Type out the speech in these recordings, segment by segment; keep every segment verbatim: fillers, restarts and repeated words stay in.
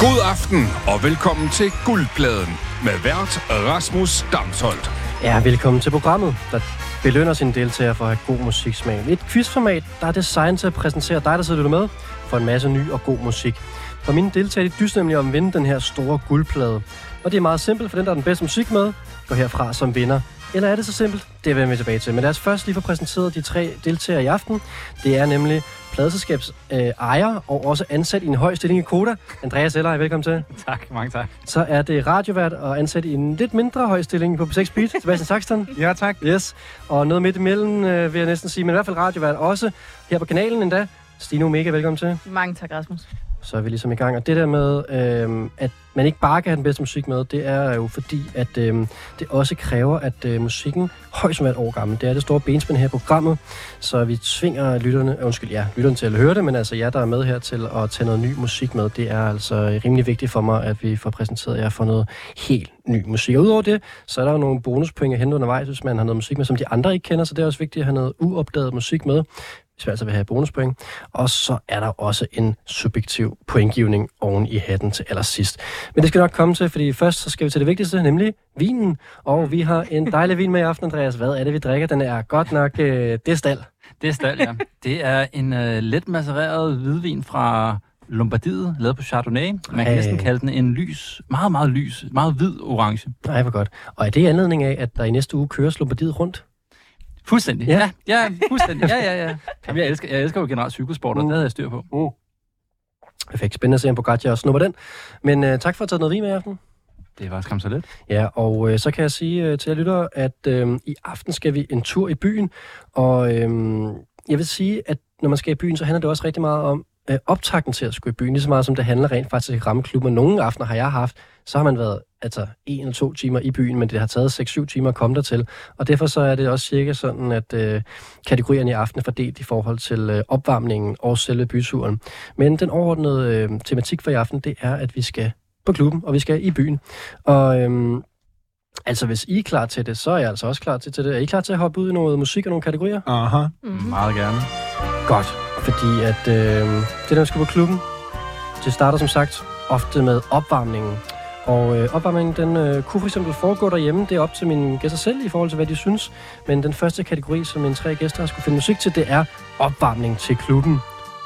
God aften og velkommen til Guldpladen med vært Rasmus Damsholdt. Ja, velkommen til programmet, der belønner sine deltagere for at have god musiksmag. Et quizformat, der er designet til at præsentere dig, der sidder med, for en masse ny og god musik. For mine deltagere, de dyster nemlig om at vinde den her store guldplade. Og det er meget simpelt, for den, der er den bedste musik med, går herfra som vinder. Eller er det så simpelt? Det vender vi tilbage til. Men lad os først lige få præsenteret de tre deltagere i aften. Det er nemlig pladeselskabs øh, ejer og også ansat i en høj stilling i Koda. Andreas Eller, velkommen til. Tak, mange tak. Så er det radiovært og ansat i en lidt mindre høj stilling på P seks Beat. Sebastian Saxton. Ja, tak. Yes. Og noget midt imellem, øh, vil jeg næsten sige, men i hvert fald radiovært også her på kanalen endda. Stine Omega, velkommen til. Mange tak, Rasmus. Så er vi ligesom i gang. Og det der med, øh, at man ikke bare kan have den bedste musik med, det er jo fordi, at øh, det også kræver, at øh, musikken højst som er et år gammel. Det er det store benspænd her i programmet, så vi tvinger lytterne, øh, undskyld, ja, lytterne til at høre det, men altså jer, der er med her til at tage noget ny musik med, det er altså rimelig vigtigt for mig, at vi får præsenteret jer for noget helt ny musik. Og udover det, så er der jo nogle bonuspoint at hente undervejs, hvis man har noget musik med, som de andre ikke kender, så det er også vigtigt at have noget uopdaget musik med, hvis vi altså vil have bonuspoint. Og så er der også en subjektiv pointgivning oven i hatten til allersidst. Men det skal nok komme til, fordi først så skal vi til det vigtigste, nemlig vinen. Og vi har en dejlig vin med i aften, Andreas. Hvad er det, vi drikker? Den er godt nok øh, det er stald. Det er stald, ja. Det er en øh, let macereret hvidvin fra Lombardiet, lavet på Chardonnay. Man kan hey. næsten kalde den en lys, meget, meget lys, meget hvid orange. Nej, hvor godt. Og er det i anledning af, at der i næste uge køres Lombardiet rundt? Fuldstændig. Ja, ja, fuldstændig. Ja, ja, ja. Jamen, jeg elsker, jeg elsker jo generelt cykelsport, og mm. det havde jeg styr på. Mm. Perfekt. Spændende at se, om Pogacar snupper den. Men uh, tak for at have taget noget vin med i aften. Det var skam så lidt. Ja, og uh, så kan jeg sige uh, til jer lyttere, at uh, i aften skal vi en tur i byen. Og uh, jeg vil sige, at når man skal i byen, så handler det også rigtig meget om uh, optakten til at skulle i byen. Lige så meget som det handler rent faktisk at ramme klubben. Nogle aftener har jeg haft, så har man været altså en eller to timer i byen, men det har taget seks syv timer at komme dertil. Og derfor så er det også cirka sådan, at øh, kategorierne i aften er fordelt i forhold til øh, opvarmningen og selve byturen. Men den overordnede øh, tematik for i aften, det er, at vi skal på klubben, og vi skal i byen. Og øh, altså, hvis I er klar til det, så er jeg altså også klar til, til det. Er I klar til at hoppe ud i noget musik og nogle kategorier? Aha, mm-hmm. Meget gerne. Godt, fordi at øh, det der skal på klubben, det starter som sagt ofte med opvarmningen. Og øh, opvarmningen, den øh, kunne for eksempel foregå derhjemme. Det er op til mine gæster selv i forhold til, hvad de synes. Men den første kategori, som mine tre gæster har skulle finde musik til, det er opvarmning til klubben.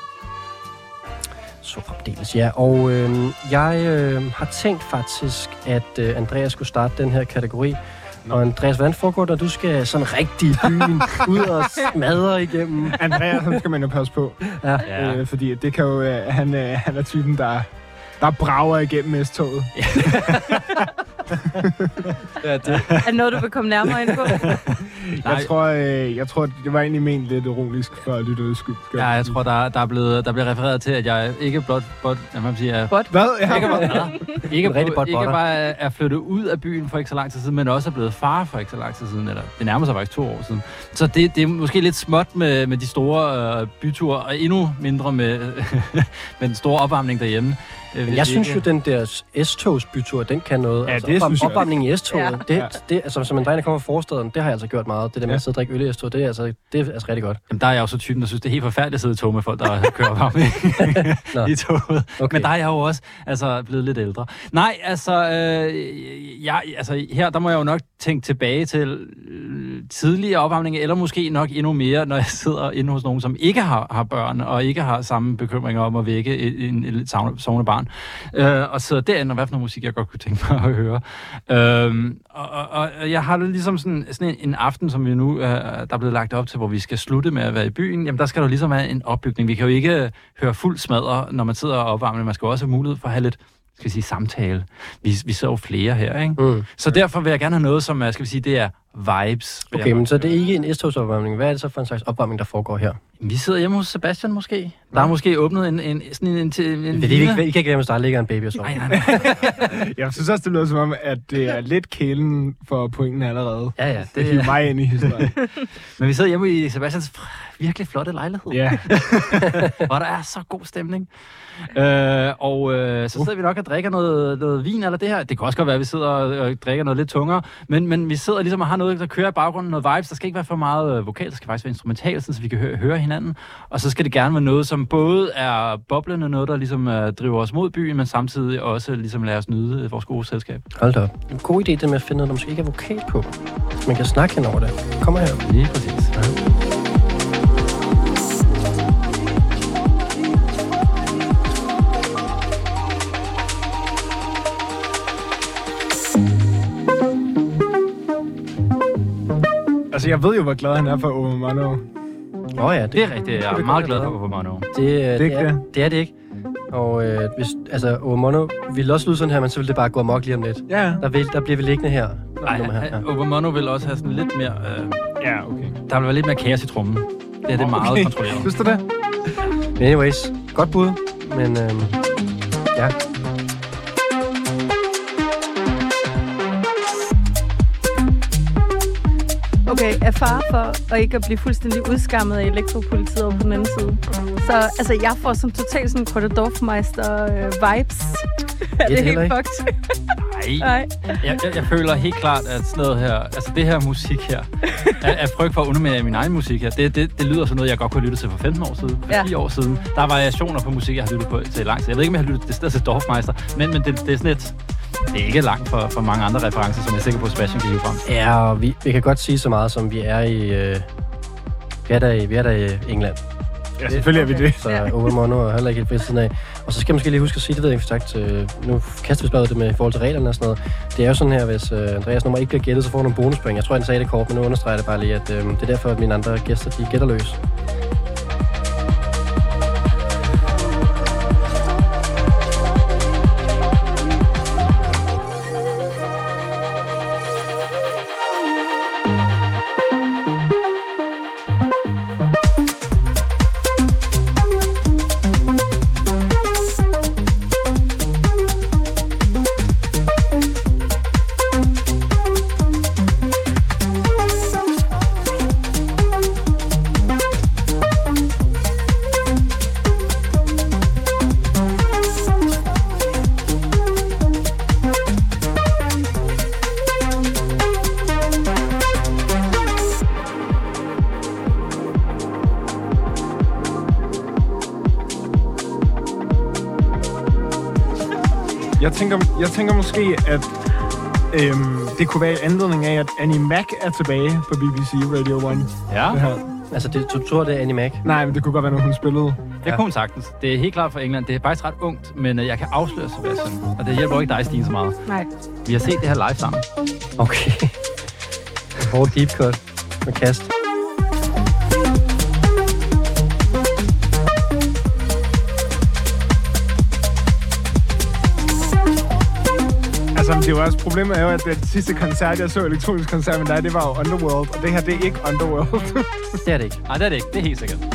Så fremdeles, ja. Og øh, jeg øh, har tænkt faktisk, at øh, Andreas skulle starte den her kategori. Nå. Og Andreas, hvordan foregår det, når du skal sådan rigtig i byen ud og smadre igennem? Andreas, han skal man jo passe på. Ja. Ja. Øh, fordi det kan jo, øh, han, øh, han er typen, der... Der brager igennem S-toget. Ja, det. Er det noget, du vil komme nærmere ind på? jeg, tror, øh, jeg tror, det var egentlig ment lidt ironisk for at lytte udskyld. Ja, jeg tror, der, der, er blevet, der bliver refereret til, at jeg ikke blot... blot jeg må sige, er, bot? Hvad? Ja. Ikke, bare, ikke, rigtig bot, ikke bare er flyttet ud af byen for ikke så lang tid siden, men også er blevet far for ikke så lang tid siden. Eller det nærmer sig faktisk to år siden. Så det, det er måske lidt småt med, med de store øh, byture, og endnu mindre med, med den store opvarmning derhjemme. Men jeg synes jo, den der S-togsbytur, den kan noget. Ja, altså, det synes jeg. Opvarmningen i S-toget, Ja. det, det, altså, som en dreng, der kommer fra forstaden, det har jeg altså gjort meget. Det der med at sidde og drikke øl i S-toget, det er altså, det er altså rigtig godt. Jamen, der er jeg jo så typen, der synes, det er helt forfærdeligt at sidde i tog med folk, der kører opvarmning i toget. Okay. Men der er jeg jo også altså, blevet lidt ældre. Nej, altså, øh, jeg, altså, her der må jeg jo nok tænke tilbage til øh, tidligere opvarmning, eller måske nok endnu mere, når jeg sidder inde hos nogen, som ikke har, har børn, og ikke har samme bekymringer om at vække en, en, en sovende barn. Øh, og så derinde, og hvad for noget musik, jeg godt kunne tænke mig at høre. Øh, og, og, og jeg har det ligesom sådan, sådan en, en aften, som vi nu, øh, der er blevet lagt op til, hvor vi skal slutte med at være i byen. Jamen, der skal der ligesom være en opbygning. Vi kan jo ikke høre fuld smadre, når man sidder og opvarmer. Man skal også have mulighed for at have lidt, skal vi sige, samtale. Vi, vi så flere her, ikke? Mm. Så derfor vil jeg gerne have noget, som, skal vi sige, det er vibes. Okay, men så det er ikke en S-togsopvarmning. Hvad er det så for en slags opvarmning, der foregår her? Vi sidder hjemme hos Sebastian måske. Der er måske åbnet en, en, sådan en, en, en, en det er ikke, I kan ikke hjemme hos dig, der ligger en baby og så. Nej, nej, nej. Jeg synes også, det lyder som om, at det er lidt kælen for pointen allerede. Ja, ja. Det er mig ind i historien. Men vi sidder hjemme i Sebastians virkelig flotte lejlighed. Ja. Hvor der er så god stemning. Øh, og øh, så sidder vi nok og drikker noget, noget vin eller det her. Det kan også godt være, at vi sidder og, og drikker noget lidt tungere. Men, men vi sidder ligesom og har har noget, der kører i baggrunden, noget vibes. Der skal ikke være for meget øh, vokal, der skal faktisk være instrumentalt, så vi kan hø- høre hinanden. Og så skal det gerne være noget, som både er boblende, noget, der ligesom øh, driver os mod byen, men samtidig også ligesom lader os nyde øh, vores gode selskab. Hold da op. En god idé, det med at finde noget, der måske ikke er vokal på. Man kan snakke hen over det. Kommer her. Lige præcis. Ja. Altså, jeg ved jo, hvor glad han er for Overmono. Åh oh, ja, det, det er rigtigt. Jeg er meget glad for Overmono. Det, det, er, det, er, det er det ikke. Og øh, hvis, altså, Overmono ville også lyde sådan her, men så ville det bare gå amok lige om lidt. Ja. Der, vil, der bliver vi liggende her. Nej, ja. Overmono vil også have sådan lidt mere... Øh, ja, okay. Der vil være lidt mere kaos i trommen. Det er det meget okay. kontrolleret. Synes du det? Men anyways, godt bud, men øh, ja... Okay, af far for at ikke at blive fuldstændig udskammet af elektropolitiet over på den anden side. Så altså, jeg får som totalt sådan Kortedorfmeister-vibes. Øh, er det, det helt fucked? Nej. Nej. Jeg, jeg, jeg føler helt klart, at sådan noget her, altså det her musik her, er, er frygt for at underminere min egen musik her. Det, det, det lyder som noget, jeg godt kunne lytte til for femten år siden, for ja. ti år siden. Der er variationer på musik, jeg har lyttet på til lang tid. Jeg ved ikke, om jeg har lyttet det sted til Dorfmeister, men, men det, det er sådan et... Det er ikke langt for, for mange andre referencer, som jeg er sikker på, at Sebastian kan hive frem. Ja, og vi, vi kan godt sige så meget, som vi er i... Øh, vi, er der i vi er der i England. Ja, selvfølgelig er vi det. Så ja. Overmono er heller ikke helt siden af. Og så skal jeg måske lige huske at sige, det ved jeg ikke sagt, øh, nu kaster vi spadet det med i forhold til reglerne og sådan noget. Det er jo sådan her, hvis øh, Andreas nummer ikke bliver gættet, så får du nogle bonuspoint. Jeg tror, han sagde det kort, men nu understreger det bare lige, at øh, det er derfor, at mine andre gæster, de gætter løs. Jeg tænker, jeg tænker måske, at øhm, det kunne være i anledning af, at Annie Mac er tilbage på B B C Radio et. Ja. Det her. Altså, det, du tror, det er Annie Mac? Nej, men det kunne godt være, når hun spillede. Det ja. kunne hun sagtens. Det er helt klart fra England. Det er faktisk ret ungt, men jeg kan afsløre, Sebastian. Og det hjælper ikke dig, Stine, så meget. Nej. Vi har set det her live sammen. Okay. Hård deep cut med kast. Altså, det var også problemet er jo, at den sidste koncert, jeg så elektronisk koncert med dig, det var jo Underworld, og det her, det er ikke Underworld. Det er det ikke. Nej, det er det ikke. Det er helt sikkert.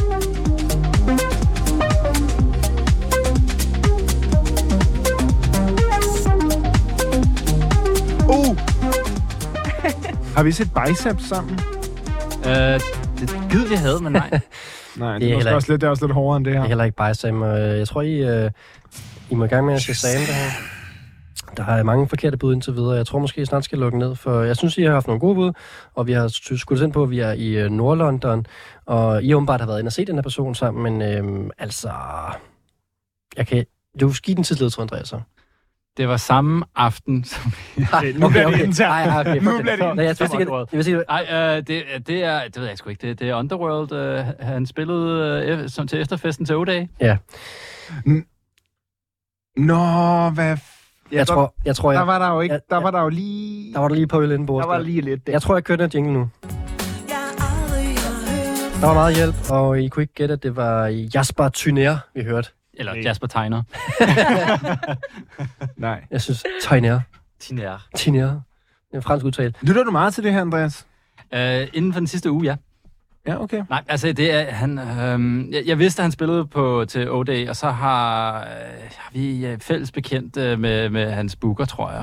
Uh! Har vi set Biceps sammen? Øh, det gid vi havde, men nej. Nej, det, det, er også lidt, det er også lidt hårdere end det her. Det er heller ikke Bicep. Jeg tror, I, uh, I må i gang med at se Sam det her. Der er mange forkerte bud indtil videre. Jeg tror måske, I snart skal lukke ned, for jeg synes, I har haft nogle gode bud, og vi har skudt ind på, at vi er i Nordlondon, og I åbenbart har været inde og set den her person sammen, men øhm, altså... Jeg kan... Du vil give den til ledtråd, Andreas. Det var samme aften, som vi... Okay, nu bliver det internt. Nej, okay. Nu bliver det Nej, jeg vidste ikke, jeg vidste ikke... Nej, øh, det, det er... Det ved jeg sgu ikke. Det, det er Underworld. Øh, han spillede øh, som til efterfesten til O-Day. Ja. Nå, hvad... Jeg, jeg tror, jeg tror, jeg... Der var der jo ikke... Jeg, der var der jo lige... Der var der lige på øl inden bordet. Der var lige lidt der. Jeg tror, jeg kørte den jingle nu. Der var meget hjælp, og I kunne ikke gætte, at det var Jasper Tyner, vi hørte. Eller Nej. Jasper Tyner. Nej. Jeg synes, Tyner. Tyner. Tyner. Det er en fransk udtale. Lytter du meget til det her, Andreas? Uh, inden for den sidste uge, ja. Ja, okay. Nej, altså det er han. Øhm, jeg, jeg vidste, at han spillede på til O-Day, og så har, øh, har vi fælles bekendt øh, med med hans booker, tror jeg.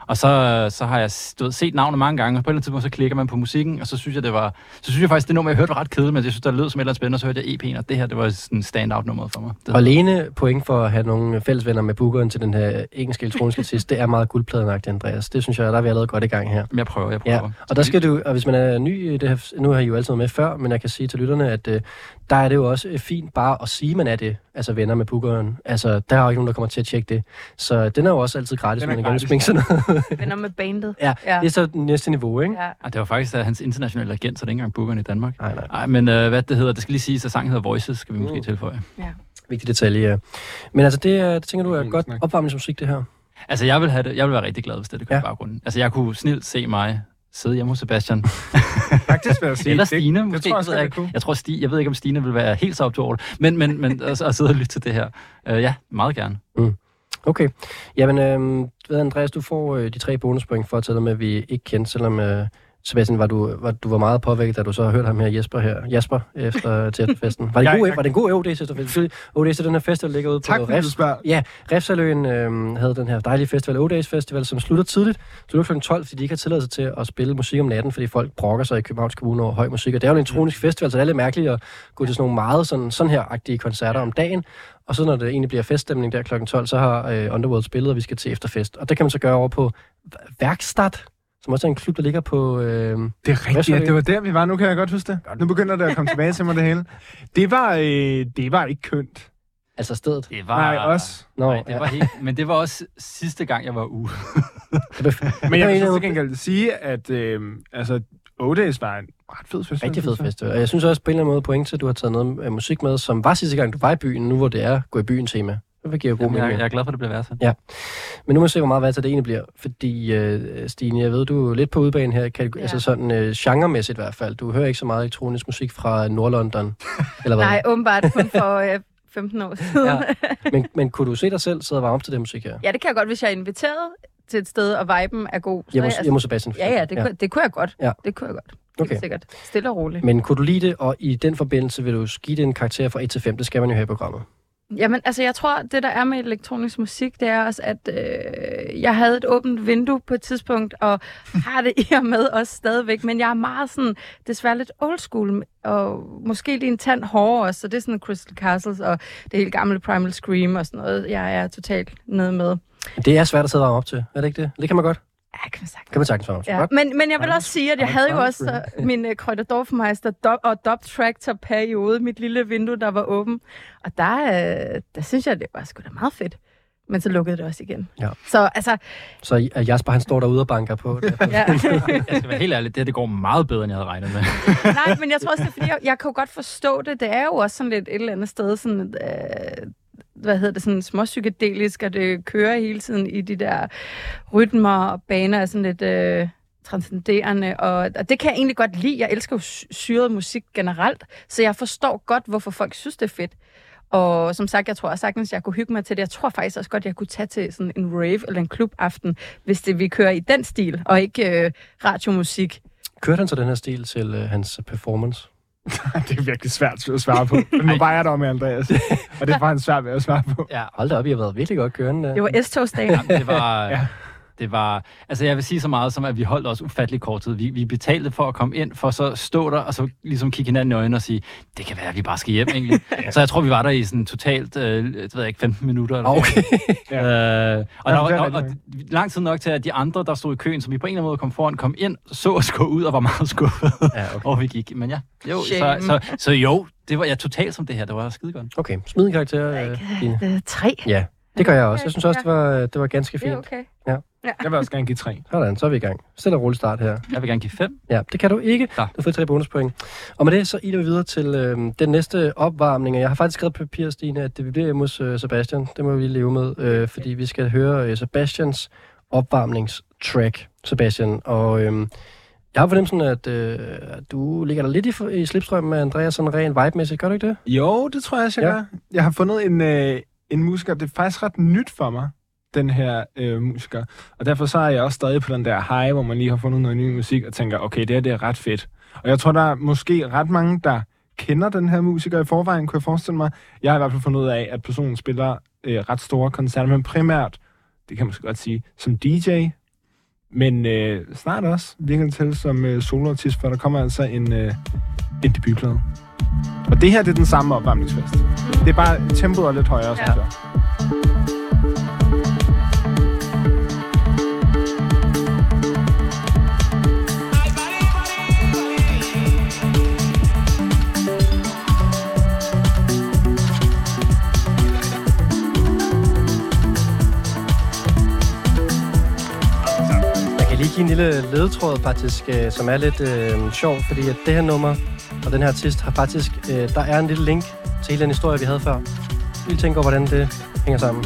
Og så, så har jeg stået, set navnet mange gange, og på et eller andet tidspunkt, så klikker man på musikken, og så synes jeg, det var, så synes jeg faktisk, det nummer, jeg hørte, var ret kedeligt, men jeg synes, der lød som et eller andet spændende, og så hørte jeg E P'en, og det her, det var sådan en stand-out-nummer for mig. Det og alene point for at have nogle fællesvenner med bookeren til den her engelske elektroniske artist, det er meget guldpladenagtigt, Andreas. Det synes jeg, der er vi allerede godt i gang her. Jeg prøver, jeg prøver. Ja. Og der skal du, og hvis man er ny i det her, nu har I jo altid været med før, men jeg kan sige til lytterne, at øh, der er det jo også fint bare at sige, man er det, altså venner med bookeren. Altså, der er jo ikke nogen, der kommer til at tjekke det. Så den er jo også altid gratis, man kan sminke sådan noget. Venner med bandet. Ja, ja, det er så næste niveau, ikke? Ja. Ah, det var faktisk uh, hans internationale agent, så det er ikke engang bookeren i Danmark. Nej, nej. Ej, men uh, hvad det hedder, det skal lige sige, at sangen hedder Voices, skal vi måske mm. tilføje. Ja. Vigtig detalje, ja. Men altså, det, det tænker du er godt opvarmningsmusik, det her? Altså, jeg vil, have det, jeg vil være rigtig glad, hvis det, det kunne ja. i baggrunden. Altså, jeg kunne snilt se mig sidde hjemme hos Sebastian. Faktisk vil jeg sige. Eller Stine, det, måske. Det tror jeg, jeg, jeg, jeg, jeg, tror, Stine, jeg ved ikke, om Stine vil være helt så op til over det. Men, men, men at, at sidde og lytte til det her. Uh, ja, meget gerne. Mm. Okay. Jamen, øh, ved Andreas, du får øh, de tre bonuspoint for at tælle med, at vi ikke kendte, selvom øh, Sebastian, var du, var, du var meget påvækket, da du så hørte ham her, Jesper her. Jasper, efter til efterfesten. Var det en god, var det en god O D S efterfest? O D S, den her festival ligger ude på Refs. Ja, Refsaløen øh, havde den her dejlige festival, O D S Festival, som slutter tidligt. Slutter klokken tolv, fordi de ikke har tilladelse til at spille musik om natten, fordi folk brokker sig i Københavns Kommune over høj musik. Og det er jo en elektronisk festival, så det er lidt mærkeligt at gå til sådan nogle meget sådan, sådan her-agtige koncerter om dagen. Og så når det egentlig bliver feststemning der klokken tolv, så har øh, Underworld spillet, og vi skal til efterfest. Og det kan man så gøre over på Værkstad, som også er en klub, der ligger på... Øh, det er rigtigt, ja, det var der, vi var. Nu kan jeg godt huske det. Nu begynder det at komme tilbage til mig, det hele. Det var, øh, det var ikke kønt. Altså stedet? Det var... Nej, også. Nå, Nej, det ja. var helt... Men det var også sidste gang, jeg var ude. Men jeg vil så til gengæld sige, at øh, altså, O D S var en ret fed festival. Rigtig fed festival. Og jeg synes også på en eller anden måde point til, at du har taget noget øh, musik med, som var sidste gang, du var i byen, nu hvor det er gå i byen tema. Det giver god Jamen, mening. Jeg, jeg er glad for, at det bliver værd sådan. Ja. Men nu må vi se, hvor meget værd det egentlig bliver. Fordi, øh, Stine, jeg ved, du er lidt på udbanen her, kan, ja. altså sådan øh, genremæssigt i hvert fald. Du hører ikke så meget elektronisk musik fra Nordlondon, eller hvad? Nej, åbenbart kun for øh, femten år siden. Ja. Men, men kunne du se dig selv sidde og varme op til det musik her? Ja, det kan jeg godt, hvis jeg er inviteret til et sted, og viben er god. Hjemme hos altså, Sebastian. Ja, ja, det, ja. Kunne, det kunne jeg godt. Ja. Det kunne jeg godt. Okay. Det sikkert. Stille og roligt. Men kunne du lide det, og i den forbindelse vil du give det en karakter fra et til fem? Det skal man jo have i programmet. Jamen, altså, jeg tror, det der er med elektronisk musik, det er også, at øh, jeg havde et åbent vindue på et tidspunkt, og har det i og med også stadigvæk, men jeg er meget sådan, desværre lidt old school, og måske lige en tand hårdere også, så det er sådan Crystal Castles, og det hele gamle Primal Scream og sådan noget, jeg er totalt nede med. Det er svært at sidde og varme op til, er det ikke det? Det kan man godt. Ja, kan man sagtens. Kan man sagtens varme op til. Ja. Men, men jeg vil også sige, at jeg havde jo også uh, min uh, Krøjderdorfmeister do- og Dub-Tractor-periode, mit lille vindue, der var åben. Og der, uh, der synes jeg, det var sgu da meget fedt. Men så lukkede det også igen. Ja. Så altså... Så Jasper, han står derude og banker på det. Ja. Jeg skal være helt ærlig, det her det går meget bedre, end jeg havde regnet med. Nej, men jeg tror også, det er, fordi jeg, jeg kan jo godt forstå det. Det er jo også sådan lidt et eller andet sted, sådan... Øh, hvad hedder det, sådan småpsykedelisk, og det kører hele tiden i de der rytmer og baner, sådan lidt øh, transcenderende, og, og det kan jeg egentlig godt lide. Jeg elsker jo syret musik generelt, så jeg forstår godt, hvorfor folk synes, det er fedt. Og som sagt, jeg tror også sagtens, jeg kunne hygge mig til det. Jeg tror faktisk også godt, jeg kunne tage til sådan en rave eller en klubaften, hvis det vi kører i den stil, og ikke øh, radiomusik. Kørte han så den her stil til øh, hans performance? Det er virkelig svært at svare på. Nu var jeg der med Andreas, og det var han svært ved at svare på. Ja, hold da op, I har været virkelig godt kørende. Det var S-togsdagen. Det var... Ja. Det var, altså jeg vil sige så meget som, at vi holdt os ufattelig kort tid. Vi, vi betalte for at komme ind, for så stå der, og så ligesom kigge hinanden i øjnene og sige, det kan være, at vi bare skal hjem egentlig. Ja. Så jeg tror, vi var der i sådan totalt, øh, jeg ved ikke, femten minutter. Eller okay. Ja. Øh, og, der, og, og, og lang tid nok til, at de andre, der stod i køen, som vi på en eller anden måde kom foran, kom ind, så os gå ud og var meget skuffet, ja, okay. og vi gik. Men ja, jo, så, så, så jo, det var ja, totalt som det her. Det var skide godt. Okay, smid en karakter, øh, Dine. Tre. Ja, det gør jeg også. Jeg synes også, det var, det var ganske fint. Det er okay. Ja. Ja. Jeg vil også gerne give tre. Sådan, så er vi i gang. Stille og rolig start her. Jeg vil gerne give fem. Ja, det kan du ikke. Da. Du har fået tre bonuspoint. Og med det, så iler vi videre til øh, den næste opvarmning. Jeg har faktisk skrevet på papir, Stine, at det vi bliver hjemme hos øh, Sebastian. Det må vi lige leve med, øh, fordi vi skal høre øh, Sebastians opvarmningstrack, Sebastian. Og øh, jeg har fornemmelsen, at øh, du ligger der lidt i, i slipstrømmen med Andreas, sådan ren vibe-mæssigt. Gør du ikke det? Jo, det tror jeg, jeg ja. gør. Jeg har fundet en, øh, en musiker, det er faktisk ret nyt for mig, den her øh, musiker. Og derfor så er jeg også stadig på den der high, hvor man lige har fundet noget ny musik, og tænker, okay, det her det er ret fedt. Og jeg tror, der er måske ret mange, der kender den her musiker i forvejen, kunne jeg forestille mig. Jeg har i hvert fald fundet ud af, at personen spiller øh, ret store koncerter, men primært, det kan man måske godt sige, som D J. men øh, snart også virkelig til som øh, soloartist, for der kommer altså en, øh, en debutplade. Og det her, det er den samme opvarmningsfest. Det er bare tempoet er lidt højere, ja. Synes jeg. Lige give en lille ledetråd faktisk, øh, som er lidt øh, sjov, fordi at det her nummer og den her artist har faktisk, øh, der er en lille link til hele den historie, vi havde før. Vi vil tænke over, hvordan det hænger sammen.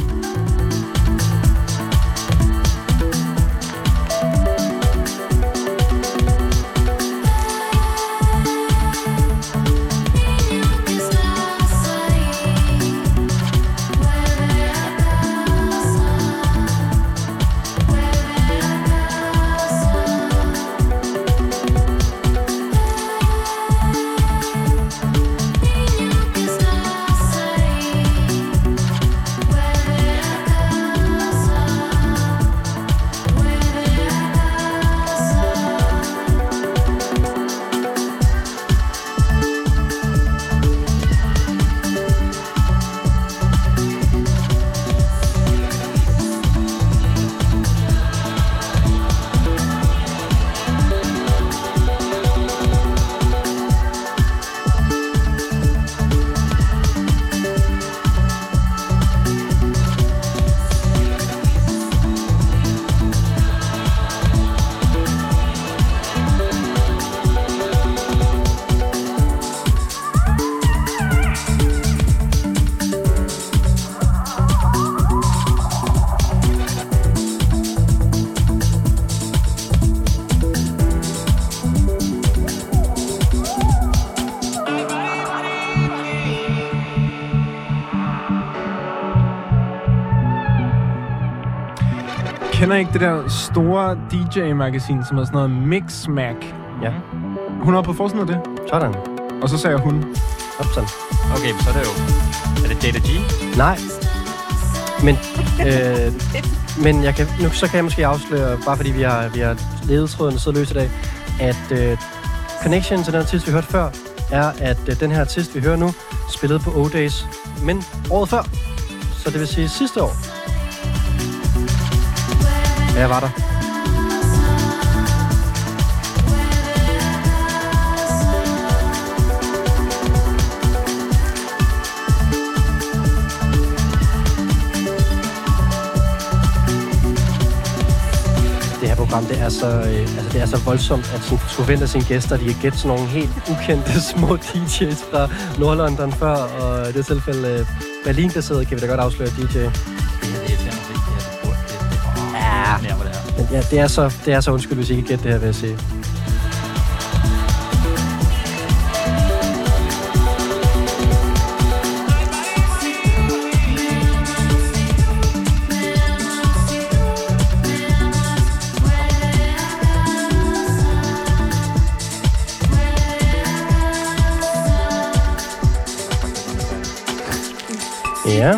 Kender ikke det der store D J-magasin, som er sådan noget Mixmag? Ja. Hun er på forsiden af det. Sådan. Og så sagde hun. Opsand. Okay, så er det jo... Er det Jada G? Nej. Men, øh, men jeg kan, nu så kan jeg måske afsløre, bare fordi vi har, vi har ledet tråden så løs i dag, at øh, connection til den artist, vi hørte før, er, at øh, den her artist, vi hører nu, spillede på O-Days, men året før. Så det vil sige sidste år. Ja, jeg var der. Det her program, det er så, øh, altså, det er så voldsomt, at sådan, du forventer sine gæster, de kan gætte sådan nogle helt ukendte små D J's fra Nordlondon før, og i det tilfælde øh, Berlin-baseret kan vi da godt afsløre D J. Ja, men ja, det er så, det er så undskyld, hvis I ikke gætter det her, vil jeg sige. Ja.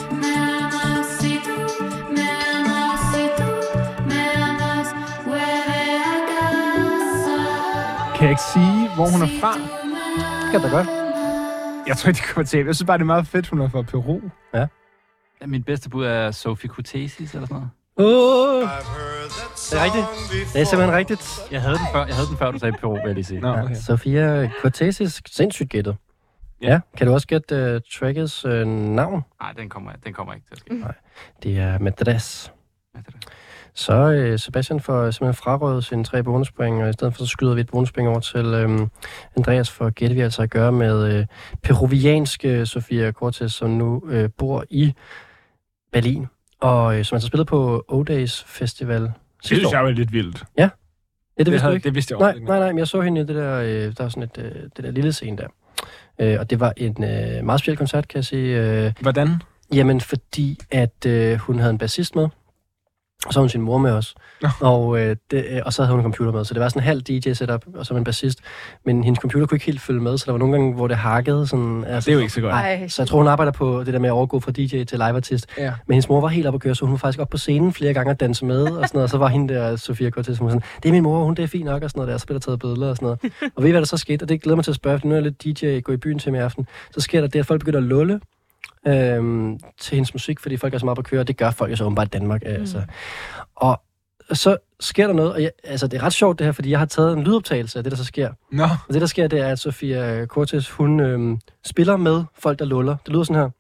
Kan jeg ikke sige, hvor hun er fra? Det kan da godt. Jeg tror ikke, det kommer til. Jeg synes bare, det er meget fedt, hun er fra Peru. Ja. Ja, min bedste bud er Sophie Kutesis eller sådan noget. Åh! Oh, det er rigtigt. Det er simpelthen rigtigt. Jeg havde den før, jeg havde den før du sagde Peru, vil jeg lige sige. Nå, okay. Ja, Sophia Cortesis, sindssygt gættet. Ja. Ja, kan du også gætte uh, trackets uh, navn? Nej, den kommer, den kommer ikke til at ske. Nej, det er Madras. Madras. Så uh, Sebastian får simpelthen frarøvet sine tre bonuspoint, og i stedet for så skyder vi et bonuspoint over til um, Andreas, for gætte vi altså at gøre med uh, peruvianske Sophia Cortez, som nu uh, bor i Berlin, og uh, som altså spillede på O-Days Festival Det sidste synes år. jeg er lidt vildt. Ja, ja det, det vidste havde, du ikke. Det vidste jeg nej, ikke. nej, nej, men jeg så hende i det der, øh, der var sådan et, øh, det der lille scene der. Øh, og det var en øh, meget speciel koncert, kan jeg sige. Øh, Hvordan? Jamen, fordi at øh, hun havde en bassist med, Og så havde hun sin mor med os. Og, øh, det, øh, og så havde hun en computer med. Så det var sådan en halv D J-setup, og så en bassist. Men hendes computer kunne ikke helt følge med, så der var nogle gange, hvor det hakkede. Sådan, altså, det er jo ikke så godt. Ej. Så jeg tror, hun arbejder på det der med at overgå fra D J til liveartist. Ja. Men hendes mor var helt oppe at køre, så hun var faktisk op på scenen flere gange og danse med. Og, sådan noget, og så var hende der, Sofia Cortez, som var sådan, det er min mor, hun det er fint nok, og sådan noget der. Så blev der taget billeder og sådan noget. Og ved I, hvad der så skete? Og det glæder mig til at spørge, for nu er jeg lidt D J, gå i byen til mig i aften. Så sker der det, at folk begynder at lulle øhm, til hendes musik, fordi folk er så meget på at køre, og det gør folk jo så åbenbart i Danmark. Mm. Altså. Og så sker der noget, og jeg, altså det er ret sjovt det her, fordi jeg har taget en lydoptagelse af det, der så sker. No. Og det, der sker, det er, at Sofia Cortez, hun øhm, spiller med folk, der luller. Det lyder sådan her.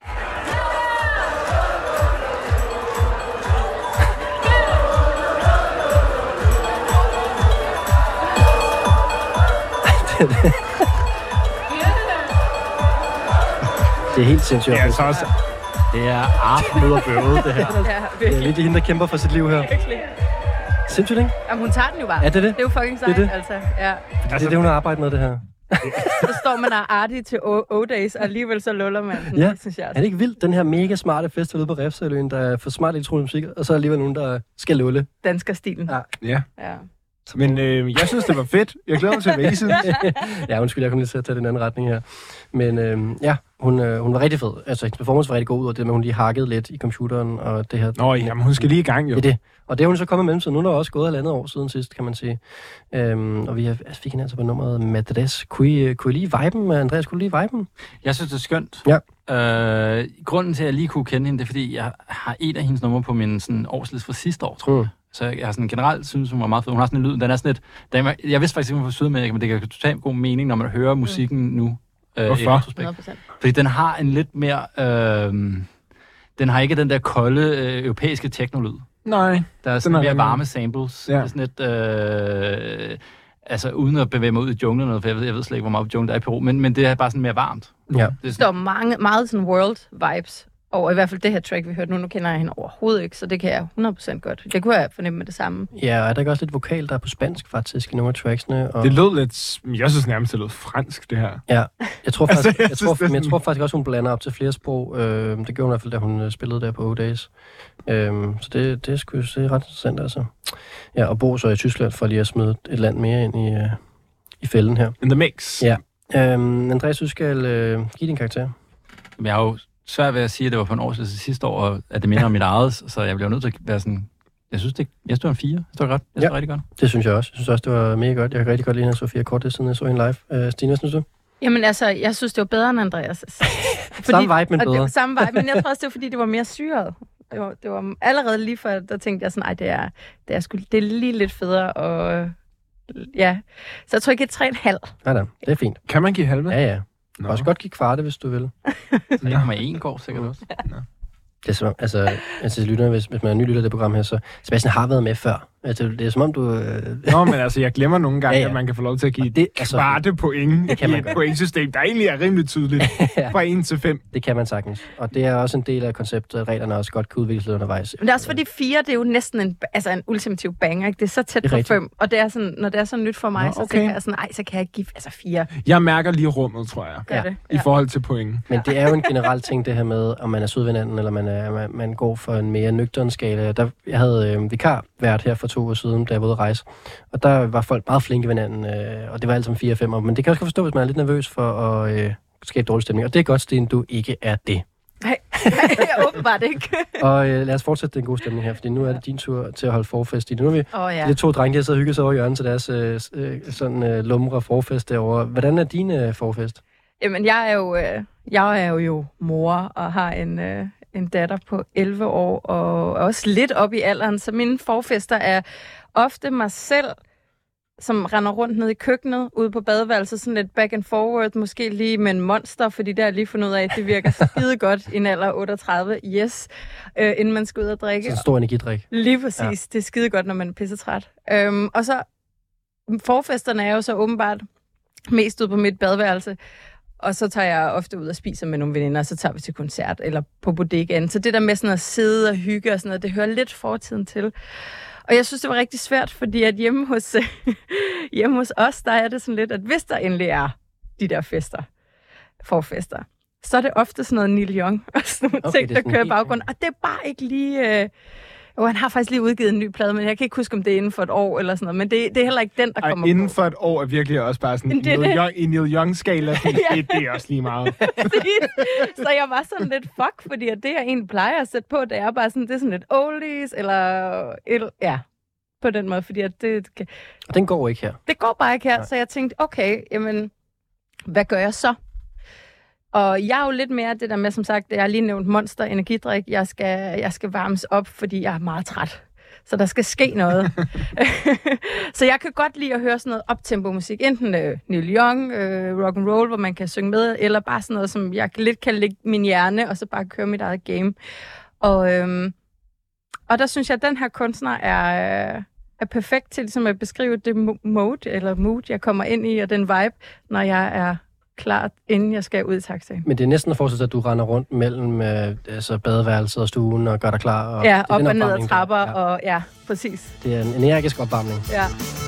Det er helt sindssygt. Ja, så også. Det er art møder bøde, det her. Ja, Det er lidt hende, der kæmper for sit liv her. Sindssygt, ikke? Jamen, hun tager den jo bare. Ja, det er det. Det er jo fucking sejt, Det er det. altså. Ja. Altså, det er det, hun har arbejdet med, det her. Så står man og er artig til O-Days, og alligevel så luller man den. Ja. Det synes jeg Er det ikke vildt, den her mega smarte festival ude på Refshaløen, der er for smart elektronisk musik, og så er alligevel nogen, der skal lulle? Danskerstilen. Ja. Ja. Ja. Men øh, jeg synes, det var fedt. Jeg glæder mig til, hvad I synes. Ja, undskyld, jeg kom lige til at tage den anden retning her. Men øh, ja, hun, øh, hun var rigtig fed. Altså, hendes performance var rigtig god ud, og det med, at hun lige hakkede lidt i computeren, og det her... Nå, jamen, hun skal lige i gang, jo. Det er det. Og det er hun så kommet mellem, så nu er der også gået halvandet år siden sidst, kan man sige. Øhm, og vi har, altså, fik hende altså på nummeret Madres. Kunne I, kunne I lige vibe den, Andreas? Kunne I lige vibe den? Jeg synes, det er skønt. Ja. Øh, grunden til, at jeg lige kunne kende hende, det er, fordi jeg har et af hendes numre på min sådan, årsliste fra sidste år, tror jeg. Mm. Så jeg har sådan generelt synes, hun var meget fed. Hun har sådan en lyd, den er sådan lidt... Den er, jeg vidste faktisk ikke, hun var fra Sydamerika, men det kan totalt god mening, når man hører musikken mm. nu. Øh, Hvorfor? hundrede procent. Fordi den har en lidt mere... Øh, den har ikke den der kolde øh, europæiske technolyd. Nej. Der er sådan er mere rigtig- varme samples. Ja. Det er sådan lidt... Øh, altså uden at bevæge mig ud i junglen, for jeg ved, jeg ved slet ikke, hvor meget jungle der er i Peru, men, men det er bare sådan mere varmt. Ja. Det er Der sådan, står mange, meget sådan world vibes over i hvert fald det her track, vi hørte nu. Nu kender jeg hende overhovedet ikke, så det kan jeg hundrede procent godt. Det kunne jeg fornemme med det samme. Ja, og er der ikke også lidt vokal, der er på spansk faktisk i nogle af tracksene? Og... Det lød lidt... Jeg synes nærmest, det lød fransk, det her. Ja, jeg tror faktisk, Altså, jeg jeg, synes, tror, det er men jeg sådan- tror faktisk også, hun blander op til flere sprog. Øh, det gjorde hun i hvert fald, da hun øh, spillede der på O-Days. Øh, så det, det, skulle, det er ret interessant, altså. Ja, og Bo så i Tyskland for lige at smide et land mere ind i, øh, i fælden her. In the mix. Ja. Øh, Andreas, du skal øh, give din karakter. men jeg har jo svært ved at sige, at det var på en årsliste sidste år, og at det minder om mit eget, så jeg bliver nødt til at være sådan... Jeg synes, det, jeg synes, det var en fire. Jeg synes, det var godt. Jeg synes, Ja. det var rigtig godt. Det synes jeg også. Jeg synes også, det var mega godt. Jeg kan rigtig godt lide hende, Sofia Cortez, siden jeg så hende live. Øh, Stine, hvad synes du? Jamen altså, jeg synes, det var bedre end Andreas. Samme vibe, men og bedre. Det, samme vibe, men jeg tror også, det var, fordi det var mere syret. Det var, det var allerede lige før, der tænkte jeg sådan, ej, det er, det er, sgu, det er lige lidt federe, og ja. Så jeg tror ikke, et tre komma fem. Nej, nej, det er fint. Kan man give halve? Ja, ja. Du Nå. kan også godt give kvarte, hvis du vil. tre komma en går sikkert også. Det er som om, altså, altså til lytterne, hvis, hvis man er ny lytter af det program her, så Sebastian har været med før. Altså, det er som om, du... Øh, Nå, men altså, jeg glemmer nogle gange, Ja, ja, ja. ja. at man kan få lov til at give det, det, altså, kvarte point det kan man i et godt. pointsystem, der egentlig er rimelig tydeligt. Ja. Fra en til fem. det kan man sagtens. Og det er også en del af konceptet, at reglerne også godt kan udvikles lidt undervejs. Men det er også fordi fire, det er jo næsten en, altså en ultimativ banger, ikke? Det er så tæt Det er på rigtigt. fem, og det er sådan, når det er så nyt for mig, Nå, så okay. tænker jeg sådan, ej, så kan jeg give altså fire. Jeg mærker lige rummet, tror jeg. Gør Ja. det. I forhold til point. Men det er jo en generel ting, det her med, om man er sød ved hinanden, eller man, er, man, man går for en mere nøgtern skala. Der, jeg havde øh, vikar været her for to uger siden, da jeg var ude at rejse. Og der var folk meget flinke ved hinanden, øh, og det var alt som fire og femmer. Men det kan jeg også godt forstå, hvis man er lidt nervøs for at øh, skabe dårlig stemning. Og det er godt, Stine, du ikke er det. Nej, åbenbart ikke. Og øh, lad os fortsætte den gode stemning her, fordi nu er det din tur til at holde forfest. Stine. Nu er vi Åh oh, ja. de der to drenge, der sidder og hygger sig over i hjørnet til deres øh, øh, sådan øh, lumre forfest derovre. Hvordan er din øh, forfest? Jamen, jeg er jo, øh, jeg er jo, jo mor og har en, øh, en datter på elleve år, og også lidt op i alderen, så mine forfester er ofte mig selv, som render rundt ned i køkkenet, ude på badeværelset, sådan lidt back and forward, måske lige med en monster, fordi der har jeg lige fundet ud af, at det virker skide godt i en alder af otteogtredive, yes, øh, inden man skal ud og drikke. Sådan en stor energidrik. Lige præcis. Ja. Det er skide godt, når man er pissetræt. Øhm, og så, forfesterne er jo så åbenbart mest ude på mit badeværelse, og så tager jeg ofte ud og spiser med nogle veninder, og så tager vi til koncert eller på bodegaen. Så det der med sådan at sidde og hygge og sådan noget, det hører lidt fortiden til. Og jeg synes, det var rigtig svært, fordi at hjemme hos, hjemme hos os, der er det sådan lidt, at hvis der endelig er de der fester, forfester, så er det ofte sådan noget Neil Young og sådan nogle Okay, ting, det er der sådan kører i helt- baggrunden. Og det er bare ikke lige... Øh, Jo, han har faktisk lige udgivet en ny plade, men jeg kan ikke huske, om det er inden for et år eller sådan noget. Men det, det er heller ikke den, der Ej, kommer inden på. for et år er virkelig også bare sådan det, Neil Young, i Neil Young-skala. ja. det, det er også lige meget. Så jeg var sådan lidt fuck, fordi det, jeg egentlig plejer at sætte på, det er bare sådan, det er sådan lidt oldies, eller et, ja, på den måde, fordi at det... Og den går ikke her. Det går bare ikke her, ja. Så jeg tænkte, okay, jamen, hvad gør jeg så? Og jeg er jo lidt mere det der med, som sagt, jeg har lige nævnt Monster energidrik. Jeg skal, jeg skal varmes op, fordi jeg er meget træt. Så der skal ske noget. Så jeg kan godt lide at høre sådan noget optempo-musik. Enten øh, Neil Young, øh, rock and roll, hvor man kan synge med, eller bare sådan noget, som jeg lidt kan lægge min hjerne, og så bare køre mit eget game. Og, øhm, og der synes jeg, at den her kunstner er, er perfekt til ligesom at beskrive det mode, eller mood, jeg kommer ind i, og den vibe, når jeg er klart, inden jeg skal ud i taxaen. Men det er næsten at forestille sig, at du render rundt mellem øh, altså badeværelset og stuen og gør dig klar. Og ja, op og ned ad trapper, ja. og ja, præcis. Det er en energisk opvarmning. Ja.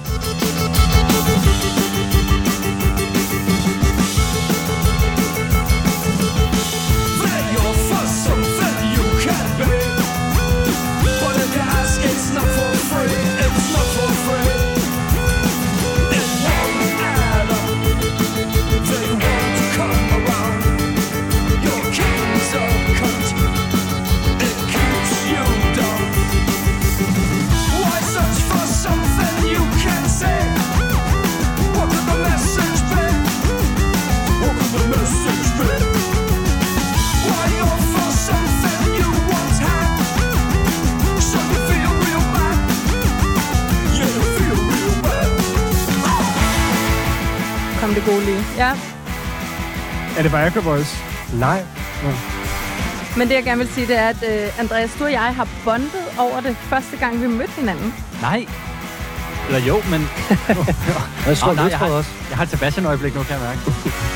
Det gode lige. Ja. Er det Viagra Boys? Nej. Ja. Men det, jeg gerne vil sige, det er, at uh, Andreas, du og jeg har bondet over det første gang, vi mødte hinanden. Nej. Eller jo, men... jeg, oh, nej, jeg, har, også. jeg har et Sebastian-øjeblik nu, kan jeg mærke.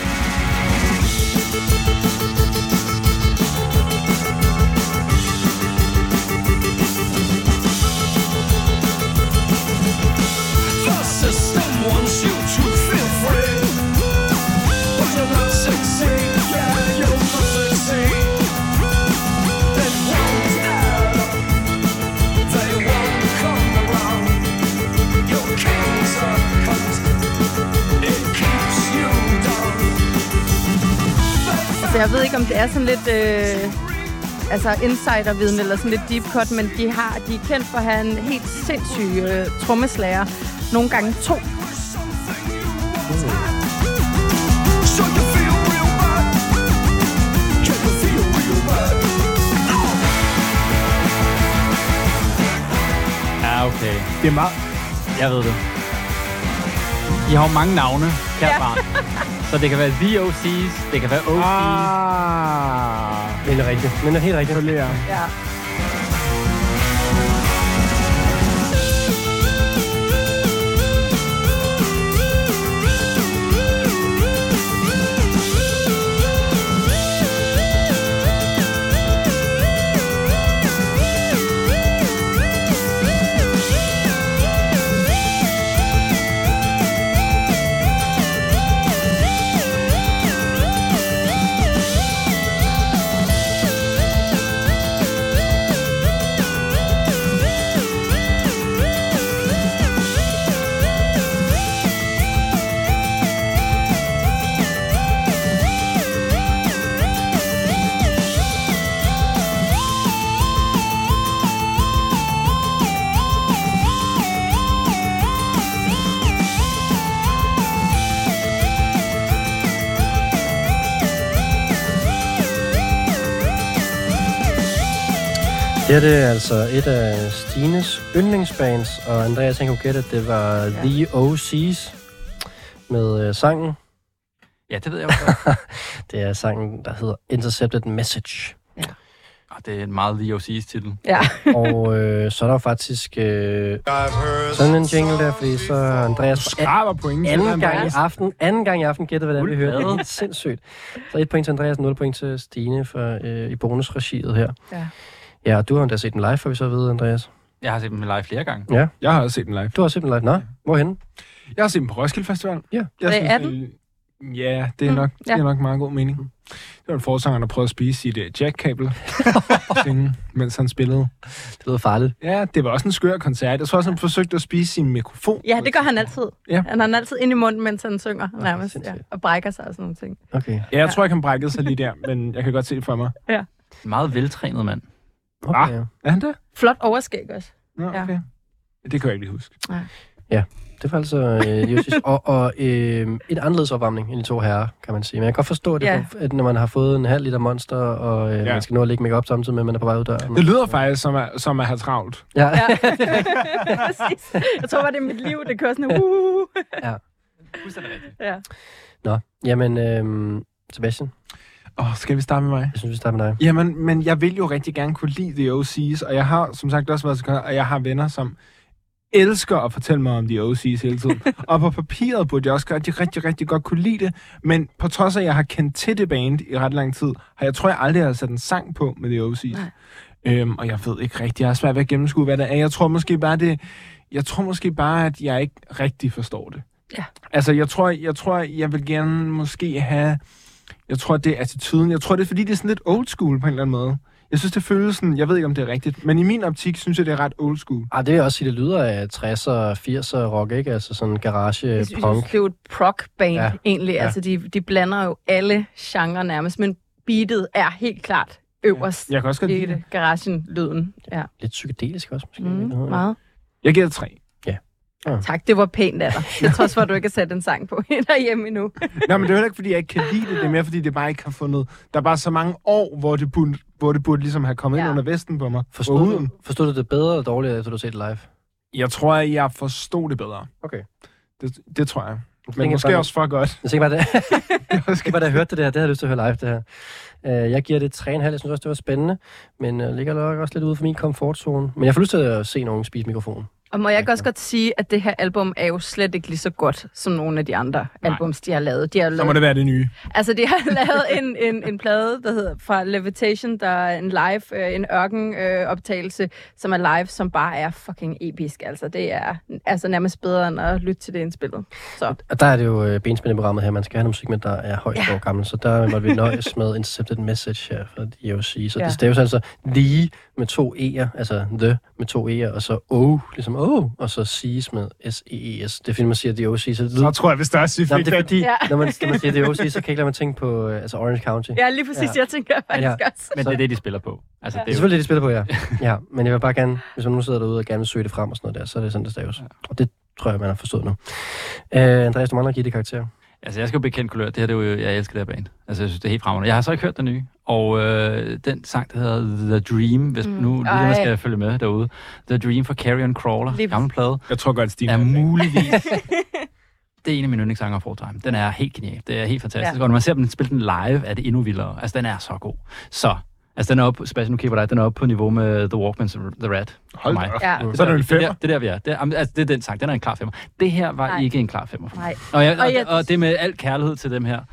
Så jeg ved ikke, om det er sådan lidt øh, altså insiderviden eller sådan lidt deep cut, men de, har, de er kendt for at have en helt sindssyg øh, trommeslager. Nogle gange to. Mm. Ja, okay. Det er meget... Jeg ved det. I har jo mange navne, kært ja. barn. Så det kan være The O C's, det kan være O C's. Ah, det er rigtigt. Men det er helt rigtigt. Ja. Det her, det er altså et af Stines yndlingsbands, og Andreas, han kunne gætte, at det var ja. The O C's med uh, sangen. Ja, det ved jeg også. Det er sangen, der hedder Intercepted Message. Ja. Og det er en meget The O C's titel. Ja. Og øh, så er der faktisk øh, sådan en jingle der, fordi så Andreas skraber point anden gang i aften, anden gang i aften gætter, hvordan vi hører. Det er helt sindssygt. Så et point til Andreas, nul point til Stine for, øh, i bonusregiet her. Ja. Ja, og du har endda set den live, for vi så ved, Andreas. Jeg har set dem live flere gange. Ja. Jeg har også set den live. Du har set den live? Nå, hvorhenne? Jeg har set den på Roskilde Festival. Ja. Jeg synes, er den? Ja, det er, Mm, nok, ja. det er nok meget god mening. Det var en forsanger, der prøvede at spise sit uh, jackkabel, mens han spillede. Det lyder farligt. Ja, det var også en skør koncert. Jeg tror også, han forsøgte at spise sin mikrofon. Ja, det gør han altid. Ja. Han har den altid ind i munden, mens han synger, Okay, nærmest. Ja, sindssygt. og brækker sig og sådan nogle ting. Okay. Ja, jeg tror ikke, han brækkede sig lige der, men jeg kan godt se det for mig. Ja. Meget veltrænet mand. okay Ah. ja. Er han det? Flot overskæg også. Nå, Ja. okay. Det kan jeg ikke lige huske. Det var altså øh, Jussis. Og, og øh, et anderledes opvarmning end de to herrer, kan man sige. Men jeg kan godt forstå, at, det, Ja. at når man har fået en halv liter Monster, og øh, Ja. man skal nå at lægge make-up samtidig med, at man er på vej ud døren. Det lyder faktisk som at, som at have travlt. Ja. Ja, præcis. Jeg tror bare, det er mit liv, det kører sådan en uh. Ja. Ja. Nå, jamen, øh, Sebastian, Åh, oh, skal vi starte med mig? jeg synes, vi starter med dig. Jamen, men jeg vil jo rigtig gerne kunne lide The O C's, og jeg har som sagt også været så godt, og jeg har venner, som elsker at fortælle mig om The O C's hele tiden. Og på papiret burde jeg også rigtig, rigtig, rigtig godt kunne lide det, men på trods af, at jeg har kendt til det band i ret lang tid, har jeg tror jeg aldrig har sat en sang på med The O C's. Øhm, og jeg ved ikke rigtigt, jeg har svært ved at gennemskue, hvad det er. Jeg tror måske bare, det, jeg tror måske bare, at jeg ikke rigtig forstår det. Ja. Altså, jeg tror, jeg tror, jeg vil gerne måske have... Jeg tror, det er attituden. Jeg tror, det er, fordi det er sådan lidt old school på en eller anden måde. Jeg synes, det føles sådan... Jeg ved ikke, om det er rigtigt, men i min optik synes jeg, det er ret old school. Ah, det vil jeg også sige, det lyder af tresser, firser rock, ikke? Altså sådan garage, Jeg synes, punk. det er jo et prog-band, Ja. ja. egentlig. Ja. Altså, de, de blander jo alle genrer nærmest, men beatet er helt klart øverst Jeg kan også godt i lide det. det. Garagen-lyden. Ja. Lidt psykedelisk også, måske. Mm, meget. Jeg giver det tre. Tak, det var pænt af dig. Det trods for, at du ikke har sat en sang på derhjemme endnu. Nej, men det er heller ikke, fordi jeg ikke kan lide det. Det er mere, fordi det bare ikke har fundet... Der er bare så mange år, hvor det burde, hvor det burde ligesom have kommet ja. Ja. ind under vesten på mig. Forstod På du, huden. forstod du det bedre eller dårligere, efter du har set det live? Jeg tror, at jeg forstod det bedre. Okay. Det, det tror jeg. Men tænker måske bare- også for godt. Jeg tænker bare, det, jeg tænker bare, da jeg hørte det der, det havde jeg lyst til at høre live, det her. Uh, jeg giver det tre komma fem. Jeg synes også, det var spændende, men uh, ligger nok også lidt ude for min komfortzone. Men jeg får lyst til at se nogen spise mikrofon. Og må jeg også godt sige, at det her album er jo slet ikke lige så godt, som nogle af de andre Nej. albums, de har lavet. De har Så lavet må det være det nye. Altså, de har lavet en, en, en plade, der hedder fra Levitation, der er en live, øh, en ørken-optagelse, øh, som er live, som bare er fucking episk. Altså, det er altså nærmest bedre, end at lytte til det indspillet. Så. Og der er det jo øh, benspændeprogrammet her. Man skal have noget musik med, der er højt Ja. år gammel. Så der må vi nøjes med Intercepted Message her fra D O C. Så Ja. det staves altså The med to E'er, altså The med to E'er, og så O, ligesom O, og så C's med S E E S. Det er fordi, man siger D O C, så det Så lyder... tror jeg, hvis der er sygt Nå, men det er fordi, Ja. når, man, når man siger D O C, så kan jeg ikke lade mig tænke på øh, altså Orange County. Ja, lige præcis, Ja. jeg tænker faktisk Ja. også. Men det er det, de spiller på. Altså, Ja. det Det er er jo, selvfølgelig det, de spiller på, ja. ja. Men jeg vil bare gerne, hvis man nu sidder derude og gerne vil søge det frem og sådan noget der, så er det sådan, det staves. Og det tror jeg, man har forstået nu. Uh, Andreas, du mangler at give det karakter. altså, jeg skal jo bekendt kulør. Det her, det er jo, jeg elsker det her band. Altså, jeg synes, det er helt fremragende. Jeg har så ikke hørt den nye. Og øh, den sang, der hedder The Dream, hvis mm. nu lige man skal følge med derude. The Dream for Carrion Crawler, Lige- gammel plade, Jeg tror godt, Stine er har det. muligvis... Det er en af mine yndlingssanger of all time. Den er helt genial. Det er helt fantastisk. Ja. Og når man ser dem spille den live, er det endnu vildere. Altså, den er så god. Så, altså, den er oppe, Sebastian, nu kigger på dig, den er oppe på niveau med The Walkman's The Rat. Hold da op. Ja. Så er det en det, femmer. der, det der, vi er. Det, er- altså, det er den sang. Den er en klar femmer. Det her var Nej. ikke en klar femmer. Nej. Og, jeg, og, Og jeg- og det med al kærlighed til dem her.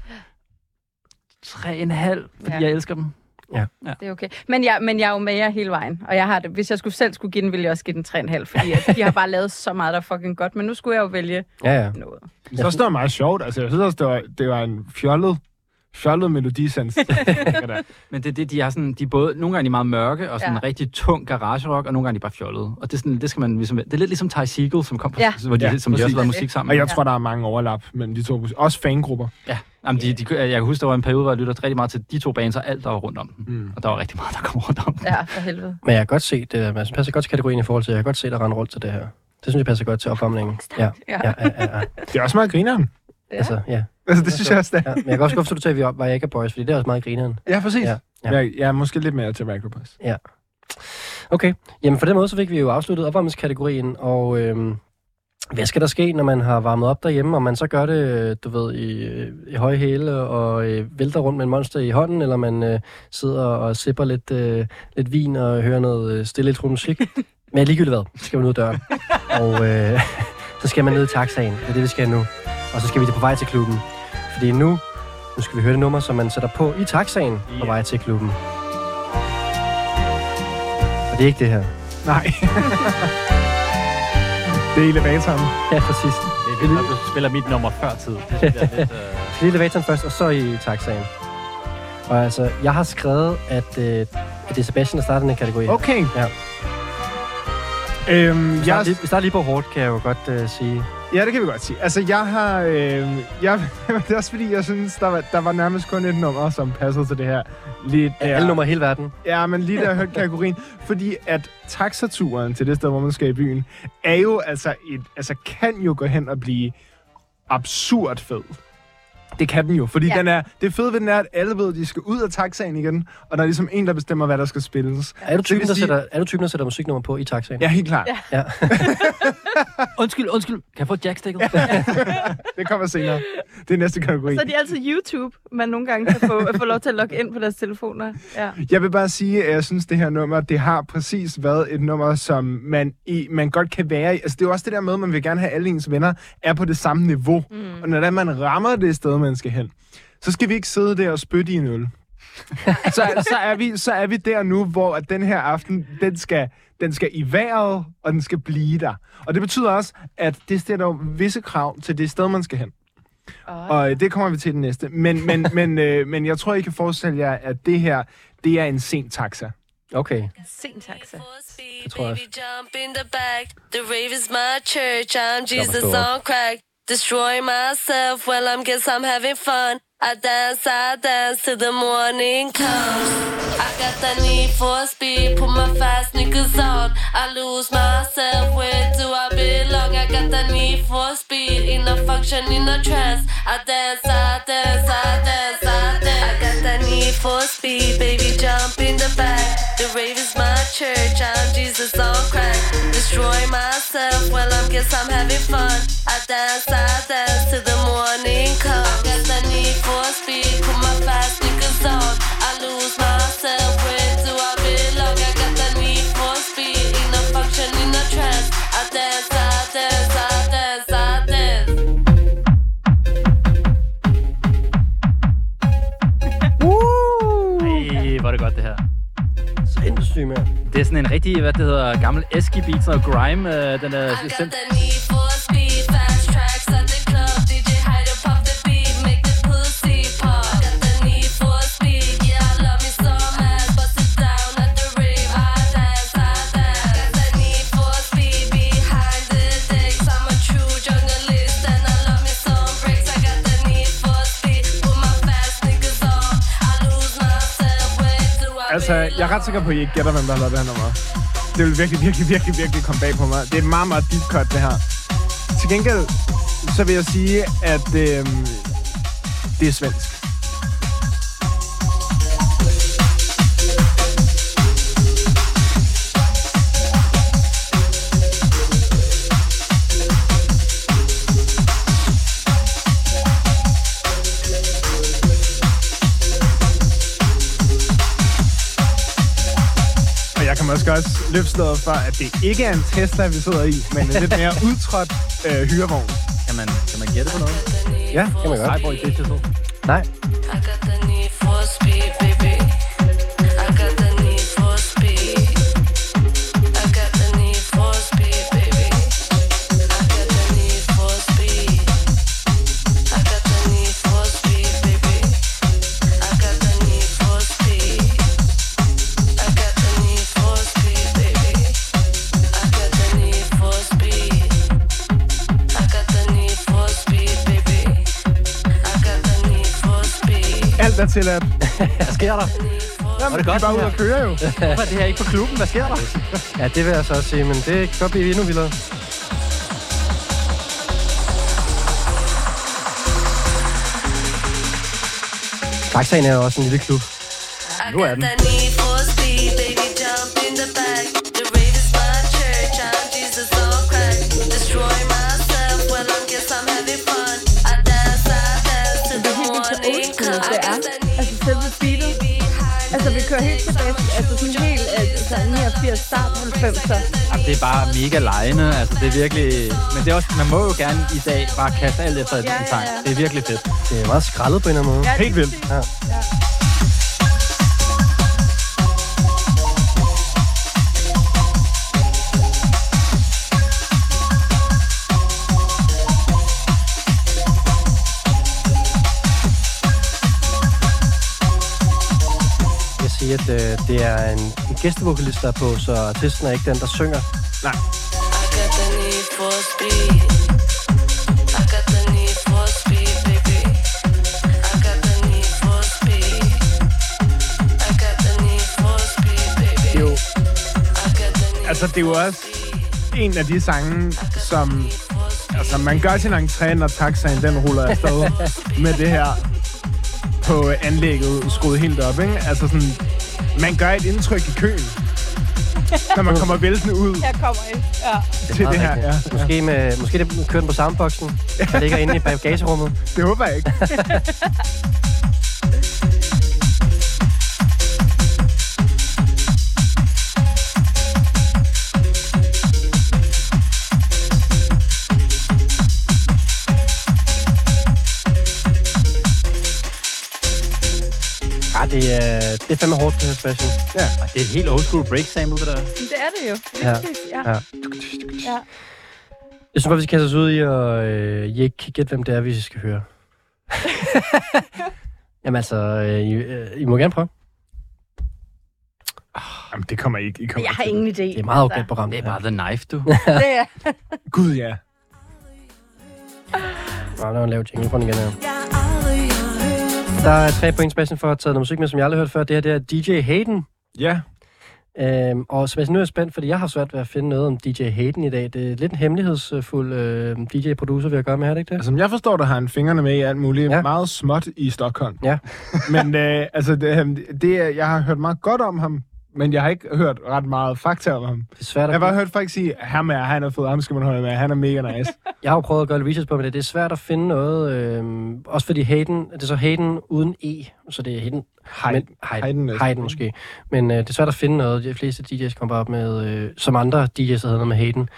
Tre og en halv, fordi Ja. jeg elsker dem. Det er okay. Men jeg, men jeg er jo med jer hele vejen. Og jeg har det. Hvis jeg skulle selv skulle give den, ville jeg også give den tre komma fem. Fordi at de har bare lavet så meget, der er fucking godt. Men nu skulle jeg jo vælge Ja, ja. noget. Så også, det var meget sjovt. Altså, jeg synes også, det var, det var en fjollet, fjollet melodisans. Men det er det, de er sådan, de er både, nogle gange er de meget mørke, og sådan Ja. ja. rigtig tung garagerock, og nogle gange er de bare fjollede. Og det, er sådan, det skal man ligesom, det er lidt ligesom Ty Segall, som kom fra, Ja. hvor de, Ja, som de også præcis. lavede musik sammen. Og jeg tror, der er mange overlap mellem de to. Også fangrupper. Ja, jamen, de, de, jeg kan huske, der var en periode, hvor jeg lyttede rigtig meget til de to bands, og alt, der var rundt om dem. Mm. Og der var rigtig meget, der kom rundt om dem. Ja, for helvede. Men jeg kan godt se det, der- altså, passer godt til kategorien i forhold til, jeg kan godt se, der render rundt til det her. Det synes jeg passer godt til opvarmningen. Ja, Ja. ja, ja, ja, ja. Det er også meget grineren. Ja. Altså, ja. Altså, det synes jeg også, det er. ja. Men jeg kan også godt forstå, at du tager, at vi op, var jeg ikke er boys, fordi det er også meget grineren. Ja, præcis. Ja, Ja. ja. Jeg, jeg er måske lidt mere til Micropass. Okay, jamen på den måde, så fik vi jo afsluttet opvarmningskategorien, og øhm, hvad skal der ske, når man har varmet op derhjemme, og man så gør det, du ved, i, i høje hæle og øh, vælter rundt med en monster i hånden, eller man øh, sidder og sipper lidt, øh, lidt vin og hører noget øh, stille elektronisk musik. Men ligegyldigt hvad, så skal man ud af døren. Og øh, så skal man ned i taxaen, det er det, vi skal nu. Og så skal vi på vej til klubben. Fordi nu, nu skal vi høre det nummer, som man sætter på i taxaen på vej til klubben. Og det er ikke det her. Nej. Det er elevatoren. Ja, præcis. Det er vildt, at du spiller mit nummer før tid. Det synes jeg er lidt, uh... Lige elevatoren først, og så i taxaen. Og altså, jeg har skrevet, at, øh, at det er Sebastian, der starter den kategori. Okay. Ja. Øhm, vi, starter jeg... lige, vi starter lige på hårdt, kan jeg jo godt øh, sige. Ja, det kan vi godt sige. Altså, jeg har... Øh, jeg, det er også fordi, jeg synes, der var, der var nærmest kun et nummer, som passede til det her. Lidt, ja, alle nummer i hele verden. Ja, men lige der hørte kategorien. Fordi at taxaturen til det sted, hvor man skal i byen, er jo altså et... Altså, kan jo gå hen og blive absurd fed. Det kan den jo, fordi ja. den er, det fede ved den er, at alle ved, at de skal ud af taxaen igen, og der er ligesom en, der bestemmer, hvad der skal spilles. Ja. Er, du typen, der sige... sætter, er du typen, der sætter musiknummer på i taxaen? Ja, helt klart. Ja. Ja. undskyld, undskyld. Kan jeg få jackstikket? Det kommer senere. Det er næste kategori. Så er de altid YouTube, man nogle gange kan få, få lov til at logge ind på deres telefoner. Ja. Jeg vil bare sige, at jeg synes, det her nummer, det har præcis været et nummer, som man, i, man godt kan være i. Altså, det er jo også det der med, at man vil gerne have alle ens venner er på det samme niveau. Mm. Og når man rammer det sted, man skal hen, så skal vi ikke sidde der og spytte i en øl. så, så, er vi, så er vi der nu, hvor at den her aften, den skal, den skal i vejret, og den skal blive der. Og det betyder også, at det stiller jo visse krav til det sted, man skal hen. Oh. Og det kommer vi til den næste. Men, men, men, øh, men jeg tror, I kan forestille jer, at det her, det er en sen taxa. Okay. Sen taxa. Det tror jeg. The rave is my church, I'm Jesus on crack. Destroy myself, well, I guess I'm having fun. I dance, I dance till the morning comes. I got the need for speed, put my fast sneakers on. I lose myself, where do I belong? I got the need for speed, in a function, in a trance. I dance, I dance, I dance, I dance. I got the need for speed, baby, jump in the back. The rave is my church, I'm Jesus on crack. Destroy myself, well, I guess I'm having fun. I dance, I dance till the morning comes. I got the need for speed, put my fast sneakers on. I lose myself, where do I belong? I got the need for speed, in a function, in a trance. I dance, I dance, I dance, I dance. Woo! Ej, hvor er det godt det her. Sindssygt, mand. Det er sådan en rigtig, hvad det hedder, gammel eski-beat, sådan noget grime, øh, den er bestemt. Altså, jeg er ret sikker på, at I ikke gætter, hvem der har lavet det her nummer. Det vil virkelig, virkelig, virkelig, virkelig komme bag på mig. Det er et meget, meget deep cut, det her. Til gengæld, så vil jeg sige, at øh, det er svensk. Jeg kan måske også løfte slået for, at det ikke er en Tesla, vi sidder i, men en lidt mere udtrådt øh, hyrevogn. Kan man, kan man gætte på noget? Ja, kan man godt. Nej, hvor i det så. Nej. Alt er tilladt. Hvad sker der? Jamen, det er bare ud at køre jo. Hvorfor er det her ikke på klubben? Hvad sker der? Ja, det vil jeg så også sige, men det kan godt blive endnu vildere. Taxaen er jo også en lille klub. Nu er den. Altså, vi kører helt tilbage, altså sådan helt altså, niogfirs, start halvfemser. Jamen, det er bare mega lejende, altså det er virkelig... Men det er også, man må jo gerne i dag bare kaste alt efter ja, en sang. Ja, ja. Det er virkelig fedt. Det er meget skrællet på en eller anden måde. Ja, helt vildt. Ja. Ja. at øh, det er en, en gæstevokalist, der er på, så artisten er ikke den, der synger. Nej. Jo. Altså, det er jo også en af de sange, som... Altså, man gør sin entré, når taxaen, den ruller afsted med det her på anlægget skruet helt op, ikke? Altså sådan... Man gør et indtryk i køen, når man kommer væltende ud. Her kommer I, ja. Det til det her, ja. Måske, med, måske det kører den på soundboxen, der ligger inde i bagagerummet. Det håber jeg ikke. Ja, det er, det er fandme hårdt, det her special. Ja. Det er et helt old school break sample, det der. Det er det jo. Ja. Ja. Ja. Ja. Jeg synes bare, vi skal kaste os ud i, og øh, I ikke kan gætte, hvem det er, vi skal høre. Jamen altså, øh, I, øh, I må gerne prøve. Jamen, det kommer ikke. I kommer Jeg har ikke ingen idé. Det er meget opgæt program. Det er bare The Knife, du. Det er. Gud, ja. Nå, der er en lav jingle på den igen her. Der er tre point special for at tage noget musik med, som jeg aldrig har hørt før. Det her, det er D J Hayden. Ja. Øhm, og Sebastian, nu er jeg spændt, fordi jeg har svært ved at finde noget om D J Hayden i dag. Det er lidt en hemmelighedsfuld øh, D J-producer, vi har gøre med, er det ikke det? Altså, som jeg forstår, der har han fingrene med i alt muligt. Ja. Meget småt i Stockholm. Ja. Men øh, altså, det, det, er- jeg har hørt meget godt om ham, men jeg har ikke hørt ret meget fakta om ham. Det er svært at... Jeg har bare hørt folk sige, ham er, han er fed, ham skal man holde med, han er mega nice. Jeg har jo prøvet at gøre lidt research på, men det det er svært at finde noget. Øh, også fordi Hayden, det er så Hayden uden E, så det er Hayden. Hayden. Men, Hayden, Hayden er- Hayden måske. Men øh, det er svært at finde noget. De fleste D J's kommer bare op med, øh, som andre D J's, der hedder noget med Hayden.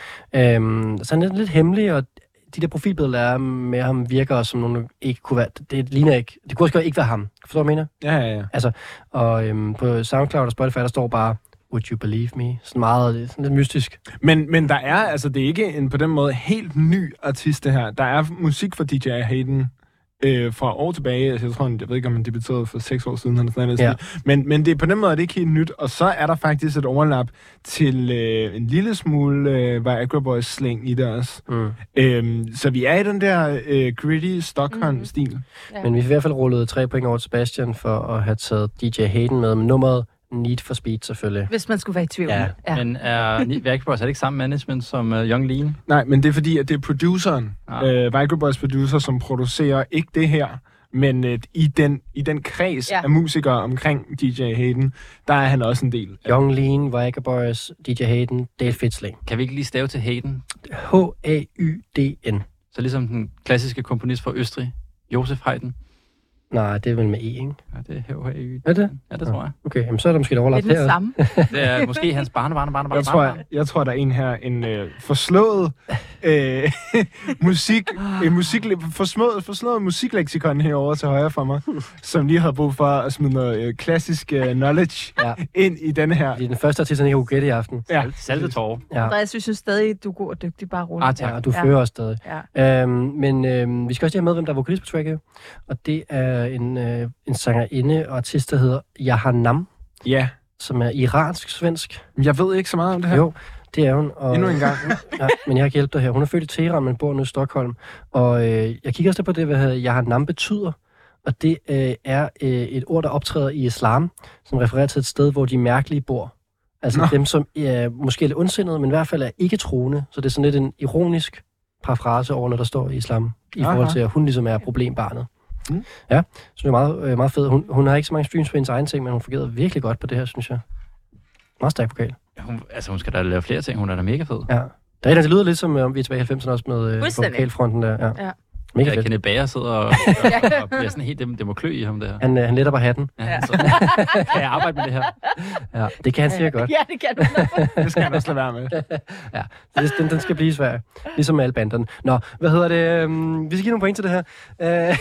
Øh, så han er lidt, lidt hemmelig, og de der profilbilleder, der er med ham, virker også som nogen, der ikke kunne være... Det ligner ikke... Det kunne også ikke være ham. Forstår du, hvad jeg mener? Ja, ja, ja. Altså, og øhm, på SoundCloud og Spotify, der står bare, would you believe me? Sådan meget, sådan lidt mystisk. Men, men der er, altså, det er ikke en på den måde helt ny artist, det her. Der er musik fra D J Hayden øh, fra år tilbage. Altså, jeg tror, jeg ved ikke, om han debuterede for seks år siden, eller sådan noget. Ja. Men, men det, på den måde er det ikke helt nyt. Og så er der faktisk et overlap til øh, en lille smule øh, Viagra Boys slæng i det også. Mm. Øhm, så vi er i den der øh, gritty Stockholm-stil. Mm. Ja. Men vi har i hvert fald rullet tre point over til Sebastian for at have taget D J Hayden med, med nummeret Need for Speed selvfølgelig. Hvis man skulle være i tvivl. Ja. Ja. Men er Viagra Boys, er det ikke samme management som uh, Young Lean? Nej, men det er fordi, at det er produceren, Ah. øh, Viagra Boys producer, som producerer ikke det her, men øh, i, den, i den kreds Ja. af musikere omkring D J Hayden, der er han også en del. Young Lean, Viagra Boys, D J Hayden, Dale Fitzling. Kan vi ikke lige stave til Hayden? H A Y D N. Så ligesom den klassiske komponist fra Østrig, Josef Haydn. Nej, det er vel med E, ikke? Ja, det er H H Y. Er det? Ja, det tror jeg. Okay, jamen, så er der måske et overlap Det er her. den samme. Det er måske hans barnebarn, barnebarn, Jeg tror, barnebarn. jeg, jeg tror, der er en her, en øh, forslået øh, musik, en musik, forslået, forslået musikleksikon herovre til højre for mig, som lige havde brug for at smide noget øh, klassisk øh, knowledge Ja. ind i den her. Det er den første artist, han ikke har gætte i aften. Ja. Saltet tårer. Ja. Andreas, vi synes stadig, du er god og dygtig. Bare roligt. Ah, tak. Ja, og du Ja. fører også stadig. Ja. Øhm, men øhm, vi skal også lige have med, hvem der er vokalist på tracket. Og det er en, øh, en sangerinde og artist, der hedder Yahanam, Ja, som er iransk-svensk. men jeg ved ikke så meget om det her. Jo, det er hun. Og, Endnu en gang. ja, men jeg har ikke hjælpe dig her. Hun er født i Teheran, men bor nu i Stockholm. Og øh, jeg kigger også lidt på det, hvad Yahanam betyder. Og det øh, er øh, et ord, der optræder i islam, som refererer til et sted, hvor de mærkelige bor. Altså Nå. dem, som er måske lidt ondsindede, men i hvert fald er ikke troende. Så det er sådan lidt en ironisk parafrase over, når der står i islam, i Aha. forhold til, at hun ligesom er problembarnet. Mm. Ja, så det er meget, øh, meget fedt. Hun, hun har ikke så mange streams på hendes egen ting, men hun fungerede virkelig godt på det her, synes jeg. Meget stærk vokal. Hun, altså, hun skal da lave flere ting. Hun er da mega fed. Ja. Der er en, det lyder lidt som, om vi er tilbage i halvfemserne også med øh, på Fuldstændig. vokalfronten der. Ja. Ja. Mega Ja, fedt. Kenneth Bager sidder og, og, og bliver sådan helt, det, det må klø i ham, det her. Han, øh, han letter bare hatten. Ja, så, kan jeg arbejde med det her? Ja, det kan han sikkert godt. Ja, det kan du. Det skal han også lade være med. Ja, det, den, den skal blive svær. Ligesom med alle banderne. Nå, hvad hedder det? Um, vi skal give nogle point til det her.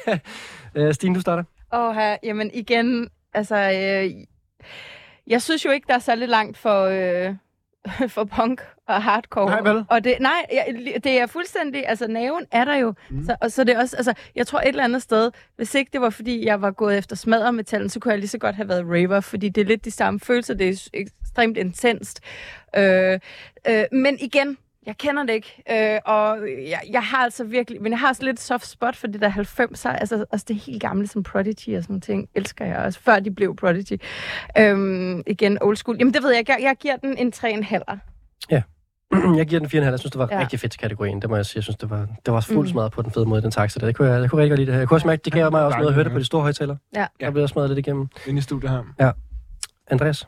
Uh, uh, Stine, du starter. Åh, her, jamen igen, altså, øh, jeg synes jo ikke, der er særlig langt for, øh, for punk og hardcore. Nej, vel? Og det, nej, jeg, det er fuldstændig, altså naven er der jo. Mm. Så, og så det er også, altså, jeg tror et eller andet sted, hvis ikke det var fordi, jeg var gået efter smaddermetallen, så kunne jeg lige så godt have været raver, fordi det er lidt de samme følelser, det er ekstremt intenst. Øh, øh, men igen, jeg kender det ikke, øh, og jeg, jeg har altså virkelig, men jeg har også lidt soft spot for det der halvfemser, altså, altså det helt gamle som Prodigy og sådan nogle ting, elsker jeg også, før de blev Prodigy. Øhm, igen, old school. Jamen det ved jeg, jeg, jeg giver den en tre komma fem. Ja, jeg giver den fire komma fem. Jeg synes, det var ja. rigtig fedt til kategorien, det må jeg sige. Jeg synes, det var, det var fuldt smadret på den fede måde, den taxa der. Det kunne jeg, jeg kunne rigtig godt lide det her. Jeg kunne også mærke, det gav mig også noget at høre det på de store højtaler. Ja. Jeg blev også smadret lidt igennem. Inde i studiet her. Ja. Andreas?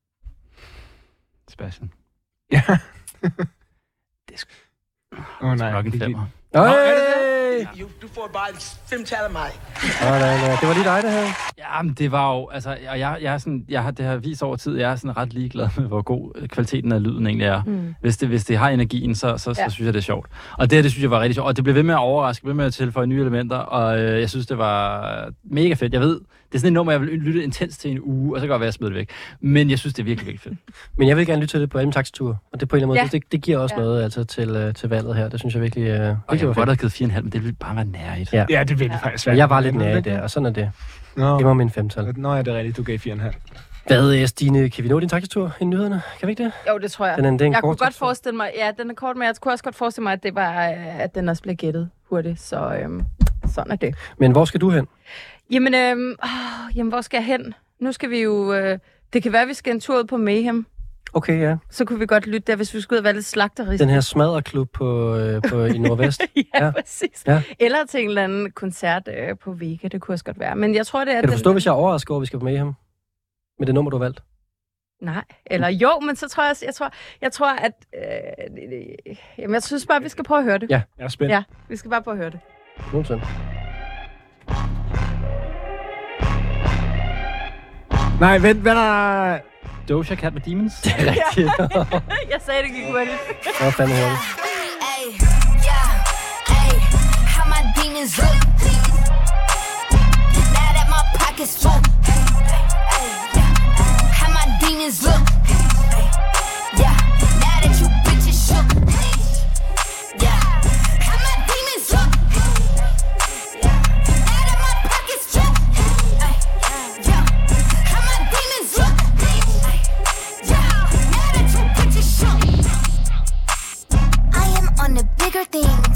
Sebastian. Ja. Det er sgu... Åh oh, nej. Nok en femmer. Hey! Du får bare fem tal af mig. Oh, nej, nej. Det var lige dig, det her. Jamen, det var jo... Altså, jeg, jeg, jeg, er sådan, jeg har det her vist over tid. Jeg er sådan ret ligeglad med, hvor god kvaliteten af lyden egentlig er. Mm. Hvis, det, hvis det har energien, så, så, ja. så synes jeg, det er sjovt. Og det her, det synes jeg var rigtig sjovt. Og det blev ved med at overraske, ved med at tilføje nye elementer. Og øh, jeg synes, det var mega fedt. Jeg ved, det er sådan et nummer, jeg vil lytte intens til en uge, og så kan det godt være, at jeg smider det væk. Men jeg synes, det er virkelig, virkelig fedt. Men jeg vil gerne lytte til det på alle mine taxature. Og det på en eller anden måde, Ja. det, det giver også Ja. noget altså, til, uh, til valget her. Det synes jeg virkelig, uh, virkelig Og jeg var kunne godt fedt. have givet fire komma fem, men det ville bare være nærigt. Ja. Ja, det vil det faktisk være. Men jeg var lidt nær i det, og sådan er det. Nå. Det var min femtal. Nå, ja, det er rigtigt. Du gav fire komma fem. Hvad, øh, Stine, kan vi nå din taxatur i nyhederne? Kan vi ikke det? Jo, det tror jeg. Den er, det er en Jeg kort kunne godt taxatur. forestille mig, ja, den er kort, men jeg kunne også godt forestille mig, at det var, øh, at den også blev gættet hurtigt, så øhm, sådan er det. Men hvor skal du hen? Jamen, øhm, åh, jamen, hvor skal jeg hen? Nu skal vi jo, øh, det kan være, at vi skal en tur ud på Mayhem. Okay, ja. Så kunne vi godt lytte der, hvis vi skulle ud og være lidt slagterisk. Den her smadreklub på, øh, på, i Nordvest. ja, Ja. ja, præcis. Ja. Eller til en eller anden koncert øh, på Vega, det kunne også godt være. Men jeg tror, det er... Kan du den- forstå, hvis jeg er overrasket over, at vi skal på Mayhem? Med det nummer, du har valgt? Nej, eller jo, men så tror jeg, jeg tror, jeg tror at... Øh, jamen, jeg synes bare, vi skal prøve at høre det. Ja. Jeg er spændt. Ja, vi skal bare prøve at høre det. Nogensinde. Nej, vent, vent, nej. Doja Cat med Demons. Det er rigtigt. Jeg sagde, det gik hurtigt. Det var fandme hurtigt. Ay, yeah, ay, how my demons look. Now that my pockets full. Ay, yeah, how my demons look. Yeah, now that you bitches shook. Yeah, how my demons look. Yeah, now that my pockets full. Yeah, how my demons look. Yeah, now that you bitches shook. I am on the bigger things.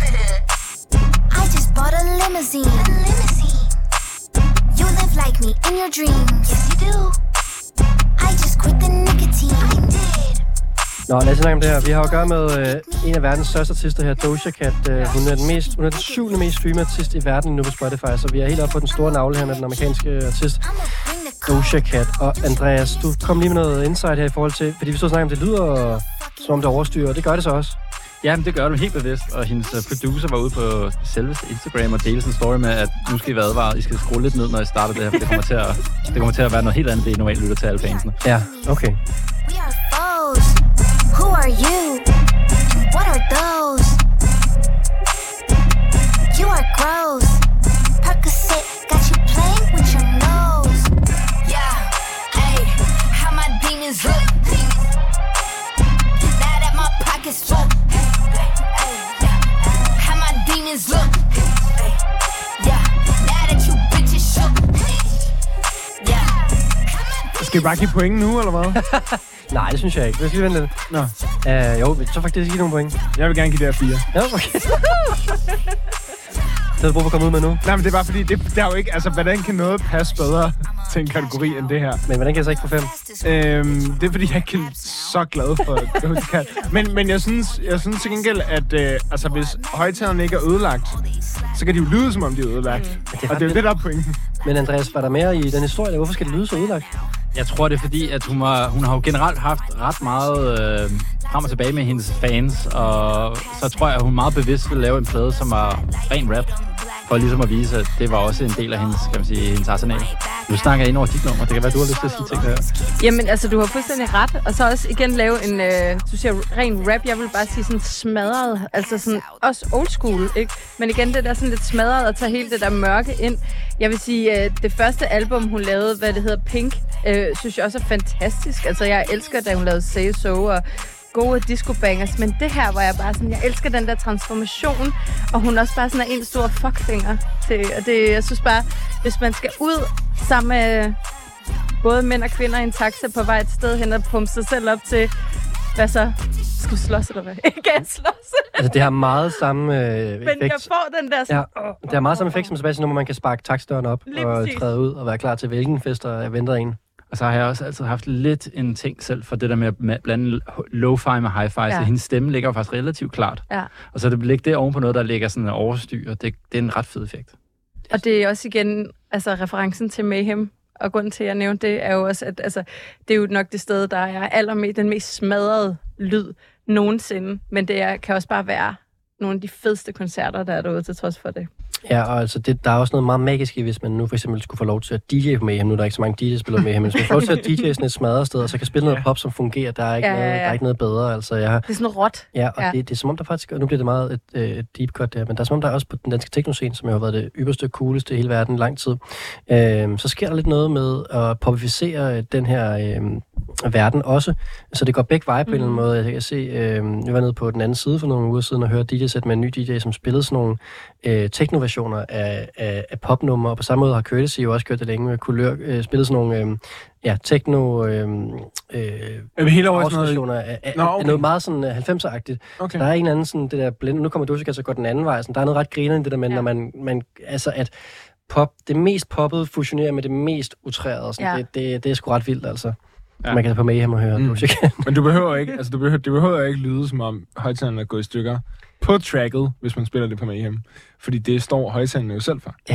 I just bought a limousine. A limousine. You live like me in your dreams. Yes, you do. I just quit the nicotine. I did. Nå, lad os snakke om det her. Vi har jo at gøre med øh, en af verdens største artister her, Doja Cat. Øh, hun, er den mest, hun er den syvende mest streamede artist i verden nu på Spotify, så vi er helt oppe på den store navle her med den amerikanske artist, Doja Cat. Og Andreas, du kom lige med noget insight her i forhold til, fordi vi stod og snakkede om, det lyder som om det overstyrer, og det gør det så også. Jamen, det gør du helt bevidst, og hendes uh, producer var ude på selveste Instagram og delte sådan en story med, at nu skal I være advaret, I skal skrue lidt ned, når I starter det her, for det kommer til at, det kommer til at være noget helt andet, det I normalt lytter til alle fansene. Ja, okay. We are foes. Who are you? What are those? You are gross. Percocet got you playing with your nose. Yeah, ay, how my demons look. Now that my pockets full. How my demons look. Yeah, now that you bitches shook. Yeah. Skal vi bare give point nu, eller hvad? Nej, det synes jeg ikke. Vi skal lige vente lidt. Nå, Uh, jo, så faktisk ikke nogen point. jeg vil gerne give det her fire. Ja, okay. Det har du brug for at komme ud med nu. Nej, men det er bare fordi, det, der er jo ikke, altså, hvordan kan noget passe bedre til en kategori end det her? Men hvordan kan jeg så ikke få fem? Øhm, det er fordi, jeg ikke er så glad for Doja Cat. Men, men jeg synes, jeg synes til gengæld, at øh, altså, hvis højtalerne ikke er ødelagt, så kan de jo lyde, som om de er ødelagt. det er Og det er jo det, der er pointen. Men Andreas, var der mere i den historie? Hvorfor skal det lyde så udlagt? Jeg tror, det er fordi, at hun, var, hun har jo generelt haft ret meget øh, frem og tilbage med hendes fans, og så tror jeg, at hun meget bevidst vil lave en plade, som var ren rap. for ligesom at vise, at det var også en del af hendes, kan man sige, hendes arsenal. Nu snakker jeg ind over dit nummer. Det kan være, du har lyst til at sige ting der. Jamen, altså, du har fuldstændig ret. Og så også igen lave en, øh, du siger, ren rap. Jeg vil bare sige sådan smadret. Altså sådan, også old school, ikke? Men igen, det der sådan lidt smadret at tage hele det der mørke ind. Jeg vil sige, øh, det første album, hun lavede, hvad det hedder, Pink, øh, synes jeg også er fantastisk. Altså, jeg elsker, da hun lavede Say So og gode disco-bangers, men det her var jeg bare sådan, jeg elsker den der transformation, og hun også bare sådan er en stor fuckfinger til, og det, jeg synes bare, hvis man skal ud sammen med både mænd og kvinder i en taxa på vej et sted hen og pumpe sig selv op til, hvad så? Skal du slås, eller hvad? Ikke kan slås. Altså, det har meget samme øh, effekt. Men jeg får den der sådan... Ja, det har meget samme effekt som Sebastian, når man kan sparke taxadøren op lige og præcis. træde ud og være klar til hvilken fest, der venter en. Og så har jeg også altid haft lidt en ting selv for det der med at blande lo-fi med hi-fi, ja. Så hendes stemme ligger jo faktisk relativt klart. Ja. Og så er det lægge det oven på noget, der ligger sådan overstyr, det, det er en ret fed effekt. Og det er også igen, altså referencen til Mayhem, og grunden til, at jeg nævnte det, er jo også, at altså, det er jo nok det sted, der er allermest, den mest smadrede lyd nogensinde. Men det er, kan også bare være nogle af de fedeste koncerter, der er derude til trods for det. Ja, og altså det, der er også noget meget magisk i, hvis man nu for eksempel skulle få lov til at D J på Mayhem. Nu er der ikke så mange D J's spiller Mayhem, men hvis man får lov til at D J sådan et smadret sted, og så kan spille noget pop, som fungerer, der er ikke, Ja, ja, ja. Noget, der er ikke noget bedre. Altså, jeg har, Det er sådan råt. ja, og Ja. Det, det er som om, der faktisk, nu bliver det meget et, øh, et deep cut der, men der er som om, der er også på den danske teknoscene, som jo har været det ypperste, cooleste i hele verden i lang tid, øh, så sker der lidt noget med at popificere den her øh, verden også, så det går begge veje på mm. en eller anden måde. Jeg kan se, øh, jeg var nede på den anden side for nogle uger siden og hørte D J-sæt med en ny D J, som spillede sådan nogle øh, teknoversioner af, af, af popnumre, og på samme måde har Courtesy jo også gjort det længe med Kulør, øh, spillet sådan nogle øh, ja, techno øh, øh, Er vi hele over sådan noget? versioner af, af, Nå, okay. af noget meget sådan halvfemser-agtigt. Okay. Der er en anden sådan, det der blinde, nu kommer Doja Cat så går den anden vej, sådan, der er noget ret griner i det der med, ja. Når man, man, altså at pop, det mest poppede fusionerer med det mest utrærede, sådan, Ja. det, det, det er sgu ret vildt, altså. Ja. Man kan tage på Mayhem og høre Mm. Doja Cat. Men du behøver ikke, altså du behøver, det behøver ikke lyde, som om højtalerne er gået i stykker på tracket, hvis man spiller det på Mayhem. Fordi det står højtalerne jo selv for. Ja.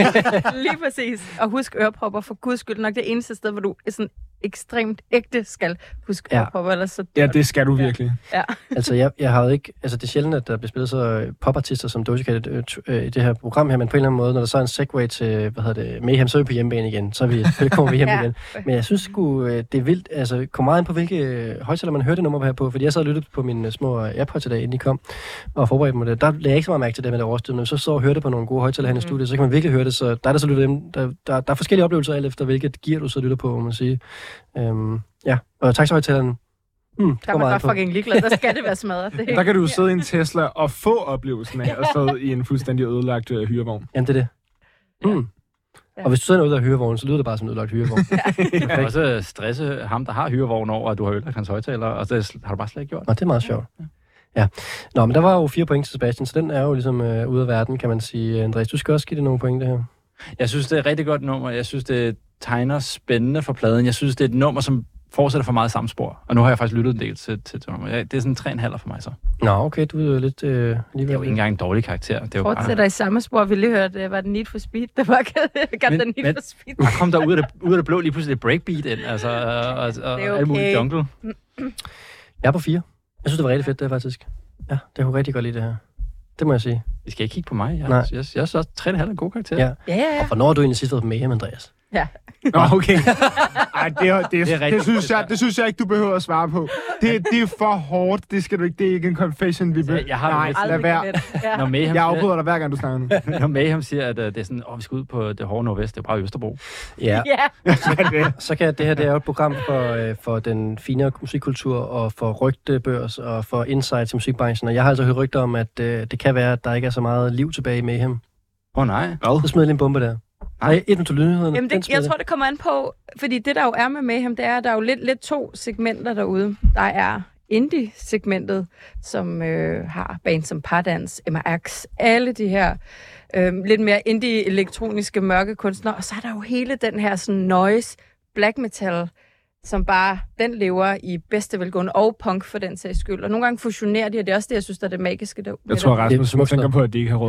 Lige præcis. Og husk ørepropper, for guds skyld. Nok det eneste sted, hvor du er sådan ekstremt ægte skal huske Ja. ørepropper. Eller så Ja, det skal du virkelig. Ja. Altså, jeg, jeg har jo ikke... Altså, det er sjældent, at der bliver spillet så popartister som Doja Cat øh, øh, i det her program her, men på en eller anden måde, når der så er en segway til, hvad hedder det, Mayhem, så er vi på hjemmebane igen. Så er vi, så kommer vi hjem Ja. igen. Men jeg synes sgu, øh, det er vildt... Altså, kom meget ind på, hvilke højtaler man hørte det nummer her på, fordi jeg sad og lyttede på mine små AirPods i dag, inden de kom, og forberedte mig det. Der lagde jeg ikke så meget mærke til det med det overstyrende, men så så og hørte på nogle gode højtaler hen i studiet, så kan man virkelig høre det, så der er der så lytter dem. Der, der, der er forskellige oplevelser alt efter, hvilket gear du så lytter på, må man sige. Øhm, ja, og taxahøjtaleren. Mm, Der er man bare fucking ligeglad. Der skal det være smadret. Det er Der kan du sidde i en Tesla og få oplevelsen af at sidde i en fuldstændig ødelagt øh, hyrevogn. Jamen, det er det. Mm. Ja. Og hvis du sidder en ødelagt hyrevogn, så lyder det bare som en ødelagt hyrevogn. Du kan også stresse ham, der har hyrevogn over, at du har ødelagt hans højtaler, og det har du bare slet ikke gjort. Nå, det er meget sjovt. Ja. Nå, men der var jo fire point til Sebastian, så den er jo ligesom øh, ude af verden, kan man sige. Andreas, du skal også give det nogle point, det her. Jeg synes, det er et rigtig godt nummer. Jeg synes, det tegner spændende for pladen. Jeg synes, det er et nummer, som fortsætter for meget samme spor. Og nu har jeg faktisk lyttet en del til, til det nummer. Det er sådan tre komma fem for mig så. Nå, okay, du er lidt øh, Det lige er jo ikke engang en dårlig karakter. Det er jo fortsætter bare... i samme spor. Vi lige hørte, det var den Need for Speed. Det var godt Men- den Need men- for Speed. Der kom der ud af det, ud af det blå lige pludselig et breakbeat ind, altså, og, og, og Det er alt muligt okay. jungle. Jeg er på fire. Jeg synes, det var rigtig fedt, det her, faktisk. Ja, det kunne rigtig godt lide det her. Det må jeg sige. Vi skal ikke kigge på mig. Jeg, Nej. jeg, jeg, jeg synes også, tre komma fem er en god karakter. Ja. Ja, ja, ja. Og hvornår har du egentlig sidst været på Mayhem, Andreas? ja. Nå, okay. Ej, det, er, det, Det er er, det, rigtigt. synes jeg, det synes jeg ikke, du behøver at svare på. Det, det er for hårdt. Det skal du ikke. Det er ikke en confession, vi Så behøver. jeg har det Nej, lidt- lad Aldrig være. kan vente. Ja. Når Mayhem, Jeg siger, afbryder dig hver gang, du snakker nu. når Mayhem siger, at uh, det er sådan, åh, oh, vi skal ud på det hårde nordvest, det er bare Østerbro. Ja. Ja. Så kan det her, det er jo et program for, øh, for den finere musikkultur, og for rygtebørs, og for insight til musikbranchen. Og jeg har altså hørt rygter om, at øh, det kan være, at der ikke er så meget liv tilbage i Mayhem. Åh oh, nej. Så smider jeg lige en bombe der. Nej, et til lydnyhederne. Jamen, det, jeg tror, det kommer an på, fordi det, der jo er med Mayhem, det er, at der er jo lidt, lidt to segmenter derude. Der er indie-segmentet, som øh, har band som Pardans, M X, alle de her øh, lidt mere indie-elektroniske mørke kunstnere. Og så er der jo hele den her sådan noise, black metal, som bare, den lever i bedste velgående, og punk for den sags skyld. Og nogle gange fusionerer de, og det er også det, jeg synes, der er det magiske der. Jeg tror, Det er Rasmus smukt. tænker på, at de ikke har råd.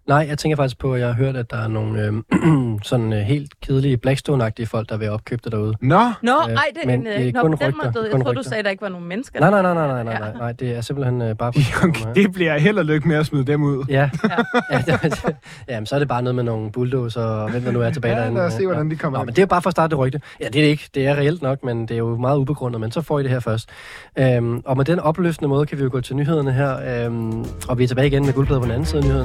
Nej, jeg tænker faktisk på, at jeg har hørt, at der er nogle øh, sådan øh, helt kedelige Blackstone-agtige folk, der vil opkøbe det derude. Nå! Nå, ej, det men, er øh, Nå, kun på den rygter, måde, jeg kun troede, du rygter. sagde, at der ikke var nogen mennesker. Nej, nej, nej, nej, nej, nej, Ja. nej, nej, det er simpelthen øh, bare... Okay, det bliver held og lykke med at smide dem ud. Ja, ja. det, jamen, så er det bare noget med nogle bulldozer og hvem der nu er tilbage Ja, derinde. lad os se, hvordan de kommer Nå, ind. men det er jo bare for at starte det rygte. Ja, det er det ikke. Det er reelt nok, men det er jo meget ubegrundet, men så får I det her først. Øhm, og med den opløftende måde kan vi jo gå til nyhederne her, øhm, og vi er tilbage igen med Guldpladen på den anden side af nyheden.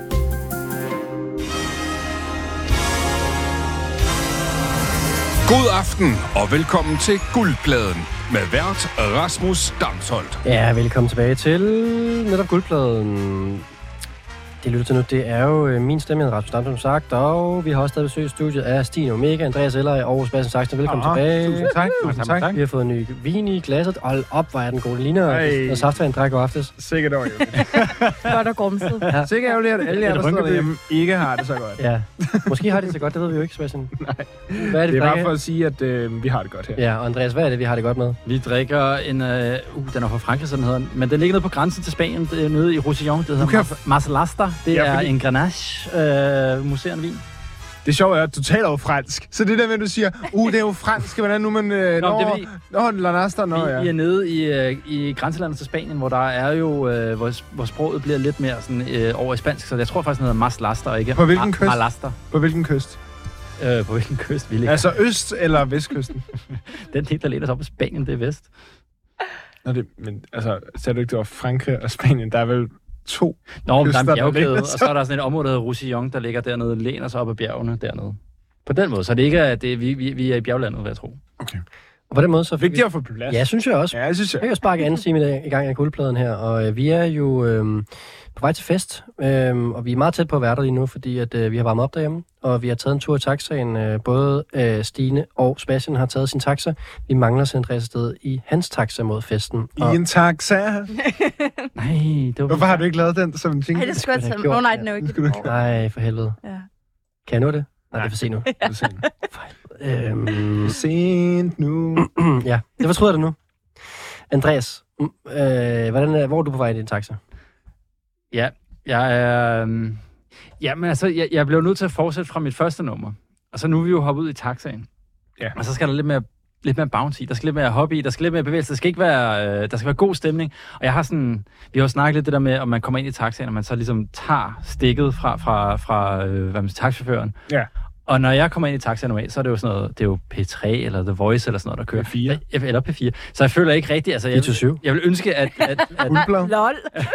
God aften og velkommen til Guldpladen med vært Rasmus Damsholdt. Ja, velkommen tilbage til netop Guldpladen. Det lytter til nu, det er jo øh, min stemme, Rasmus Damsholdt, som sagt, og vi har også stadig besøg i studiet af Stine Omega, Andreas Eller og Sebastian Saxton. Velkommen Aha, tilbage. Tusind tak, tusind tak. Vi har fået en ny vin i glasset. Hold op, hvor er den god. Det ligner noget saftvand, drak og aftes. Sikkert over. Godt og grumset. Ja. Sikkert ærgerligt, at alle jer, der sidder derhjemme, ikke har det så godt. Ja. Måske har de det så godt, det ved vi jo ikke, Sebastian. Nej. Hvad er det, Det er bare drikker? for at sige, at øh, vi har det godt her. Ja, og Andreas, hvad er det, vi har det godt med? Vi drikker en... Øh, uh, den er fra Frankrig, sådan hedder den. Men den ligger nede på grænsen til Spanien, det er nede i Roussillon. Det hedder kan... Mas- Masalasta. Det Ja, er fordi... en Grenache øh, museerende vin. Det sjove er, at du taler jo fransk. Så det der med, at du siger, uh, det er jo fransk, hvordan nu man... Øh, Nå, når, det er fordi- Nå, La Nasta, nå, Vi, ja. vi er nede i, øh, i grænselandet til Spanien, hvor der er jo... Øh, hvor, hvor sproget bliver lidt mere sådan, øh, over i spansk. Så jeg tror faktisk, den hedder Masalasta, og ikke På hvilken Ma- kyst? Malasta. På hvilken kyst? Øh, på hvilken kyst vi ligger. Altså øst- eller vestkysten? Den del, der ligger sig op i Spanien, det er vest. Nå, det, men altså, sagde du ikke, det var Frankrig og Spanien? Der er vel to Nå, men der er kyster, en der bjergkæde, ligger og så er der sådan et område, der hedder Roussillon, der ligger dernede, læner sig op ad bjergene dernede. På den måde, så det ikke er, det, vi, vi, vi er i bjerglandet, hvad jeg tror. Okay. Og på den måde så fik Vigtigt vi... at få plads. Ja, synes jeg også. Ja, jeg synes jeg. Jeg kan sparke anden time i dag i gang af Guldpladen her, og øh, vi er jo øh, på vej til fest, øh, og vi er meget tæt på at være der lige nu, fordi at, øh, vi har varmet op derhjemme, og vi har taget en tur i taxaen. Øh, både øh, Stine og Sebastian har taget sin taxa. Vi mangler så Andreas sted i hans taxa mod festen. I Og en taxa. Nej, det var... Hvorfor har du ikke lavet den som en Ej, jingle? det skulle jeg have tage. gjort, Åh oh, nej, ja. den er jo ikke Det skulle du det. nej, for helvede. Ja. Kan jeg nå det? Nej, det er for sent nu. Øhm, Sent nu. ja, det fortryder det nu. Andreas, mm, øh, hvordan er, hvor er du på vej i din taxa? Ja, jeg er... øhm, Ja, men altså, jeg, jeg blev nødt til at fortsætte fra mit første nummer. Og så nu er vi jo hoppet ud i taxaen. Ja. Og så skal der lidt mere, lidt mere bounce i. Der skal lidt mere hobby i. Der skal lidt mere bevægelse. Der skal ikke være... Øh, der skal være god stemning. Og jeg har sådan... Vi har jo snakket lidt det der med, om man kommer ind i taxaen, og man så ligesom tager stikket fra, fra, fra øh, hvad man siger, taxichaufføren. Ja. Og når jeg kommer ind i taxaen normalt, så er det jo sådan noget, det er jo P tre eller The Voice eller sådan noget, der kører. P fire. Eller P fire. Så jeg føler ikke rigtigt, altså jeg, fire syv. jeg vil ønske, at... at, at Guldblad. Lol.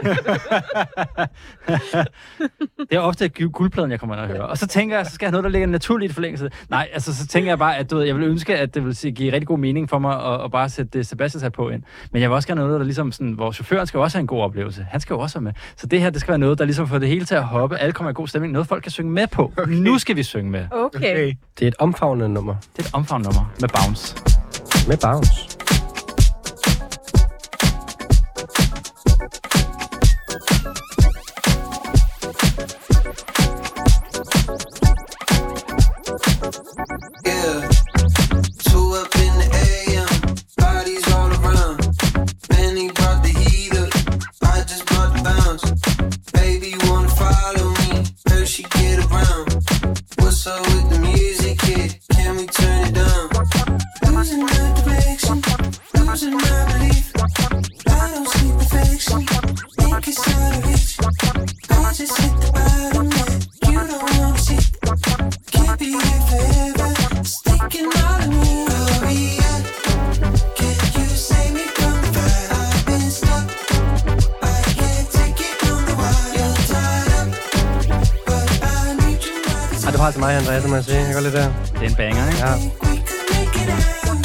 det er ofte guldpladen, jeg kommer ind og hører. Og så tænker jeg, så skal jeg have noget, der ligger naturligt i forlængelse. Nej, altså så tænker jeg bare, at du ved, jeg vil ønske, at det vil give rigtig god mening for mig at, at bare sætte det Sebastian sig på ind. Men jeg vil også gerne have noget, der ligesom sådan, hvor chaufføren skal også have en god oplevelse. Han skal jo også være med. Så det her, det skal være noget, der ligesom får det hele til at hoppe. Alle kommer i god stemning. Noget, folk kan synge med på. Okay. Nu skal vi synge med. Okay. Okay. Det er et omfavnende nummer Det er et omfavnnummer med bounce. med bounce. Yeah, two up in the A M, bodies all around. Benny brought the heat up, I just brought the bounce. Baby, you wanna follow me? Heard she get around. What's up with the music, kid? Can we turn it down? Losing my direction, losing my belief. I don't see perfection, think it's out of reach. I just hit the bottom, yeah, you don't wanna see. Can't be here forever, sticking out of me. Gloria, can you save me from the fire? I've been stuck, I can't take it on the wire. You're tied up, but I need you right. Ej, det var altså mig, Andreas, må jeg sige. Jeg går lidt der. Det er en banger, ikke? Ja. We could make it out.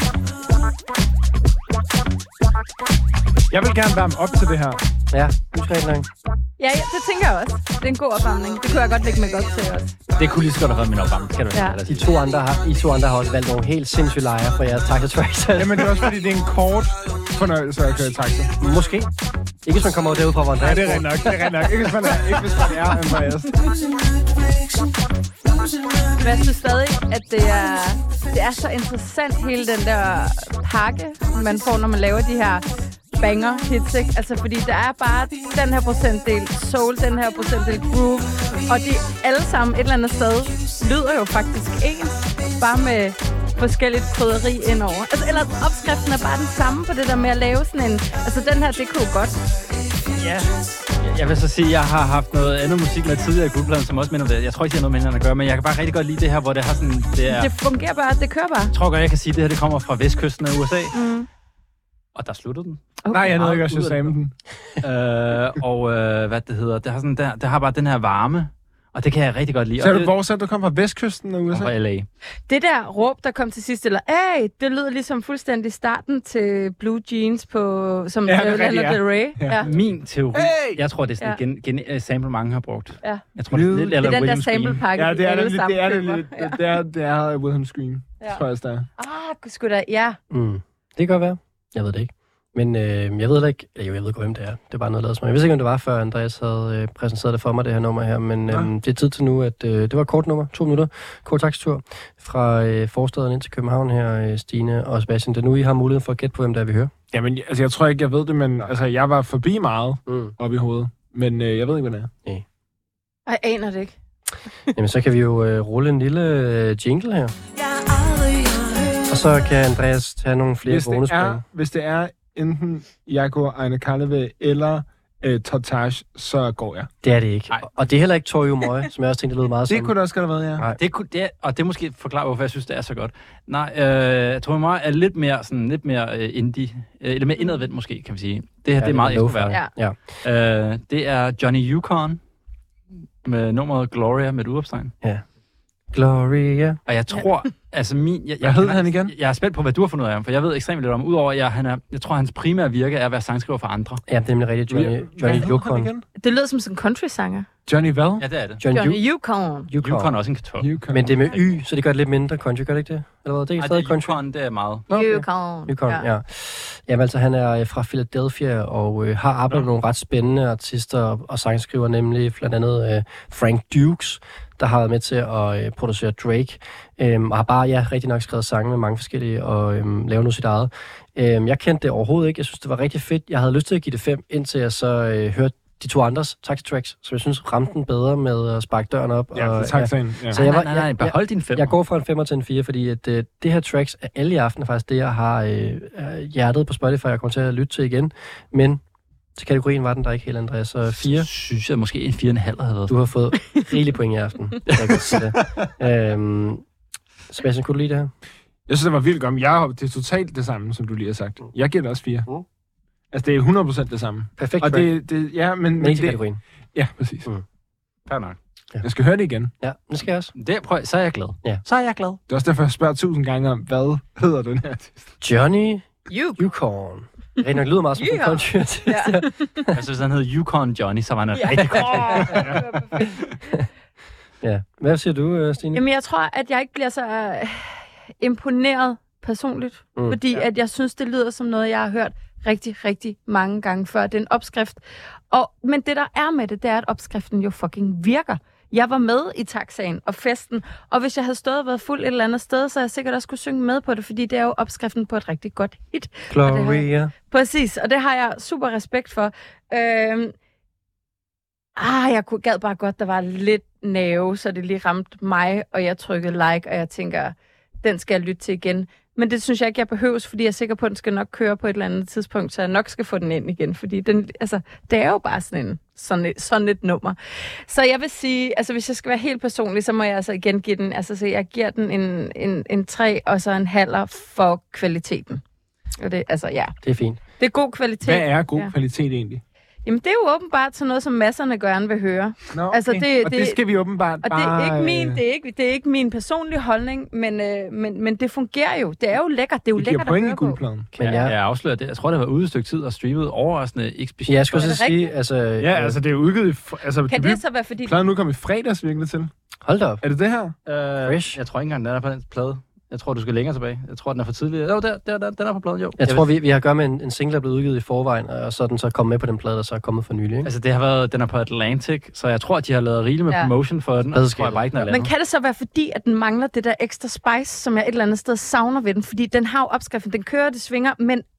Jeg vil gerne varme op til det her. Ja, du skal ikke nok. Ja, ja, det tænker jeg også. Det er en god opvarmning. Det kunne jeg godt lægge mig godt til også. Det kunne lige så godt have været min opvarmning, skal du Ja. ja. De to andre har, I to andre har også valgt nogle helt sindssyge lejre for jeres taxa-tracks. Jamen, det er også fordi, det er en kort fornøjelse at køre i taxa. Måske. Ikke hvis man kommer derud fra, hvor Nej, Andreas det er rent nok. Det er rent nok. Ikke hvis man er, ikke hvis man er Andreas. Men jeg synes stadig, at det er, det er så interessant, hele den der pakke, man får, når man laver de her banger hits, ikke? Altså, fordi der er bare den her procentdel soul, den her procentdel groove, Og de alle sammen et eller andet sted lyder jo faktisk ens, bare med forskelligt krydderi indover. Altså, eller opskriften er bare den samme på det der med at lave sådan en... Altså, den her, det kunne jo godt. Ja. Jeg vil så sige, at jeg har haft noget andet musik med tidligere i Guldpladen, som også minder om det. Jeg tror ikke, det har noget med hinanden at gøre, men jeg kan bare rigtig godt lide det her, hvor det har sådan... Det, er, det fungerer bare, det kører bare. Jeg tror godt, jeg kan sige, at det her det kommer fra vestkysten af U S A. Mm. Og der sluttede den. Okay. Nej, jeg nåede ikke at shazame den. øh, og øh, hvad det hedder, det har, sådan der, det har bare den her varme, og det kan jeg rigtig godt lide. Så er du, hvor så du kom fra vestkysten af U S A? Fra L A. Det der råb, der kom til sidst, eller hey, det lyder ligesom fuldstændig starten til Blue Jeans på, som ja, Lana Del Rey. Ja. Ja. Min teori, hey! Jeg tror, det er sådan ja. en gen, gen, sample, mange har brugt. Ja. Jeg tror, det er, lidt, det er den der sample-pakke, ja, det er alle det, sammen det er det, køber. det, det, det, er, det er Wilhelm Scream, ja. tror jeg, det er. Ah, sgu da, ja. Mm. Det kan godt være. Jeg ved det ikke. Men øh, jeg ved ikke, jo, jeg ved ikke, hvem det er. Det er bare noget, lavet som jeg. Jeg vidste ikke, om det var, før Andreas havde øh, præsenteret det for mig, det her nummer her. Men øh, ja. det er tid til nu, at øh, det var et kort nummer, to minutter, kort taxitur fra øh, forstaden ind til København her, øh, Stine og Sebastian. Det er nu, I har mulighed for at gætte på, hvem der vi hører. Jamen, altså, jeg tror ikke, jeg ved det, men altså, jeg var forbi meget mm. op i hovedet. Men øh, jeg ved ikke, hvad det er. Nej. Jeg aner det ikke. Jamen, så kan vi jo øh, rulle en lille øh, jingle her. Og så kan Andreas tage nogle flere bonuspoint. Hvis det er enten Jago Eine Kalve eller øh, Tortage, så går jeg. Det er det ikke. Ej. Og det er heller ikke Toyo Moi, som jeg også tænkte, det lød meget det som. kunne det også godt have været, ja. Nej. Det kunne, det er, og det måske forklare, hvorfor jeg synes, det er så godt. Nej, øh, Toyo Moi er lidt mere, sådan, lidt mere øh, indie, øh, lidt mere indadvendt måske, kan vi sige. Det her, ja, det er meget ekstrovert. Ja. Ja. Øh, det er Johnny Yukon med nummeret Gloria med et udopstegn. Ja. Gloria. Og jeg tror, ja. altså min... Jeg, Hvad hed han igen? Jeg, jeg er spændt på, hvad du har fundet af ham, for jeg ved ekstremt lidt om. Udover, at jeg, han er, jeg tror, hans primære virke er at være sangskriver for andre. Ja, det er nemlig rigtigt. Johnny, Johnny Yukon. Det lyder som sådan en country-sanger. Johnny hvad? Ja, det er det. Johnny, Johnny Yukon. Yukon. Yukon er også en kartoffel. Yukon. Men det er med Y, så det gør det lidt mindre country, gør det ikke det? Eller hvad? Det er Ej, stadig det er country. Yukon, det er meget. Okay. Yukon. Yukon, ja. ja. Jamen altså, han er fra Philadelphia og øh, har arbejdet med nogle ret spændende artister og, og sangskriver, nemlig blandt andet øh, Frank Dukes, der har været med til at øh, producere Drake, øhm, og har bare, ja, rigtig nok skrevet sange med mange forskellige, og øhm, lavet nu sit eget. Øhm, jeg kendte det overhovedet ikke. Jeg synes, det var rigtig fedt. Jeg havde lyst til at give det fem, indtil jeg så øh, hørte de to andres Taxi Tracks, som jeg synes ramte den bedre med at sparke døren op. Ja, og, taxaen. Ja. Så jeg var, nej, nej, nej, behold din femmer. Jeg går fra en femmer til en fire, fordi at, øh, det her tracks er alle i aften faktisk det, jeg har øh, hjertet på Spotify, jeg kommer til at lytte til igen. Men til kategorien var den der ikke helt, Andreas. Så fire. Synes jeg måske en fire og en halv havde været. Du har fået rigelige point i aften. Jeg kan sige det. Øhm, Sebastian, kunne du lide det her? Jeg synes, det var vildt godt. Jeg, det er totalt det samme, som du lige har sagt. Jeg giver det også fire. Mm. Altså, det er hundrede procent det samme. Perfekt. Og det, det, ja, men, men ikke det, kategorien. Ja, præcis. Mm. Fair nok. Ja. Jeg skal høre det igen. Ja, det skal jeg også. Det, prøv, så er jeg glad. Ja. Så er jeg glad. Det er også derfor, jeg spørger tusind gange om, hvad hedder den her artist? Johnny Yukon. Yukon. Det nok lyder meget som en country artist. Ja. Jeg synes, han hed Yukon Johnny, så var han ja. rigtig country. Ja. Hvad siger du, Stine? Jamen, jeg tror, at jeg ikke bliver så uh, imponeret personligt, mm. fordi ja. at jeg synes, det lyder som noget, jeg har hørt rigtig, rigtig mange gange før. Det er en opskrift. Og, men det, der er med det, det er, at opskriften jo fucking virker. Jeg var med i taxaen og festen, og hvis jeg havde stået og været fuld et eller andet sted, så havde jeg sikkert også kunne synge med på det, fordi det er jo opskriften på et rigtig godt hit. Gloria. Jeg, præcis, og det har jeg super respekt for. Øhm, ah, jeg kunne, gad bare godt, der var lidt nerve, så det lige ramte mig, og jeg trykkede like, og jeg tænker, den skal jeg lytte til igen. Men det synes jeg ikke, jeg behøves, fordi jeg er sikker på, at den skal nok køre på et eller andet tidspunkt, så jeg nok skal få den ind igen. Fordi den, altså, det er jo bare sådan, en, sådan, et, sådan et nummer. Så jeg vil sige, altså hvis jeg skal være helt personlig, så må jeg altså igen give den, altså så jeg giver den en, en, en tre, og så en halver for kvaliteten. Og det, altså ja. Det er fint. Det er god kvalitet. Hvad er god ja. kvalitet egentlig? Jamen, det er jo åbenbart sådan noget, som masserne gerne vil høre. Nå, okay. altså, det, og det, det skal vi åbenbart og bare... Og det er ikke min, det er ikke, det er ikke min personlige holdning, men, øh, men, men det fungerer jo. Det er jo lækkert. Det er jo I lækkert at høre på. Guldpladen. Men jeg, jeg afslører det. Jeg tror, det har været ude et stykke tid og streamet overraskende ikke specielt. Ja, jeg skulle så sige, altså... Ja, altså, det er udgivet i... Altså, kan det så være, fordi... Pladen nu kom i fredags virkelig til. Hold da op. Er det det her? Øh, Fresh. Jeg tror ikke engang, den er på den plade. Jeg tror, du skal længere tilbage. Jeg tror, den er for tidlig. Jo, der, der, der, den er på pladen, jo. Jeg, jeg tror, vi, vi har gør med en, en single, der er blevet udgivet i forvejen, og så er den så kommet med på den plade, der så er kommet for nylig, ikke? Altså, det har været, den er på Atlantic, så jeg tror, at de har lavet rigeligt med ja. promotion for den, og så tror jeg bare ikke, den er Men kan det så være fordi, at den mangler det der ekstra spice, som jeg et eller andet sted savner ved den? Fordi den har jo opskriften, den kører, det svinger, men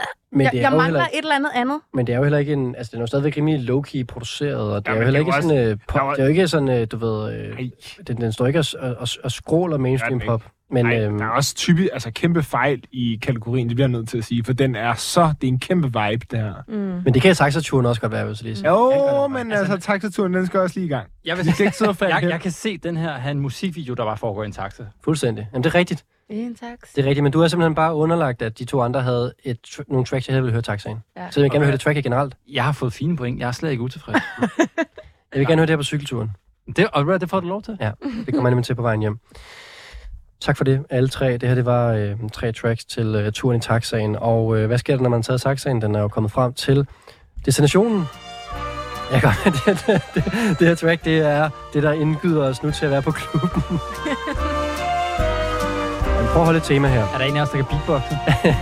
Men jeg, det er jeg jo mangler heller, et eller andet andet. Men det er jo heller ikke en... Altså, det er jo stadigvæk rimelig low-key produceret, og det Ja, er jo men heller det ikke er jo sådan... også- Øh, pop, var- det er jo ikke sådan, øh, du ved... Øh, den, den står ikke og, og, og skråler mainstream Ja, pop. Men, Nej, øhm, der er også typisk, altså kæmpe fejl i kategorien, det bliver jeg nødt til at sige, for den er så, det er en kæmpe vibe, det her. Mm. men det kan taxaturen også godt være, hvis jeg lige siger. Jo, men altså, taxaturen, den skal også lige i gang. Jeg, vil, Vi skal ikke sidde og falde jeg, her. jeg kan se den her have en musikvideo, der bare foregår i en taxa. Fuldstændig. Jamen, det er rigtigt. En tax. Det er rigtigt, men du har simpelthen bare underlagt, at de to andre havde et tr- nogle tracks, jeg havde ville høre taxaen. Ja. Så jeg vil gerne høre det track generelt. Jeg har fået fine point. Jeg er slet ikke utilfreds. Jeg vil gerne høre det her på cykelturen. det, og det får du lov til. Ja, det kommer man nemlig til på vejen hjem. Tak for det, alle tre. Det her det var øh, tre tracks til øh, turen i taxaen. Og øh, hvad sker der, når man har taget taxaen? Den er jo kommet frem til destinationen. Jeg kan, det, det, det, det her track, det er det, der indgyder os nu til at være på klubben. Men prøv at holde et tema her. Er der en af os, der kan beatboxe?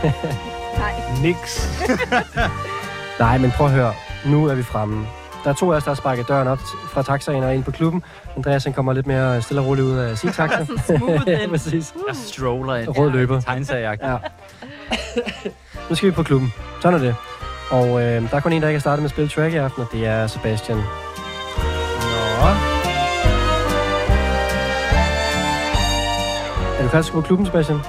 Niks. Nej, men prøv at høre. Nu er vi fremme. Der er to af os, der har sparket døren op t- fra taxaen og ind på klubben. Andreas, han kommer lidt mere stille og roligt ud af sin taxa. Smooth ind. Præcis. Jeg stroller ind. Rød løber. Tegnsagagtigt. Ja. Nu skal vi på klubben. Sådan er det. Og øh, der er kun en, der ikke har startet med at spille track i aften, og det er Sebastian. Nå. Er du faktisk på klubben, Sebastian?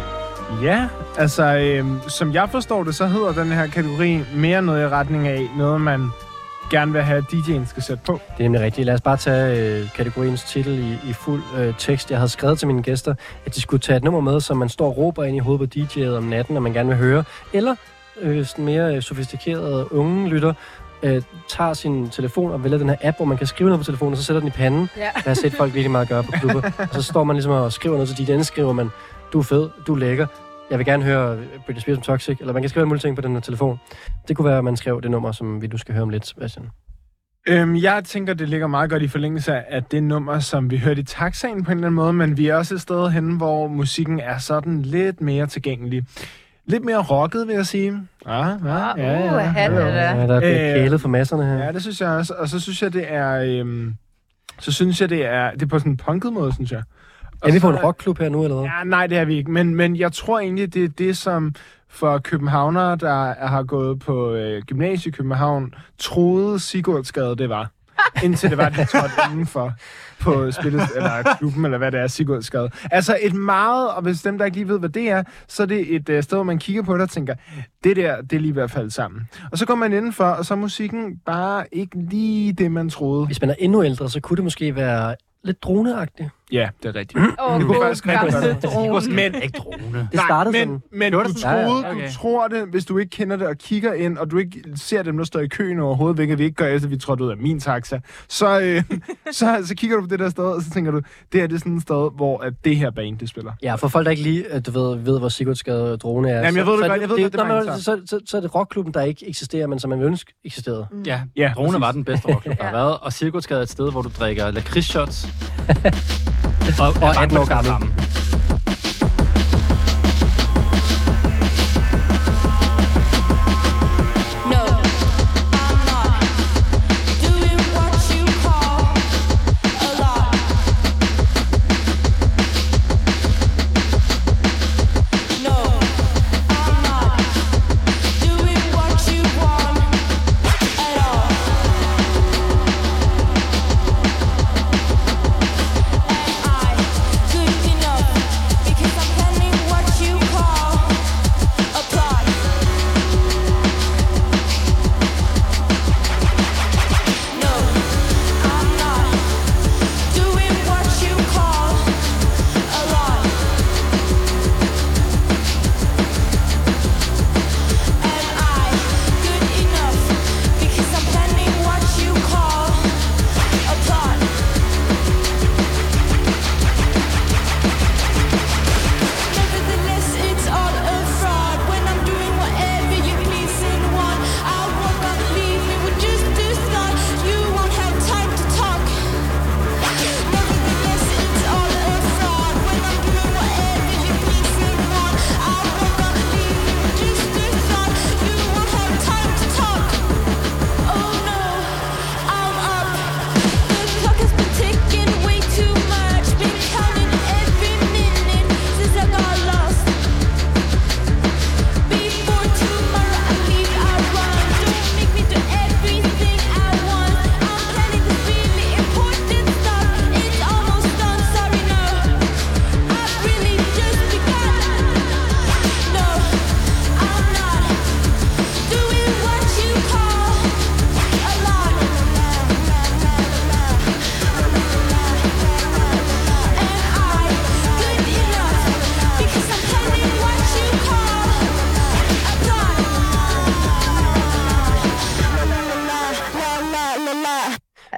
Ja, altså, øhm, som jeg forstår det, så hedder den her kategori mere noget i retning af noget, man gerne vil have, at D J'en skal sætte på. Det er nemlig rigtigt. Lad os bare tage øh, kategoriens titel i, i fuld øh, tekst. Jeg havde skrevet til mine gæster, at de skulle tage et nummer med, som man står og råber ind i hovedet på D J'et om natten, når man gerne vil høre. Eller øh, sådan mere øh, sofistikerede unge lytter øh, tager sin telefon og vælger den her app, hvor man kan skrive noget på telefonen, og så sætter den i panden. Ja. Jeg har set folk virkelig meget gøre på klubber. Og så står man ligesom og skriver noget til D J'en, skriver man, du er fed, du er lækker. Jeg vil gerne høre Britney Spears som Toxic, eller man kan skrive en mulig ting på den her telefon. Det kunne være, at man skrev det nummer, som vi nu skal høre om lidt, Sebastian. Øhm, jeg tænker, det ligger meget godt i forlængelse af det nummer, som vi hørte i taxaen på en eller anden måde, men vi er også et sted henne, hvor musikken er sådan lidt mere tilgængelig. Lidt mere rocket, vil jeg sige. Ja, ja, ja. ja, Uh, hat, det der. Ja, der bliver Øh, kælet for masserne her. Ja, det synes jeg også. Og så synes jeg, det er... Øhm, så synes jeg, det er... Det er på sådan en punket måde, synes jeg. Og Er vi på en så- rockklub her nu, eller hvad? Ja, nej, det er vi ikke. Men, men jeg tror egentlig, det er det, som for københavnere, der har gået på øh, gymnasiet i København, troede Sigurdsgade, det var. Indtil det var, de trådte indenfor på spillet, eller klubben, eller hvad det er, Sigurdsgade. Altså et meget, og hvis dem, der ikke lige ved, hvad det er, så er det et øh, sted, hvor man kigger på det og tænker, det der, det er lige ved at falde sammen. Og så går man indenfor, og så er musikken bare ikke lige det, man troede. Hvis man er endnu ældre, så kunne det måske være lidt droneagtigt. Ja, det er rigtigt. Åh, Det kunne god faktisk rigtig gamle godt. drone. Men, Ikke drone. Det startede Nej, sådan. men, men Gjorde du, det sådan? troede, Ja, ja, okay. du tror det, hvis du ikke kender det og kigger ind, og du ikke ser dem, der står i køen overhovedet, hvilket vi ikke gør, efter vi trådte ud af min taxa, så, øh, så, så kigger du på det der sted, og så tænker du, det er det sådan et sted, hvor at det her bane, det spiller. Ja, for folk, der ikke lige øh, du ved, ved hvor Sigurdsgade drone er. Jamen, jeg så, ved det så, godt, jeg ved det, godt, det nå, var men, en så, så, så er det rockklubben, der ikke eksisterer, men som man ville ønske eksisterede. Ja, Ja, drone præcis. var den bedste rockklub, der har været. Og Cirkusgade er et sted, hvor du drikker lakridsshots. og, Og atten år gammel. No, I'm not doing what you call a lot. No, I'm not doing what you want at all. And I, good enough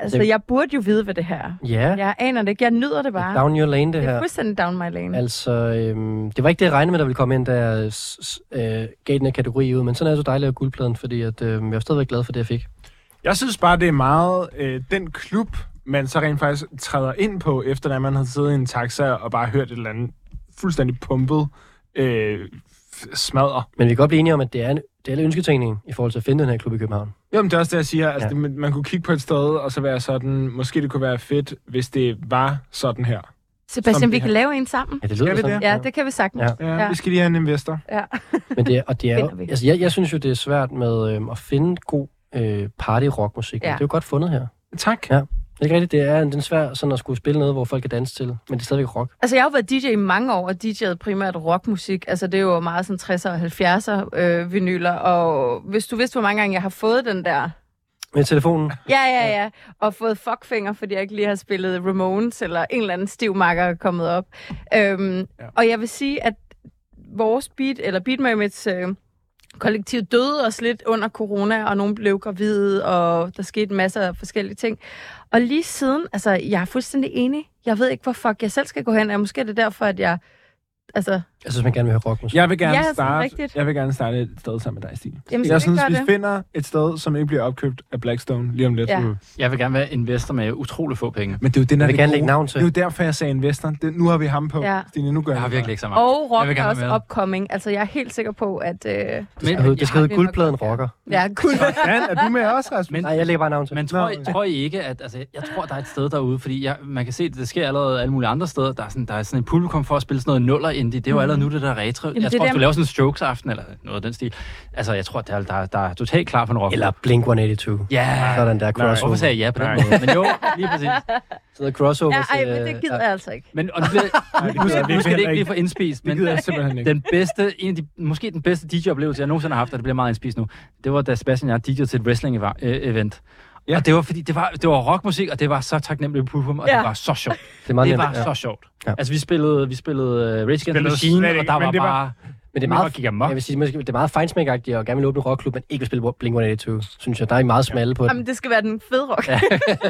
altså, det... jeg burde jo vide, hvad det her er. Ja. Jeg aner det ikke. Jeg nyder det bare. Down your lane, det, det her. Det er fuldstændig down my lane. Altså, øhm, det var ikke det, jeg regnede med, der ville komme ind, da jeg øh, gav den her kategori ud, men sådan er det så dejligt at guldpladen, fordi at, øh, jeg er stadigvæk glad for det, jeg fik. Jeg synes bare, det er meget øh, den klub, man så rent faktisk træder ind på, efter at man har siddet i en taxa og bare hørt et eller andet fuldstændig pumpet øh, smadre. Men vi kan godt blive enige om, at det er en det er lidt ønsketænkning i forhold til at finde den her klub i København. Jamen, det er også det, jeg siger. Altså, ja. det, man kunne kigge på et sted, og så være sådan, måske det kunne være fedt, hvis det var sådan her. Sebastian, vi kan lave en sammen. Ja, det lyder det sådan. Det? Ja, det kan vi sagtens. Ja. Ja, ja. Vi skal lige have en investor. Ja. Men det, og det er jo, altså, jeg, jeg synes jo, det er svært med øhm, at finde god øh, party-rockmusik. Ja. Det er jo godt fundet her. Tak. Ja. Det er ikke rigtigt. Det er en svær sådan at skulle spille noget, hvor folk kan danse til, men det er stadigvæk rock. Altså, jeg har jo været D J i mange år, og DJ'ede primært rockmusik. Altså, det er jo meget sådan tresser og halvfjerdser øh, vinyler, og hvis du vidste, hvor mange gange jeg har fået den der... Med telefonen? Ja, ja, ja. Og fået fuckfinger, fordi jeg ikke lige har spillet Ramones, eller en eller anden stiv makker er kommet op. Øhm, ja. Og jeg vil sige, at vores beat, eller Beat Mermaids øh, kollektiv døde os lidt under corona, og nogen blev gravide, og der skete masser af forskellige ting. Og lige siden, altså, jeg er fuldstændig enig. Jeg ved ikke, hvor fuck jeg selv skal gå hen, og måske er det derfor, at jeg... Altså, jeg synes, man gerne vil høre rockmusik. Jeg vil gerne, ja, starte, jeg vil gerne starte et sted sammen med dig, Stine. Jamen, jeg synes, vi det. finder et sted, som ikke bliver opkøbt af Blackstone lige om lidt. Ja. Mm. Jeg vil gerne være investor med utrolig få penge. Men det er jo det, der jeg vil gerne lægge navn til. Det er jo derfor, jeg sagde investor. Det, nu har vi ham på. Ja. Stine, nu gør jeg. Jeg har virkelig ikke så meget. Og rock er også upcoming. Altså, jeg er helt sikker på, at... Øh, det skal, men, det skal hedde guldpladen rocker. Ja, guldpladen. Er du med også, Rasmus? Nej, jeg lægger bare navn til. Men tror, I, tror I ikke, at... Altså, jeg tror, der er et sted derude, fordi jeg, man kan se, at det sker allerede alle mulige andre steder. Der er sådan, der er sådan et publikum for at spille sådan noget nuller indie. Det er jo allerede nu, det der retro. Jamen, jeg det tror, der... du laver sådan en Strokes-aften, eller noget af den stil. Altså, jeg tror, der er, der, der er totalt klar for en rock. Eller Blink et hundrede otteogtyve. Ja. Sådan der crossover. Hvorfor sagde jeg ja på den måde? Men jo, lige præcis. Så der crossover. Ja, ej, men det gider jeg altså ikke. Men, og nu, bliver, nu, skal, nu skal det ikke blive for indspist, men den bedste, en af de, måske den bedste D J-oplevelse, jeg nogensinde har haft, og det bliver meget indspist nu, det var, da Sebastian og jeg D J'ede til et wrestling-event. Ja. Og det var, fordi det var, det var rockmusik, og det var så taknemmeligt publikum, og ja. det var så sjovt. Det, er meget det var nemt, ja. så sjovt. Ja. Altså, vi spillede, vi spillede uh, Rage Against the Machine, og der var det bare... Var... Men det er meget, jeg vil sige, det er meget Feinschmeck-agtigt og gerne vil åbne en rockklub, men ikke vil spille Blink et hundrede otteogtyve, synes jeg. Der er meget smalle på det. Jamen, det skal være den fede rock. Ja.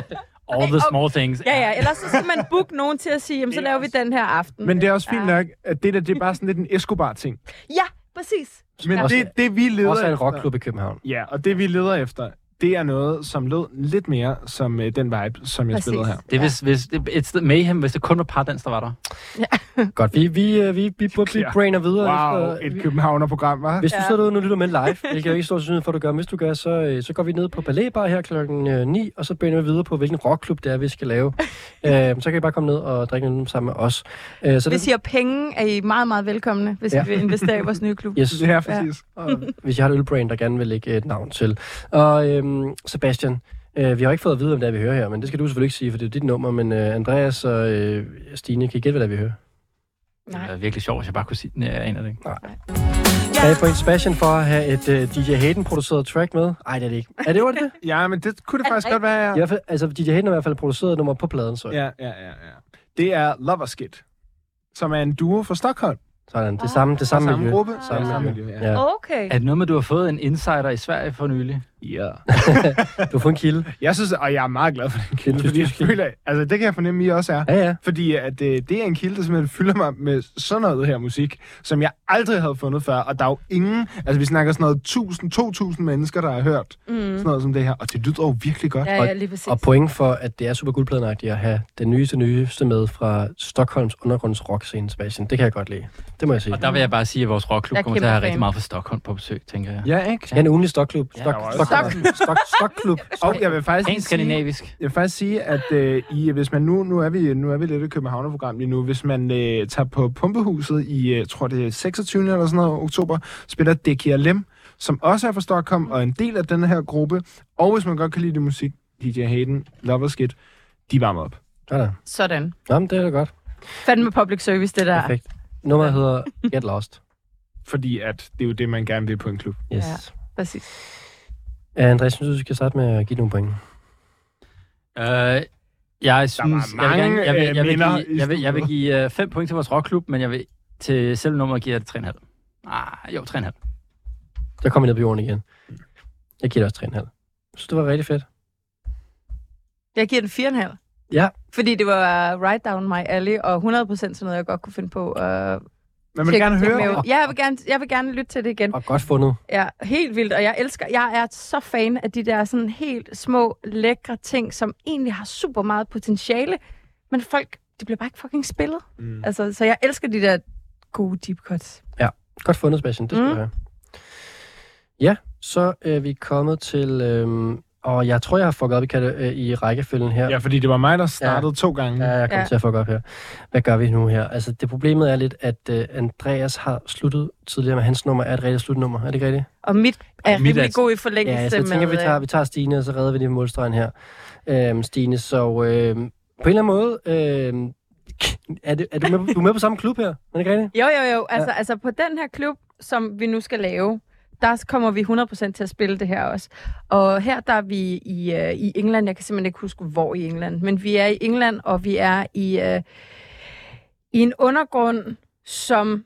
All the small things. Ja, ja. Ellers så skal man booke nogen til at sige, jamen, så laver vi den her aften. Men det er også fint nok, at det der, det er bare sådan lidt en Escobar-ting. Ja, præcis. Men også, det, det, vi leder også er en efter... rockklub i København. Ja, og det, vi leder efter... Det er noget, som lød lidt mere som øh, den vibe, som jeg Præcis. spillede her. Det er hvis, hvis, et sted mayhem, hvis det kun var pardans, der var der. Ja. Godt, vi, vi, vi, vi, vi, vi brainer videre. Wow, efter, et Københavner-program, hva'? Hvis du ja. sidder derude og lytter med live, hvilket jeg ikke står til for, at du gør, hvis du gør, så, så går vi ned på Balletbar her klokken ni, og så brainer vi videre på, hvilken rockklub det er, vi skal lave. øh, så kan I bare komme ned og drikke noget sammen med os. Øh, så hvis det... I har penge, er I meget, meget velkomne, hvis ja. I vil investere i vores nye klub. Yes. Det er præcis. Ja. Og hvis jeg har et ølbrain, der gerne vil lægge et navn til. Og øhm, Sebastian, øh, vi har ikke fået at vide, om det er, vi hører her, men det skal du selvfølgelig ikke sige, for det er dit nummer. Men øh, Andreas og øh, Stine, kan I gætte, hvad det er, vi hører? Nej. Det er virkelig sjovt, hvis jeg bare kunne sige, at jeg aner det ikke. Nej. Er I point Sebastian for at have et uh, D J Hayden-produceret track med? Nej, det er det ikke. Er det det? Ja, men det kunne det faktisk godt være, ja. I hvert fald, altså, D J Hayden har i hvert fald produceret nummer på pladen, så. Ja, ja, ja, ja. Det er Loverskit, som er en duo fra Stockholm. Sådan, det samme, det samme, samme miljø. gruppe. Samme, samme miljø, miljø, ja. ja. Okay. Er det noget med, du har fået en insider i Sverige for nylig? Ja. Du har fået en kilde. Jeg synes, og jeg er meget glad for den kilde, fordi jeg føler, altså det kan jeg fornemme, I også er. Ja, ja. Fordi at, det, det er en kilde, der simpelthen fylder mig med sådan noget her musik, som jeg aldrig havde fundet før. Og der er jo ingen, altså vi snakker sådan noget tusind, to tusind mennesker, der har hørt mm. sådan noget som det her. Og det lyder jo virkelig godt. Ja, ja, lige præcis. Og, og point for, at det er super guldpladenagtigt at have den nyeste nyeste med fra Stockholms undergrunds rockscene, Sebastian. Det kan jeg godt lide. Det må jeg sige. Og der vil jeg bare sige, at vores rockklub kommer til at have rigtig meget for Stockholm på besøg, tænker jeg. Ja, ikke? Ja, en ugenlig Stockklub. Stok, ja, Stok, Stok, Stockklub. Og jeg vil faktisk sige, skandinavisk. Jeg vil faktisk sige, at øh, I, hvis man nu, nu er vi nu er vi lidt i Københavner-program lige nu, hvis man øh, tager på Pumpehuset i, jeg tror det er seksogtyvende eller sådan noget, oktober, spiller D K L M, som også er fra Stockholm, og en del af den her gruppe, og hvis man godt kan lide det musik, D J Hayden, Loverskit, de varmer op. Sådan. Sådan. Jamen, det er da godt. Fandme public service, det der. Perfekt. Nummeret hedder Get Lost. Fordi at det er jo det, man gerne vil på en klub. Yes. Ja, præcis. Ja, Andreas, synes du, skal starte med at give nogle point? Uh, jeg synes, jeg vil, gerne, jeg, vil, jeg, vil give, jeg, vil, jeg vil give uh, fem point til vores rockklub, men jeg vil til selve nummeret give det tre komma fem. Ah, jo, tre komma fem. Der kommer vi ned på jorden igen. Jeg giver det også tre komma fem. Jeg synes, det var rigtig fedt. Jeg giver den fire komma fem. Ja. Fordi det var right down my alley, og hundrede procent sådan noget, jeg godt kunne finde på. Uh, Man vil gerne høre det. Ja, jeg vil gerne, jeg vil gerne lytte til det igen. Og godt fundet. Ja, helt vildt, og jeg elsker, jeg er så fan af de der sådan helt små, lækre ting, som egentlig har super meget potentiale, men folk, de bliver bare ikke fucking spillet. Mm. Altså, så jeg elsker de der gode deep cuts. Ja, godt fundet, Sebastian. Det skal Mm. du have. Ja, så er vi kommet til... Øhm, og jeg tror, jeg har fucket op i, øh, i rækkefølgen her. Ja, fordi det var mig, der startede Ja. to gange. Ja, jeg kommer Ja. til at fuck op her. Hvad gør vi nu her? Altså, det problemet er lidt, at uh, Andreas har sluttet tidligere, men hans nummer er et rigtigt slutnummer. Er det ikke rigtigt? Og mit er mit rimelig er- god i Ja, forlængelse så jeg tænker, vi med... tager, vi tager Stine, og så redder vi det målstregen her. Øhm, Stine, så øhm, på en eller anden måde... Øhm, er, det, er du, med, du er med på samme klub her? Er det ikke rigtigt? Jo, jo, jo. Altså, ja. altså på den her klub, som vi nu skal lave, der kommer vi hundrede procent til at spille det her også. Og her der er vi i, uh, i England. Jeg kan simpelthen ikke huske, hvor i England. Men vi er i England, og vi er i, uh, i en undergrund, som...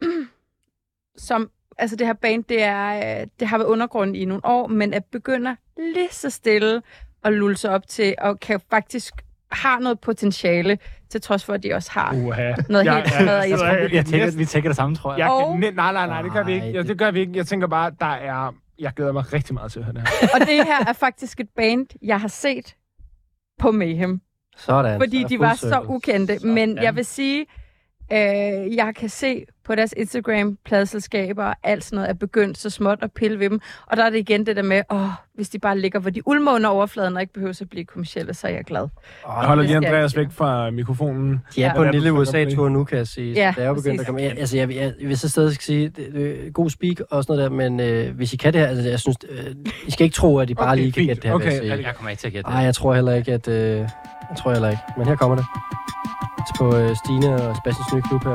som altså det her band, det, er, uh, det har været undergrund i nogle år, men at begynder lige så stille at lulle sig op til, og kan faktisk har noget potentiale, til trods for, at de også har Uha. noget Ja, helt ja, smadret i jeg- sig. Jeg tænker, vi tænker det samme, tror jeg. Jeg, Og- nej, nej, nej, nej, det gør vi ikke. Nej, Ja, det- det gør vi ikke. Jeg tænker bare, der er... Jeg glæder mig rigtig meget til at høre det her. Og det her er faktisk et band, jeg har set på Mayhem. Sådan. Fordi er de var full så circle. ukendte. Sådan. Men jeg vil sige, øh, jeg kan se på deres Instagram, pladselskaber og alt sådan noget, er begyndt så småt at pille ved dem. Og der er det igen det der med, åh, hvis de bare ligger, hvor de ulmer under overfladen og ikke behøver at blive kommercielle, så er jeg glad. Åh, Jeg holder det lige skal jeg Andreas ikke. væk fra mikrofonen. De er Ja. på en Ja, lille du U fucker S op A-tur nu, kan jeg sige. Ja, Så det er jo begyndt præcis. at komme. Jeg, altså, jeg, jeg, jeg vil så stadig sige, det, det, god speak og sådan noget der, men øh, hvis I kan det her, altså, jeg synes, øh, I skal ikke tro, at I bare Okay, lige kan fint. gætte det her. Okay, vil jeg sige. Jeg kommer ikke til at gætte det. Ej, jeg tror heller ikke, at... Øh, jeg tror heller ikke. Men her kommer det. På øh, Stine og Sebastians nye klub her.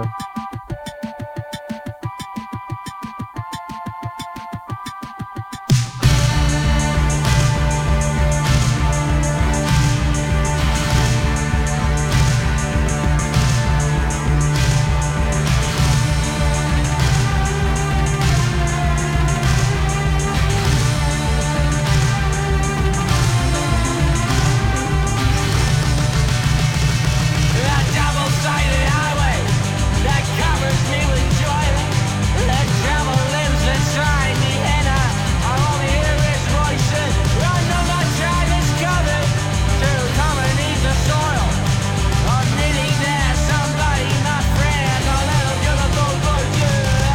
A double-sided highway that covers me with joy. The devil lives inside me, and I, I only hear his voices. I know my time is coming to come beneath the soil. I'm needing that somebody, my friend, a little gonna go for you.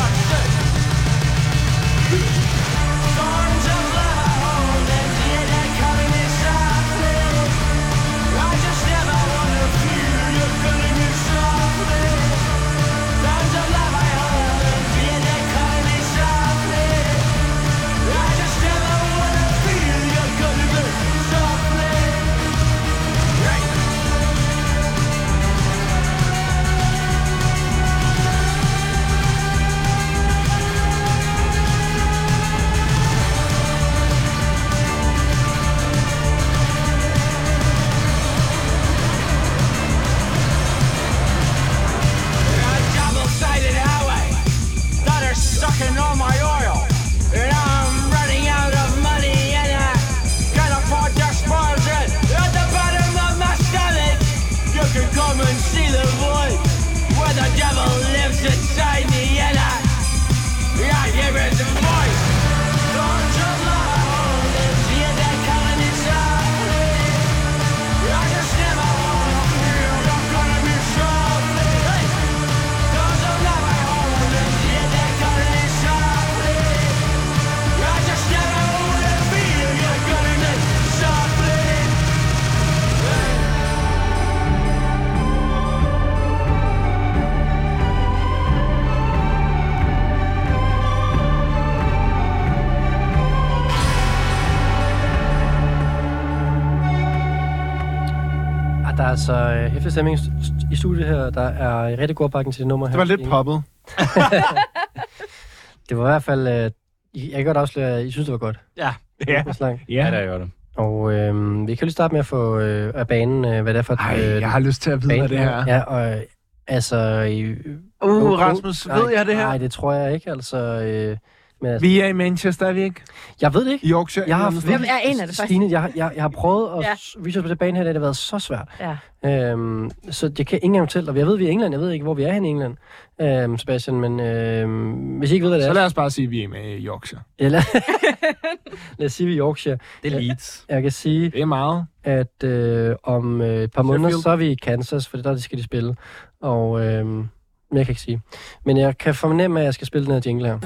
Storms of love I hold, and yet they're coming in softly. I just never wanna feel you're killing me softly. Sounds of love I hold, and yet they're calling me softly. I just never wanna feel you're killing me softly. Right. A double-sided highway that are sucking all my oil, and I'm running out of money, and I can't afford to spoil it. At the bottom of my stomach, you can come and see the void where the devil lives inside me, and I, I give it a voice. Thorns of love, and see that coming inside. I just never wanna feel you're gonna be softly. Hey! Thorns of love I hold, and see that coming inside. I just never wanna feel you're gonna be softly. Ah, der er altså øh, hæftig stemning i studiet her. Der er rigtig god opbakning til det nummer her. Det var lidt Stine. poppet. Det var i hvert fald... Øh, I- jeg kan godt afsløre, at I synes, det var godt. Ja, Ja. Det var så langt. ja, det er godt. Og øh, vi kan lige starte med at få øh, af banen, øh, hvad det er for et Ej, øh, jeg har lyst til at vide, hvad det her er. Ja, og øh, altså... I, Uh, okay. Rasmus, ved jeg det her? Nej, det tror jeg ikke. Altså, øh, Men altså, vi er i Manchester, er vi ikke? Jeg ved det ikke. Yorkshire? Jeg har Jamen, jeg er en af det, faktisk. Stine, jeg, jeg, jeg har prøvet at Ja. researche på det bane her, det har været så svært. Ja. Øhm, så jeg kan ikke engang fortælle dig. Jeg ved, vi er i England. Jeg ved ikke, hvor vi er henne i England, øhm, Sebastian, men øhm, hvis I ikke ved, hvad det Så er... lad os bare sige, at vi er med i Yorkshire. Ja, lad, lad os sige, vi er i Yorkshire. Det er Leeds. Jeg kan sige, Det er meget. at øh, om øh, et par måneder, Sheffield. så er vi i Kansas, for der skal de spille. Og øh, men jeg kan ikke sige. Men jeg kan fornemme, at jeg skal spille den her jingle her.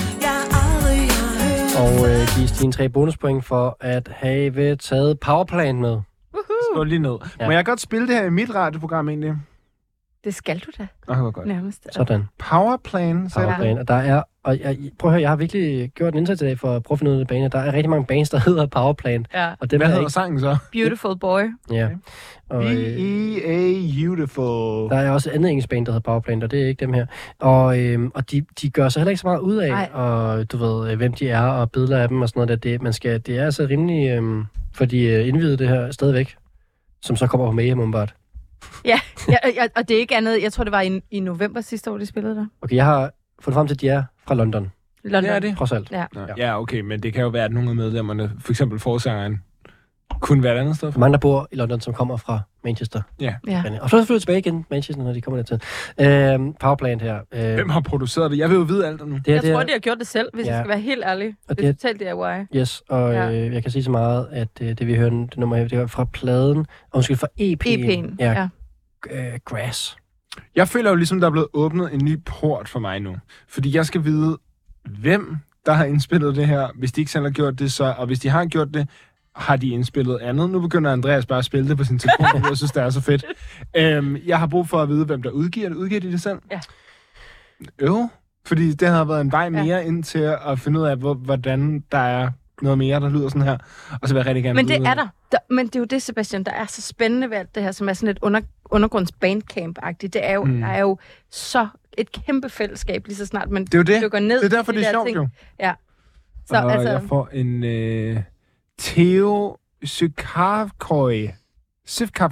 Og øh, give Stine tre bonuspoint for at have taget Powerplant med. Skå lige ned. Ja. Må jeg godt spille det her i mit radioprogram egentlig? Det skal du da, Nå, det var godt. nærmest. Sådan. Powerplan, så Powerplant. Og der er, og jeg, prøv at høre, jeg har virkelig gjort en indsats i dag for at prøve at finde ud af det bane. Der er rigtig mange bands, der hedder Powerplant. Ja. Og dem hvad er hedder ikke... sangen så? Beautiful Boy. Ja. Og, B øh, E A Beautiful. der er også et andet engelsk band, der hedder Powerplant, og det er ikke dem her. Og, øhm, og de, de gør sig heller ikke så meget ud af, Nej. og du ved, øh, hvem de er, og billeder af dem og sådan noget. Der. Det, man skal, det er altså rimelig, øhm, for de øh, indvidede det her stadigvæk, som så kommer på Mayhem umiddelbart. Ja, ja, ja, og det er ikke andet. Jeg tror, det var i, i november sidste år, de spillede der. Okay, jeg har fundet frem til, at de er fra London, London. Det er det. trods alt. Ja. Ja, okay, men det kan jo være, at nogle af medlemmerne, for eksempel forsangeren, kunne være et andet sted. For mange, der bor i London, som kommer fra Manchester. Ja. Ja. Og så er selvfølgelig tilbage igen Manchester, når de kommer dertil. Øhm, Powerplant her. Øhm, Hvem har produceret det? Jeg vil jo vide alt om nu. det her, Jeg det tror, her, de har gjort det selv, hvis Ja. jeg skal være helt ærlig. Og Det er det- totalt D I Y. Yes, og Ja. øh, jeg kan sige så meget, at øh, det vi hører, det nummer her, det var fra pladen, og undskyld, fra E P'en. E P'en, ja. Øh, Grass. Jeg føler jo ligesom, der er blevet åbnet en ny port for mig nu. Fordi jeg skal vide, hvem der har indspillet det her, hvis de ikke selv har gjort det, så, og hvis de har gjort det, har de indspillet andet. Nu begynder Andreas bare at spille det på sin telefon, fordi jeg synes, det er så fedt. Øhm, jeg har brug for at vide, hvem der udgiver det. Udgiver de det selv? Ja. Øv. Fordi det har været en vej Ja. mere ind til at finde ud af, hvor, hvordan der er noget mere, der lyder sådan her. Og så vil jeg rigtig gerne Men vide, det er der. der. Men det er jo det, Sebastian, der er så spændende ved alt det her, som er sådan et under, undergrunds-bandcamp-agtigt. Det er jo, Mm. mm. der er jo så et kæmpe fællesskab, lige så snart man Det er jo det. dykker ned. Det er derfor, i det er der sjovt ting. jo. Ja. Så Så, og altså, jeg får en øh, Theo Sykavkøj. Sivkav...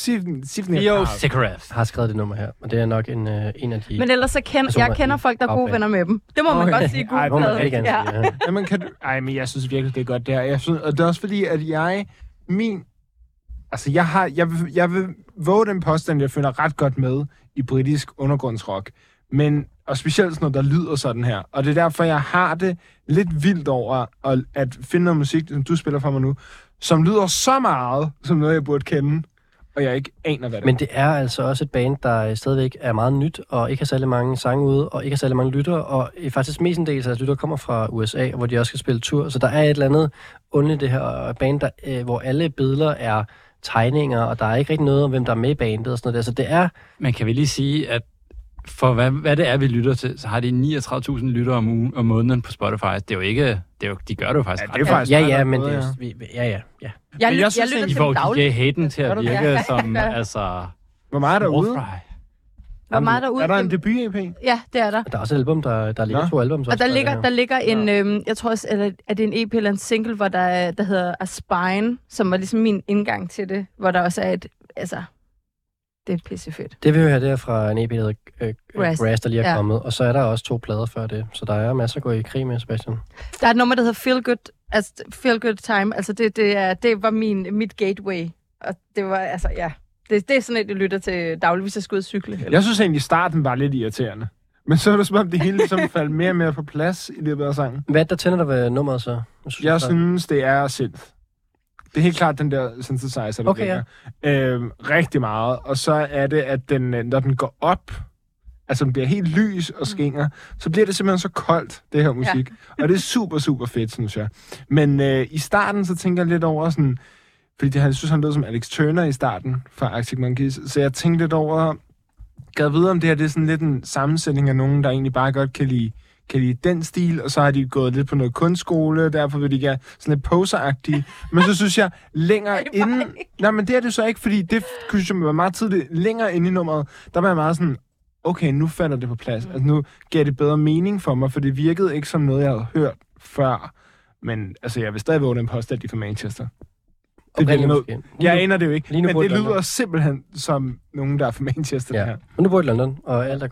Theo Sikarav. Har skrevet det nummer her, og det er nok en, øh, en af de... men ellers så kender personer jeg kender i folk, der er gode Powerplant. venner med dem. Det må man Okay. godt sige. Ej, Hvor man Gode rigtig gerne ja. sige, ja. Jamen, kan du... Ej, men jeg synes virkelig, det er godt det her. Jeg synes, og det er også fordi, at jeg... Min... Altså, jeg har... Jeg vil, jeg vil våge den påstand, jeg føler ret godt med i britisk undergrundsrock. Men... Og specielt sådan noget, der lyder sådan her. Og det er derfor, jeg har det lidt vildt over at, at finde noget musik, som du spiller for mig nu, som lyder så meget, som noget, jeg burde kende, og jeg ikke aner, hvad det Men det er altså også et band, der stadigvæk er meget nyt, og ikke har særlig mange sange ude, og ikke har særlig mange lyttere, og faktisk mestendels af deres lyttere kommer fra U S A, hvor de også skal spille tur. Så der er et eller andet underligt det her band, der, øh, hvor alle billeder er tegninger, og der er ikke rigtig noget om, hvem der er med i bandet og sådan noget der. Så det er... Men kan vi lige sige, at for hvad, hvad det er, vi lytter til, så har de niogtredive tusind lyttere om ugen om måneden på Spotify. Det er jo ikke... Det er jo, de gør det jo faktisk Ja, det er ret faktisk Ja, ret ja, godt men gået, det er ja. jo... vi- Ja, ja, ja. Jeg, Men jeg, jeg jeg synes lytter I til får dem D J dagligt. Hayden til at du? virke Ja. som, Ja. altså... Hvor meget er der ude? Warfry. Hvor meget der ude? Er der en debut-E P? Ja, det er der. Der er også et album, der, der ligger Nå. to album. Og der ligger, der ligger en, øhm, jeg tror også, eller, er det en E P eller en single, hvor der, er- der hedder A Spine, som var ligesom min indgang til det, hvor der også er et, altså, det er pissefedt. Det vi hører her, det er fra en E P, der hedder øh, Grass. Grass, der lige er Ja. kommet. Og så er der også to plader før det. Så der er masser at gå i krig med, Sebastian. Der er et nummer, der hedder Feel Good, altså Feel Good Time, altså det, det, er, det var min, mit gateway, og det var, altså, ja, det, det er sådan et, jeg lytter til dagligt, hvis jeg skal ud og cykle. Eller? Jeg synes egentlig, starten var lidt irriterende. Men så er det som om, det hele ligesom faldt mere og mere på plads i løbet af sangen. Hvad der tænder dig ved nummeret så? Synes, Jeg så- synes, det er synth. Det er helt klart den der synthesizer, der Okay, ligger. Øhm, rigtig meget. Og så er det, at den, øh, når den går op, altså den bliver helt lys og skinger, så bliver det simpelthen så koldt, det her musik. Ja. Og det er super, super fedt, synes jeg. Men øh, i starten, så tænker jeg lidt over sådan... Fordi det, jeg synes, han lød som Alex Turner i starten fra Arctic Monkeys. Så jeg tænkte lidt over... Gad vide, om det her det er sådan lidt en sammensætning af nogen, der egentlig bare godt kan lide, kan lide den stil, og så har de gået lidt på noget kunstskole, derfor vil de gerne sådan lidt poser-agtige. Men så synes jeg, længere inden... Nej, men det er det så ikke, fordi det synes jeg var meget tidligt. Længere inde i nummeret, der var jeg meget sådan, okay, nu falder det på plads. Altså nu giver det bedre mening for mig, for det virkede ikke som noget, jeg havde hørt før. Men altså, jeg vil stadig våge den påstand, de er fra Manchester. Det bliver noget. Jeg aner det jo ikke, Lige nu men bor det i lyder London. simpelthen som nogen, der er fra Manchester. Ja. Ja. Men nu bor i London, og alt er godt.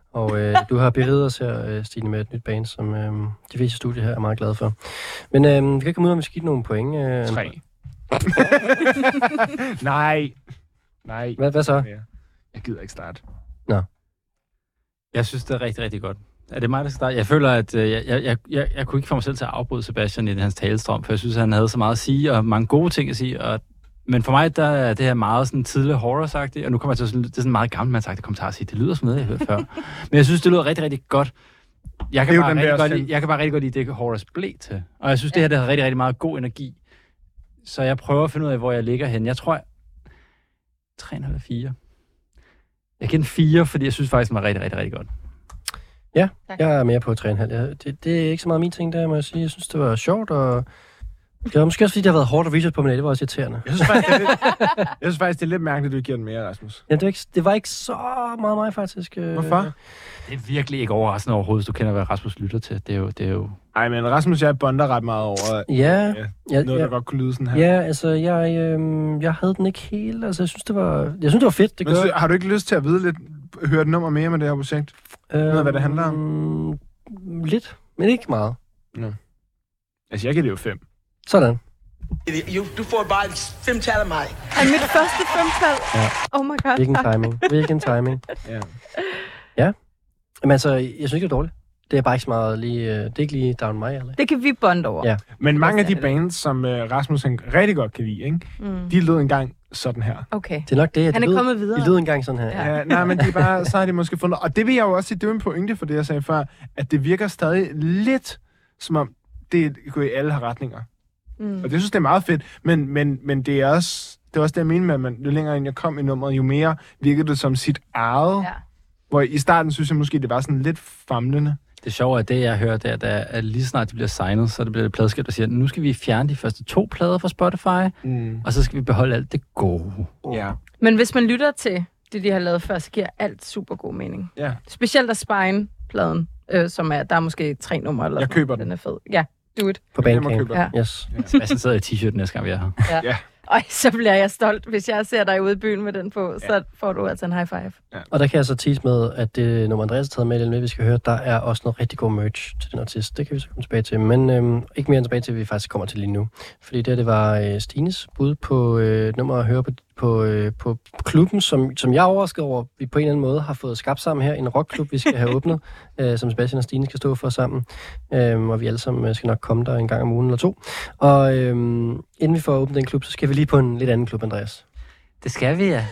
Og øh, du har beriget os her, øh, Stine, med et nyt band, som øh, de fleste studier her er meget glade for. Men øh, vi kan komme ud, om vi skal give nogle point. Øh, Tre. Nej. Nej. Hvad, hvad så? Jeg gider ikke starte. Nå. Jeg synes, det er rigtig, rigtig godt. Er det mig, der skal starte? Jeg føler, at øh, jeg, jeg, jeg, jeg kunne ikke få mig selv til at afbryde Sebastian i hans talestrøm, for jeg synes, at han havde så meget at sige, og mange gode ting at sige. Og, men for mig, der er det her meget sådan tidlig horror-sagtigt, og nu kommer jeg til sådan, det er sådan meget gammelt, man sagt, det kommentar at sige, det lyder som noget, jeg har hørt før. Men jeg synes, det lyder rigtig, rigtig godt. Jeg kan, bare rigtig, godt lide, jeg kan bare rigtig godt lide det, Horace blev til. Og jeg synes, det her, det har rigtig, rigtig meget god energi. Så jeg prøver at finde ud af, hvor jeg ligger hen. Jeg tror, tre eller fire. Jeg giver den fire, fordi jeg synes faktisk, det var rigtig, rigtig, rigtig godt. Ja, tak. Jeg er mere på tre komma fem. Det, det er ikke så meget min ting, der må jeg sige. Jeg synes, det var sjovt, og det var måske også, fordi det har været hårdt at research på, men det var også irriterende. Jeg synes faktisk, det er lidt, jeg synes faktisk, det er lidt mærkeligt, at du giver den mere, Rasmus. Ja, det var ikke, det var ikke så meget mig, faktisk. Hvorfor? Det er virkelig ikke overraskende overhovedet, hvis du kender, hvad Rasmus lytter til. Det er jo... Det er jo... Ej, men Rasmus, jeg bonder ret meget over ja, ja, ja, noget, ja, der godt kunne lyde sådan her. Ja, altså, jeg, øh, jeg havde den ikke helt. Altså, jeg synes, det var, jeg synes, det var fedt. Det men, gør. Så, har du ikke lyst til at vide lidt, høre et nummer mere med det her projekt? Øh, noget, hvad det handler om? Lidt, men ikke meget. No. Altså, jeg giver det jo fem. Sådan. Jo, du får bare femtal af mig. Er mit første femtal? Ja. Oh my god. Hvilken timing. Hvilken timing. Ja. Ja. Men altså, jeg synes ikke, det er dårligt. Det er bare ikke så meget lige... Det er ikke lige down mig, eller? Det kan vi bonde over. Ja. Men mange af de bands, som uh, Rasmus han rigtig godt kan lide, ikke? Mm. De lød engang sådan her. Okay. Det er nok det, at han er de lød, kommet videre. De lød engang sådan her. Ja. Ja, nej, men de bare, så har de måske fundet... Og det vil jeg jo også sige, det er en pointe for det, jeg sagde før, at det virker stadig lidt, som om det går i alle retninger. Mm. Og det synes det er meget fedt, men, men, men det er også det er også det, jeg mener med, at man, jo længere ind jeg kom i nummeret, jo mere virkede det som sit eget. Ja. Hvor i starten synes jeg måske, det var sådan lidt famlende. Det sjove er, det jeg hører, det er, at, at lige snart de bliver signet, så det bliver det pladeskab, der siger, nu skal vi fjerne de første to plader fra Spotify, mm. og så skal vi beholde alt det gode. Ja. Men hvis man lytter til det, de har lavet før, så giver alt super god mening. Ja. Specielt af Spine-pladen, øh, som er, der er måske tre numre eller jeg køber den. Den er fed. Ja, do it. På Bandcamp. Ja. Yes. Ja. Sebastian sidder i t-shirt næste gang, vi er her. Ja. Ja. Øj, så bliver jeg stolt, hvis jeg ser dig ude i byen med den på, ja. Så får du altså en high five. Ja. Og der kan jeg så tease med, at det nummer Andreas har taget med, eller vi skal høre, der er også noget rigtig god merch til den artist. Det kan vi så komme tilbage til, men øhm, ikke mere end tilbage til, vi faktisk kommer til lige nu. Fordi det, det var øh, Stines bud på øh, nummer at høre på, på, øh, på klubben, som, som jeg er overrasket over, vi på en eller anden måde har fået skabt sammen her. En rockklub, vi skal have åbnet, øh, som Sebastian og Stine skal stå for sammen. Øh, og vi alle sammen skal nok komme der en gang om ugen eller to. Og øh, inden vi får åbnet den klub, så skal vi lige på en lidt anden klub, Andreas. Det skal vi, ja.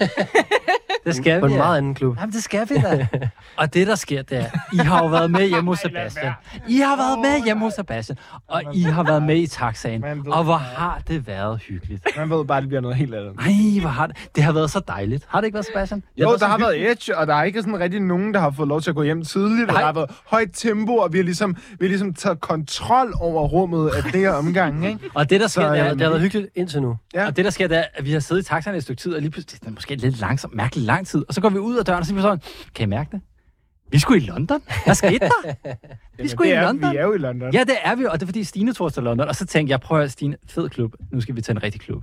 Det skal på vi, en ja. meget anden klub. Jamen, det skal vi da. Og det, der sker, det er, I har jo været med hjemme hos Sebastian. I har været med hjemme hos Sebastian. Og I har været med i taxaen. Og hvor har det været hyggeligt. Man ved bare, at det bliver noget helt andet. Ej, hvor har det... Det har været så dejligt. Har det ikke været, Sebastian? Jo, der har været edge, og der er ikke sådan rigtig nogen, der har fået lov til at gå hjem tidligt. Der har været højt tempo, og vi har ligesom, vi har ligesom taget kontrol over rummet af flere omgange, ikke? Og det, der sker, så, det, er, det har været hyggeligt indtil nu. Ja. Og det, der sker, det er, at vi har siddet i taxaen et stykke tid, og lige pludselig, det er måske lidt langsomt, mærkeligt lang tid, og så går vi ud af døren, og så siger vi sådan, kan I mærke det? Vi skulle i London. Hvad skete der? Vi skulle i London. Vi er jo i London. Ja, det er vi, og det er fordi Stine tog til London, og så tænkte jeg, prøv at Stine, fed klub, nu skal vi til en rigtig klub.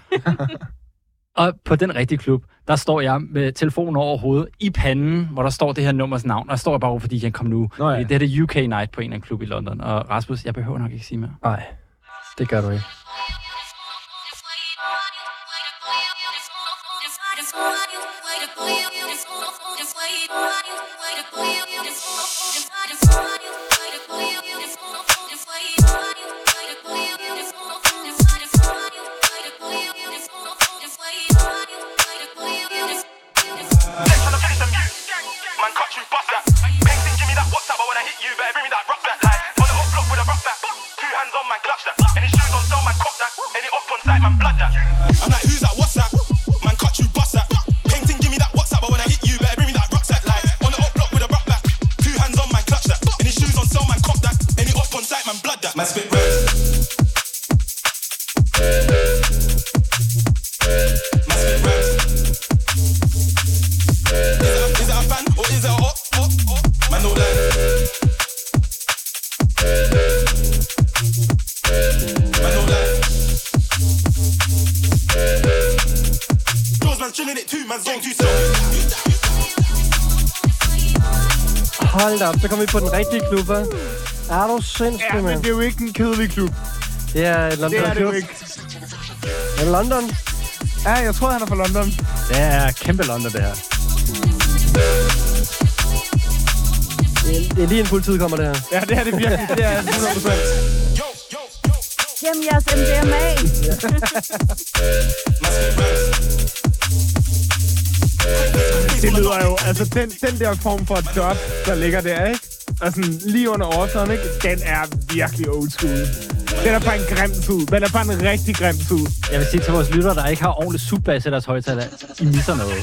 Og på den rigtige klub, der står jeg med telefonen over hovedet i panden, hvor der står det her nummers navn, og jeg står bare over, fordi jeg kom nu. Nå ja. Det er det U K Night på en eller anden klub i London, og Rasmus, jeg behøver nok ikke sige mere. Nej, det gør du ikke. I'm like, who's that? What's that? Man, cut you, bust that. Painting, give me that WhatsApp, but when I hit you, better bring me that rucksack. Like, on the up block with a rock back. Two hands on man, clutch that. Any shoes on sale, man, cop that. Any off on sight, man, blood that. Man, spit red. Man, spit red. Is it a, is it a fan or is it a hot? hot, hot? Man, no lie. Man, no lie. Man's chilling it too, man's going too slow. Hold da op, så kommer vi på den rigtige klub, hva'? Er du sindssygt, Ja, men mand? det er jo ikke en kedelig klub. Det er et London Det er det jo klub. ikke. Er det London? Ja, jeg tror, han er fra London. Det er kæmpe London, det her. Det er, det er lige en fuldtid kommer det her. Ja, det er det virkelig. Det er hundrede procent. Gem jeres M D M A. Det lyder jo, altså den, den der form for dot, der ligger der, ikke? Og sådan lige under overfladen, ikke? Den er virkelig old school. Den er bare en grim tid. Den er bare en rigtig grim tid. Jeg vil sige til vores lyttere, der ikke har ordentlig subbass i deres højtaler, I misser noget.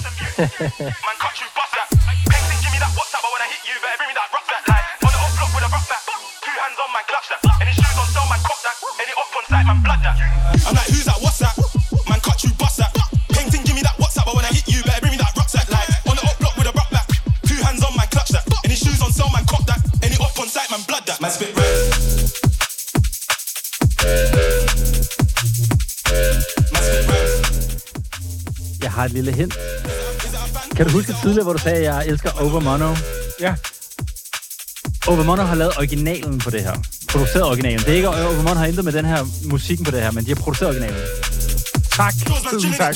I'm like, who's that? What's that? Man, cut you, bust that. Painting, give me that WhatsApp, but when I hit you, better bring me that rucksack. Like, on the up block with a rock back. Two hands on my clutch that. Any shoes on sale, man, cop that. Any up on sight, man, blood that. Man, spit raps. Man, spit raps. Jeg har et lille hint. Kan du huske tidligere, hvor du sagde, at jeg elsker Overmono? Ja. Overmono har lavet originalen på det her. Produceret originalen. Det er ikke, Overmono har intet med den her musikken på det her, men de har produceret originalen. Tak. Tusind tak.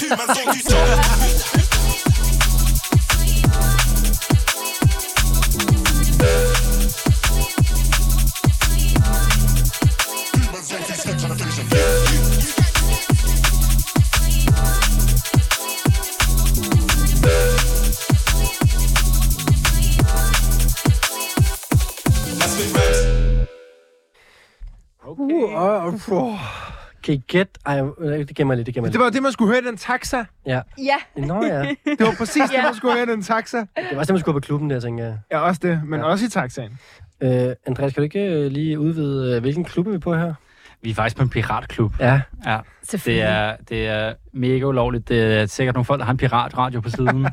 Uh, uh, uh. Kan I gætte? Ej, det gemmer lidt, det gemmer lidt. Det var det, man skulle høre i den taxa. Ja. Ja. Nå ja. Det var præcis det, man skulle høre i den taxa. Det var også det, man skulle på klubben der, tænker jeg. Ja, også det, men ja. Også i taxaen. Øh, Andreas, kan du ikke øh, lige udvide, øh, hvilken klub er vi på her? Vi er faktisk på en piratklub. Ja. Ja. Det er, det er mega ulovligt. Det er sikkert nogle folk, der har en piratradio på siden.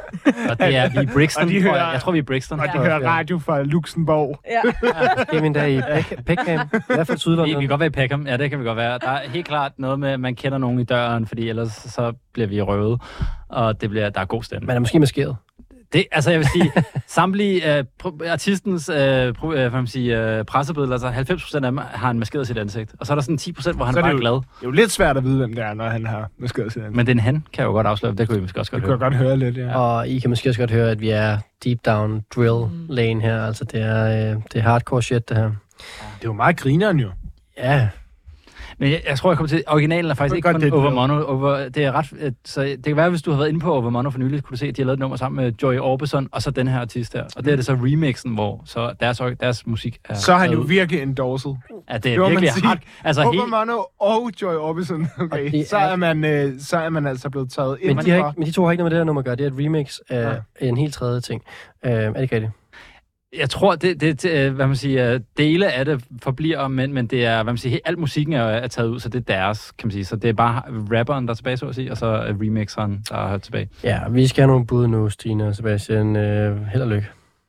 Og det er vi i Brixton. de hører, jeg. jeg tror, vi er i Brixton. Og de hører radio fra Luxembourg. Ja. Det er min dag i Peck- Peckham. I hvert fald Sydlondon. Vi, vi kan godt være i Peckham. Ja, det kan vi godt være. Der er helt klart noget med, at man kender nogen i døren, fordi ellers så bliver vi røvet. Og det bliver, der er god stemme. Man er måske maskeret. Det, altså jeg vil sige, samtlige uh, pr- artistens uh, pr- uh, hvad man sige, uh, pressebilleder, altså halvfems procent af dem har han maskeret sit ansigt. Og så er der sådan ti procent, hvor han så er bare er jo, glad. Det er jo lidt svært at vide, hvem det er, når han har maskeret sit ansigt. Men den han kan jo godt afsløre, det kunne vi måske også godt det høre. Det kunne jeg godt høre lidt, ja. Og I kan måske også godt høre, at vi er deep down drill lane her. Altså det er, øh, det er hardcore shit, det her. Det er jo meget grineren jo. Ja. Men jeg, jeg tror, jeg kommer til... Originalen er faktisk ikke kun Overmono. Over, det er ret... Så det kan være, hvis du har været inde på Overmono for nylig, kunne du se, at de har lavet et nummer sammen med Joy Orbison, og så den her artist her. Og det er det så remixen, hvor så deres, deres musik er... Så er han jo virkelig endorsed. Ja, det er virkelig hard. Altså, Overmono og Joy Orbison. Okay. Det så, er man, øh, så er man altså blevet taget ind. Men de, ikke, men de to har ikke noget med det her nummer at gøre. Det er et remix af ja. en helt tredje ting. Uh, er det ikke rigtigt? Jeg tror, det, det, hvad man siger, dele af det forbliver, men, men det er, hvad man siger, alt musikken er, er taget ud, så det er deres, kan man sige. Så det er bare rapperen, der er tilbage, så at sige, og så remixeren, der er tilbage. Ja, vi skal have nogle bud nu, Stine og Sebastian. Uh, held og lykke.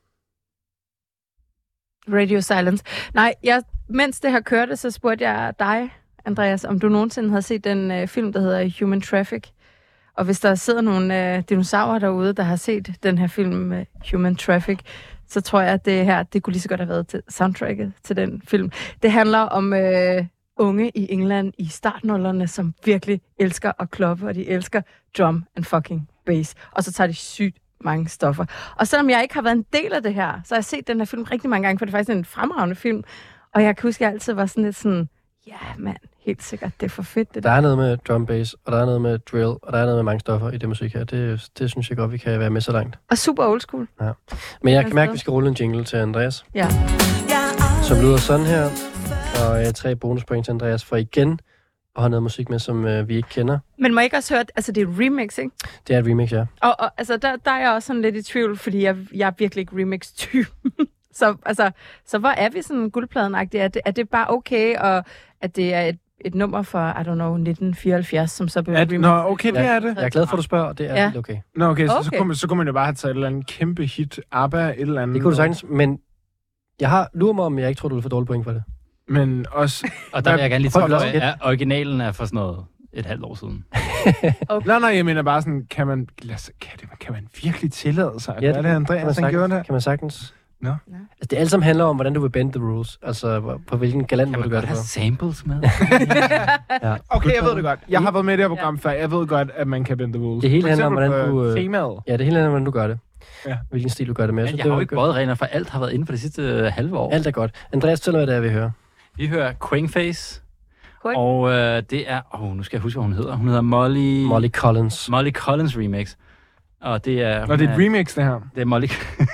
Radio Silence. Nej, jeg, mens det her kørte, så spurgte jeg dig, Andreas, om du nogensinde havde set den uh, film, der hedder Human Traffic. Og hvis der sidder nogle uh, dinosaurer derude, der har set den her film, uh, Human Traffic, så tror jeg, at det her, det kunne lige så godt have været til soundtracket til den film. Det handler om øh, unge i England i startnullerne, som virkelig elsker at kloppe, og de elsker drum and fucking bass. Og så tager de sygt mange stoffer. Og selvom jeg ikke har været en del af det her, så har jeg set den her film rigtig mange gange, for det er faktisk en fremragende film. Og jeg kan huske, at jeg altid var sådan lidt sådan, ja mand, helt sikkert, det er for fedt det der. Der er noget med drum bass, og der er noget med drill, og der er noget med mange stoffer i det musik her. Det, det synes jeg godt, vi kan være med så langt. Og super old school. Ja. Men jeg kan mærke, at vi skal rulle en jingle til Andreas. Ja. Som lyder sådan her. Og jeg tre bonuspoint til Andreas for igen at have noget musik med, som øh, vi ikke kender. Men må jeg ikke også høre, altså det er et remix, ikke? Det er et remix, ja. Og, og altså, der, der er jeg også sådan lidt i tvivl, fordi jeg, jeg er virkelig ikke remix-type. så, altså, så hvor er vi sådan guldpladen-agtigt? Er det, er det bare okay, og at det er et et nummer fra, I don't know, nitten fireoghalvfjerds, som så blev remixed? Nå, okay, det er det. Jeg er glad for, at du spørger, og det er ja. helt okay. Nå, okay, så, okay. Så, kunne man, så kunne man jo bare have taget et eller andet kæmpe hit, ABBA, et eller andet. Det kunne du sagtens, men jeg har lurer mig om, jeg ikke tror, du vil få dårlige point for det. Men også... Og der vil jeg gerne lige tage, at originalen er for sådan noget et halvt år siden. okay. Nej, nej, jeg mener bare sådan, kan man, kan, det, kan man virkelig tillade sig? Ja, Hvad er det, Andreas, han gjorde det? Kan man sagtens. Nå. Altså, det alt sammen handler om, hvordan du vil bend the rules. Altså, på, på hvilken galant måde du gør det på. Kan man samples med? ja. Okay, jeg ved det godt. Jeg har været med i det her program ja. før. Jeg ved godt, at man kan bend the rules. Det hele handler om, hvordan du... Øh, temaet. Ja, det hele handler om, hvordan du gør det. Ja. Hvilken stil du gør det med. Men så jeg det har jo ikke bøjet regler, for alt har været inden for det sidste øh, halve år. Alt er godt. Andreas, tæller hvad det er, vi hører. Vi hører Quankface. Quake. Og øh, det er... Åh, oh, nu skal jeg huske, hvad hun hedder. Hun hedder Molly... Molly Collins. Molly Collins remix. Og det er... Og det er et remix, det her. Det er Molly...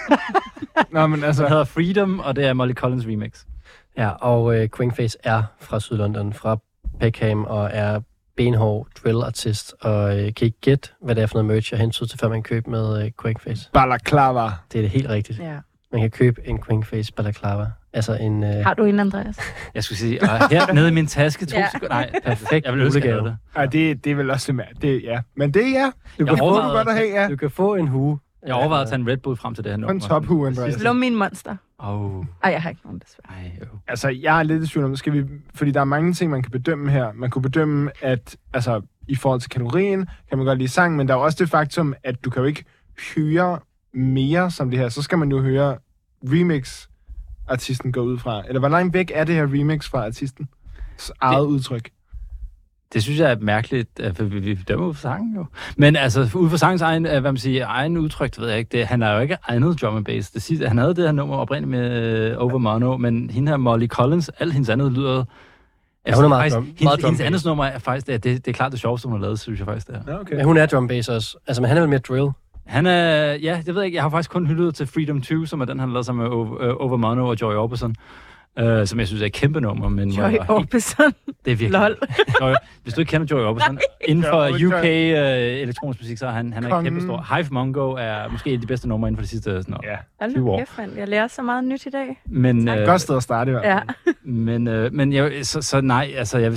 Nå, men altså... Det hedder Freedom, og det er Molly Collins remix. Ja, og øh, Quankface er fra Sydlondon, fra Peckham, og er benhård drill-artist. Og øh, kan I gætte, hvad det er for noget merch, jeg hentede til, før man køber med øh, Quankface? Balaclava. Det er det helt rigtigt. Ja. Man kan købe en Quankface balaclava. Altså en... Øh... Har du en, Andreas? Jeg skulle sige, uh, her nede i min taske, to Ja. sekunder. Nej, Perfekt jeg vil ønske, at jeg julegave. havde det. Ej, det, det er vel også det, det ja. Men det er ja. Du kan Jeg få overvejede- det godt at have, ja. Du kan få en hue. Jeg overvejede at tage en Red Bull frem til det her På nummer. en tophue, Andreas. Slå min monster. Åh, oh, Ej, jeg har ikke nogen, desværre. ej, jo. Altså, jeg er lidt i tvivl om, skal vi... Fordi der er mange ting, man kan bedømme her. Man kunne bedømme, at altså, i forhold til kategorien, kan man godt lide sang, men der er jo også det faktum, at du kan jo ikke høre mere som det her. Så skal man jo høre remix-artisten gå ud fra. Eller hvor langt væk er det her remix fra artistens eget Det- udtryk? Det synes jeg er mærkeligt, for vi, vi dømmer ud for sangen jo. Men altså, ud for sangens egen, hvad man siger, egen udtryk, det ved jeg ikke. Det, han er jo ikke egnet drum and bass. Det sidste, han havde det her nummer oprindeligt med uh, Over Mono, men hende her Molly Collins, alt hendes andet lyder... Ja, hun er meget faktisk, drum- hendes, meget drum hendes bass. andet nummer er faktisk, det, det, det er klart det sjoveste, hun har lavet, synes jeg faktisk, det er. Ja, okay. Men hun er drum bass også. Altså, men han er vel mere drill. Han er, ja, det ved jeg ikke, jeg har faktisk kun lyttet til Freedom to, som er den, han har lavet sammen med Over, Over Mono og Joy Orbison. Uh, som jeg synes er et kæmpe nummer, men... Joy uh, Orbison. Det er virkelig... Lol. Joy, hvis du ikke kender Joy Orbison, inden for U K uh, elektronisk musik, så er han, han er Kongen. kæmpe stor. Hive Mongo er måske et af de bedste numre inden for de sidste sådan, Ja. Hold tyve nu år. kæft, mand. Jeg lærer så meget nyt i dag. Men, Et øh, godt sted at starte i hvert fald. Ja. men, øh, men jeg, så, så nej, altså jeg vil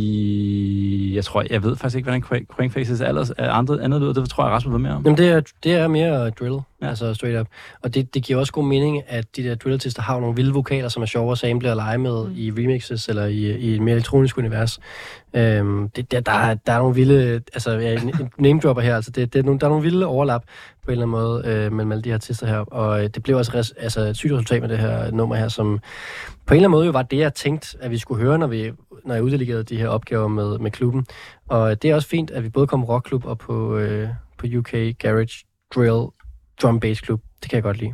sige... Jeg tror, jeg ved faktisk ikke, hvordan Quake- Quankfaces er andre andet lyder. Det tror jeg, Rasmus ved mere om. Jamen, det er, det er mere drill, Ja. ja. altså straight up. Og det, det giver også god mening, at de der drill-artister har nogle vilde vokaler, som er sjove at sample og lege med mm. i remixes eller i, i et mere elektronisk univers. Øhm, det, der, der, er, der er nogle vilde... Altså, jeg er en name-dropper her. Altså, det, det er nogle, der er nogle vilde overlap på en eller anden måde øh, mellem alle de her artister her. Og øh, det blev også res, altså, et sygt resultat med det her nummer her, som på en eller anden måde jo var det, jeg tænkte, at vi skulle høre, når, vi, når jeg uddelegerede de her opgaver med, med klubben. Og det er også fint, at vi både kom rockklub og på, øh, på U K Garage Drill Drum Bass Klub. Det kan jeg godt lide.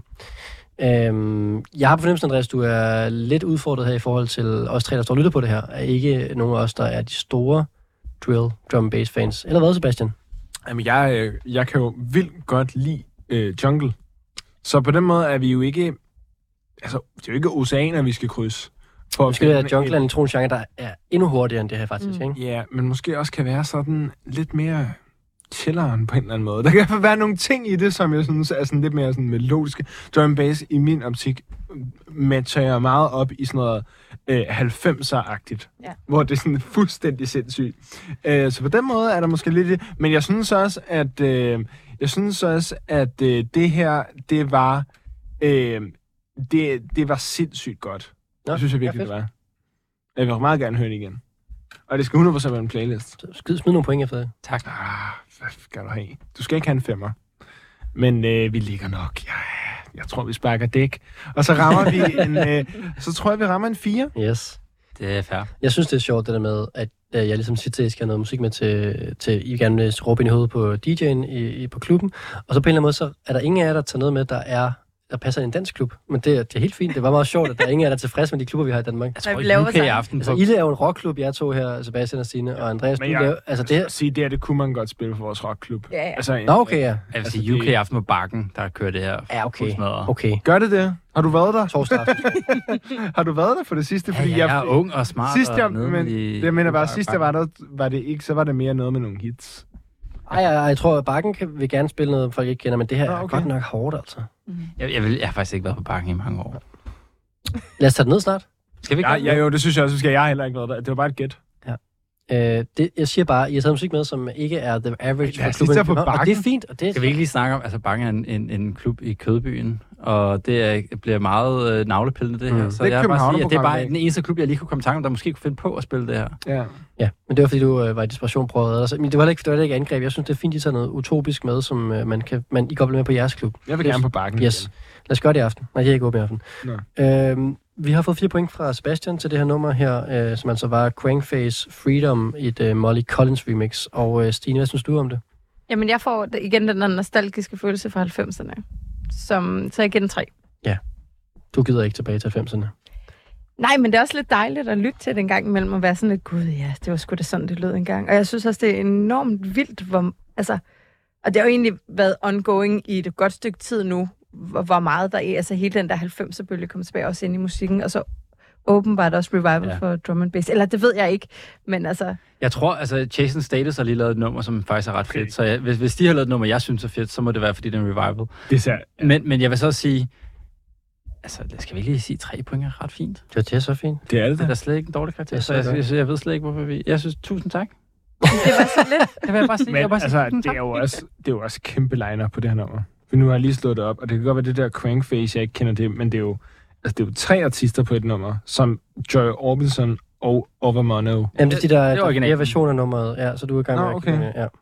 Øhm, jeg har på fornemmelsen, Andreas, du er lidt udfordret her i forhold til os tre, der står og lytter på det her. Er ikke nogen af os, der er de store drill drum bass fans. Eller hvad, Sebastian? Jamen, jeg, øh, jeg kan jo vildt godt lide øh, jungle. Så på den måde er vi jo ikke... Altså, det er jo ikke oceaner, vi skal krydse. For Måske er jungle er en elektronisk genre, der er endnu hurtigere end det her, faktisk, Mm. ikke? Ja, men måske også kan være sådan lidt mere chilleren på en eller anden måde. Der kan i hvert fald være nogle ting i det, som jeg synes er sådan lidt mere sådan melodiske. Drum bass i min optik matcher jeg meget op i sådan noget øh, halvfemser-agtigt. Ja. Hvor det er sådan fuldstændig sindssygt. Øh, så på den måde er der måske lidt det. Men jeg synes også, at øh, jeg synes også, at øh, det her, det var øh, det, det var sindssygt godt. Nå, Det synes jeg virkelig, ja, det fedt. var. Jeg vil meget gerne høre det igen. Og det skal hundrede procent være en playlist. Så skid, smid nogle point efter det. Tak. Ah, hvad skal du have? Du skal ikke have en femmer. Men øh, vi ligger nok. Ja, jeg tror, vi sparker dæk. Og så rammer vi en... Øh, så tror jeg, vi rammer en fire. Yes. Det er fair. Jeg synes, det er sjovt, det der med, at øh, jeg ligesom siger til, at jeg skal have noget musik med til, til I gerne vil råbe ind i hovedet på D J'en i, i, på klubben. Og så på en eller anden måde, så er der ingen af jer, der tager noget med, der er der passer i en dansk klub. Men det, det er helt fint. Det var meget sjovt, at der er ingen af jer, der er tilfreds med de klubber, vi har i Danmark. Jeg Hvad tror, vi laver U K i sammen. aften Altså, på... Ille er jo en rockklub, jeg to her, Sebastian og Stine, og Andreas, Men du jeg- laver... Altså, det her... Sige, det her, det kunne man godt spille for vores rockklub. Ja, ja. Altså, Nå, okay, ja. Jeg vil Altså, sige, U K i det- aften på Bakken, der kører det her. Ja, okay. fuldsmadret. Okay. Gør det det? Har du været der? Torsdag aften. Har du været der for det sidste? Ja, ja, jeg er ung og smart. Sidst jeg, og nede men, med de- det jeg mener bare, Bakken. sidst jeg var der, var det ikke, så var det mere noget med nogle hits. Ej, jeg, jeg tror, at Bakken kan, vil gerne spille noget, folk ikke kender, men det her Nå, er okay. godt nok hårdt, altså. Jeg, jeg, vil, jeg har faktisk ikke været på Bakken i mange år. Lad os tage det ned snart. Skal vi ikke Ja, gøre ja, det? jo, det synes jeg også, skal jeg heller ikke været der. Det var bare et gæt. Øh, det, jeg siger bare, I har taget musik med, som ikke er the average for klubben. På og det er fint. Og det er Skal vi ikke lige snakke om, altså Bakken er en, en, en klub i Kødbyen, og det er, bliver meget øh, navlepillende, det her. Mm. Så det jeg vil bare sige, at det er bare ikke? den eneste klub, jeg lige kunne komme i tanke om, der måske kunne finde på at spille det her. Ja, ja, men det var fordi, du øh, var i desperation-prøvet. Altså, men det var heller ikke, det var ikke angreb. Jeg synes, det er fint, at I tager noget utopisk med, som øh, man kan, man, I går med på jeres klub. jeg vil gerne på Bakken. Yes. Igen. Lad os gøre det i aften. Nej, jeg er ikke åben i aften. Øhm, vi har fået fire point fra Sebastian til det her nummer her, øh, som altså var Crankface Freedom i et øh, Molly Collins remix. Og øh, Stine, hvad synes du om det? Jamen, jeg får igen den der nostalgiske følelse fra halvfemserne. Som, så jeg giver den tre. Ja. Du gider ikke tilbage til halvfemserne. Nej, men det er også lidt dejligt at lytte til den gang imellem og være sådan lidt, gud ja, det var sgu da sådan, det lød engang. Og jeg synes også, det er enormt vildt, hvor, altså, og det har jo egentlig været ongoing i et godt stykke tid nu, hvor, hvor meget der er, altså hele den der halvfemser-bølge kom tilbage også ind i musikken, og så åbenbart også revival ja. for drum and bass. Eller det ved jeg ikke, men altså... Jeg tror, altså, Jason Status har lige lavet et nummer, som faktisk er ret fedt. Så jeg, hvis, hvis de har lavet et nummer, jeg synes er fedt, så må det være, fordi det er en revival. Det ser, ja. men, men jeg vil så sige... Altså, skal vi ikke lige sige, tre point er ret fint? Det er så fint. Det er det. Det er da slet ikke en dårlig karakter, så jeg, jeg, jeg ved slet ikke, hvorfor vi... Jeg synes, tusind tak. Det var så lidt. Det vil jeg bare sige. Men jeg bare altså, sige, det er jo også, det er jo også kæmpe liner på det her nummer. For nu har jeg lige slået det op, og det kan godt være det der Crankface, jeg ikke kender det, men det er jo, altså, det er jo tre artister på et nummer, som Joy Orbison og Overmono. Jamen, det er de der, det er der flere versioner af nummeret, ja, så du er i gang med Nå, okay. at ja.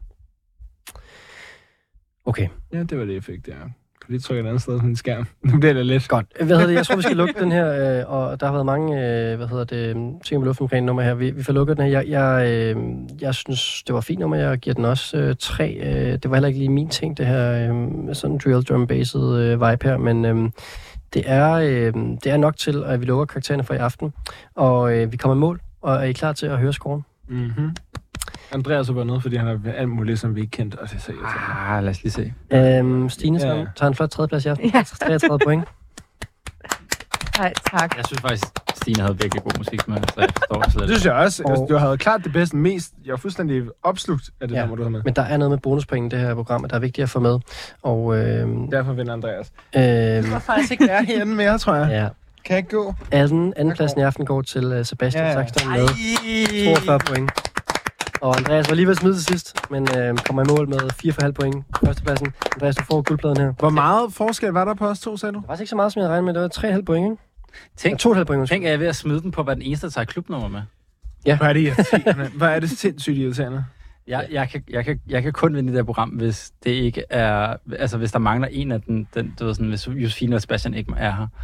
Okay. Ja, det var det, jeg fik der. Jeg kan lige trykke et andet sted på min skærm. Nu bliver det lidt. Godt. Hvad hedder det? Jeg tror, vi skal lukke den her, øh, og der har været mange, øh, hvad hedder det, ting med luften omkring nummer her. Vi, vi får lukket den her. Jeg, jeg, øh, jeg synes, det var fint nummer. Jeg giver den også øh, tre. Øh, det var heller ikke lige min ting, det her øh, sådan drill drum based øh, vibe her, men øh, det, er, øh, det er nok til, at vi lukker karaktererne for i aften, og øh, vi kommer i mål, og er I klar til at høre scoren? Mhm. Andreas har været noget, fordi han har alt muligt, som vi ikke kendte, og det er så ah, lad os lige se. Øhm, Stine ja. tager en flot tredjeplads i aften. Ja. treogtredive point. Nej, tak. Jeg synes faktisk, Stine havde virkelig god musik med, så jeg forstår det slet. Det synes jeg også. Og... Du havde klart det bedste, mest. Jeg var fuldstændig opslugt af det ja. nummer, du havde med. Men der er noget med bonuspoint i det her program, der er vigtigt at få med. Og, øh, derfor vinder Andreas. Øh, det var faktisk ikke være herinde mere, tror jeg. Ja. Kan jeg ikke gå? Anden, anden pladsen i aften går til uh, Sebastian ja. Saxton med toogfyrre point. Og Andreas var lige ved at smide til sidst, men øh, kommer i mål med fire komma fem point. Førstepladsen. Andreas, du får guldpladen her. Hvor meget forskel var der på os to, sagde du? Det var ikke så meget, som jeg regnede med. Det var tre komma fem point, ikke? Tænk, to komma fem point. Tænk, at jeg er ved at smide den på, hvad den eneste, der tager klubnummer med. Ja. Hvor er det irriterende? Hvor er det sindssygt irriterende? Jeg, jeg, kan, jeg, kan, jeg kan kun vinde i det her program, hvis det ikke er... Altså, hvis der mangler en af den... den du ved sådan, hvis Josefine og Sebastian ikke er her.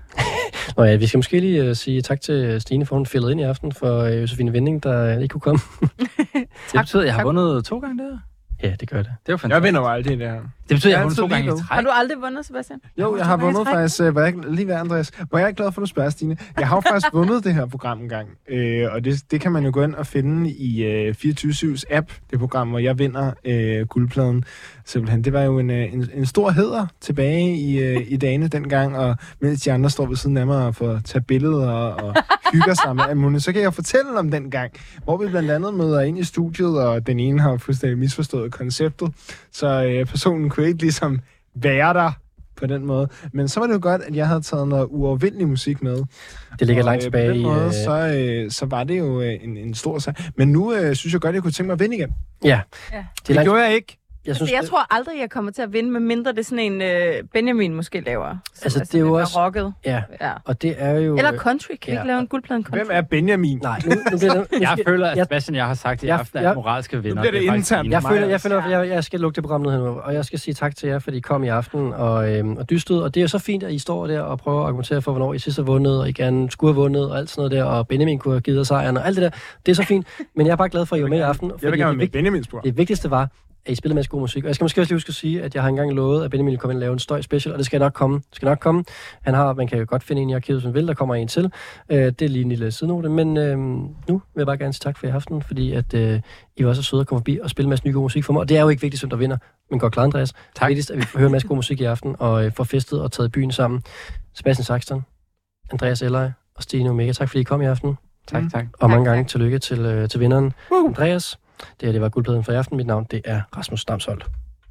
Nå ja, vi skal måske lige uh, sige tak til Stine, for hun fældede ind i aften, for uh, Josefine Vinding, der uh, ikke kunne komme. Det betyder, at jeg har vundet to gange der. Ja, det gør det. Det var fantastisk. Jeg vinder jo aldrig det her. Det betyder, at jeg har vundet to gange i træk. Har du aldrig vundet, Sebastian? Jo, jeg har vundet faktisk, uh, var jeg, lige ved Andreas, hvor jeg er glad for, at du spørger, Stine. Jeg har jo faktisk vundet det her program en gang, øh, og det, det kan man jo gå ind og finde i øh, fireogtyve syv's app, det program, hvor jeg vinder øh, guldpladen. Simpelthen, det var jo en, en, en stor hæder tilbage i, øh, i dagene dengang, og mens de andre står ved siden af mig og får tage billeder og, og hygger sig med alt muligt, så kan jeg fortælle om den gang, hvor vi blandt andet møder ind i studiet, og den ene har fuldstændig misforstået konceptet, så øh, personen kunne ikke ligesom være der på den måde. Men så var det jo godt, at jeg havde taget noget uovervindelig musik med. Det ligger og, langt tilbage på den måde, i... Øh... Så, øh, så var det jo øh, en, en stor sag. Men nu øh, synes jeg godt, at jeg kunne tænke mig at vinde igen. Ja. ja. Det, det langt... gjorde jeg ikke. Jeg, synes, altså, jeg det... tror aldrig, jeg kommer til at vinde, medmindre det er sådan en øh, Benjamin måske laver. Så, altså, det er jo også... rocket. Ja. ja, og det er jo... Eller country. Kan ja. ikke lave en guldplade country? Hvem er Benjamin? Nej, nu, nu bliver det... jeg føler, at Sebastian, jeg har sagt, at jeg, jeg er moralske vinder. Nu bliver det, det internt. Jeg føler, jeg, føler, jeg, jeg skal lukke det program ned her nu, og jeg skal sige tak til jer, fordi I kom i aften og, øhm, og dystede. Og det er jo så fint, at I står der og prøver at argumentere for, hvornår I sidst har vundet, og I gerne skulle have vundet, og alt sådan noget der, og Benjamin kunne have givet os sejren, og alt det der. Det er så fint, men jeg er bare glad for, at I var med i aften. Jeg vil gerne med Benjamins program. Det vigtigste var, at I spillede masse god musik. Og jeg skal måske også lige huske at sige, at jeg har engang lovet, at Benjamin vil komme ind og lave en støj special, og det skal nok komme. Det skal nok komme. Han har, man kan jo godt finde en i arkivet, som vil, der kommer en til. Øh, det er lige en lille sidenote, men øh, nu vil jeg bare gerne sige tak for i aften, fordi at øh, I var så søde at komme forbi og spille en masse ny god musik for mig. Og det er jo ikke vigtigt, hvem der vinder, men godt klar, Andreas. Tak. Det er vigtigst, at vi får høre en masse god musik i aften, og øh, får festet og taget byen sammen. Sebastian Saxton, Andreas Elleje og Stine Omega. Tak fordi I kom i aften. Tak, mm. tak. Og mange tak, gange tak. tillykke til, øh, til vinderen, uh. Andreas. Det her, det var guldpladen for i aften. Mit navn, det er Rasmus Damsholdt.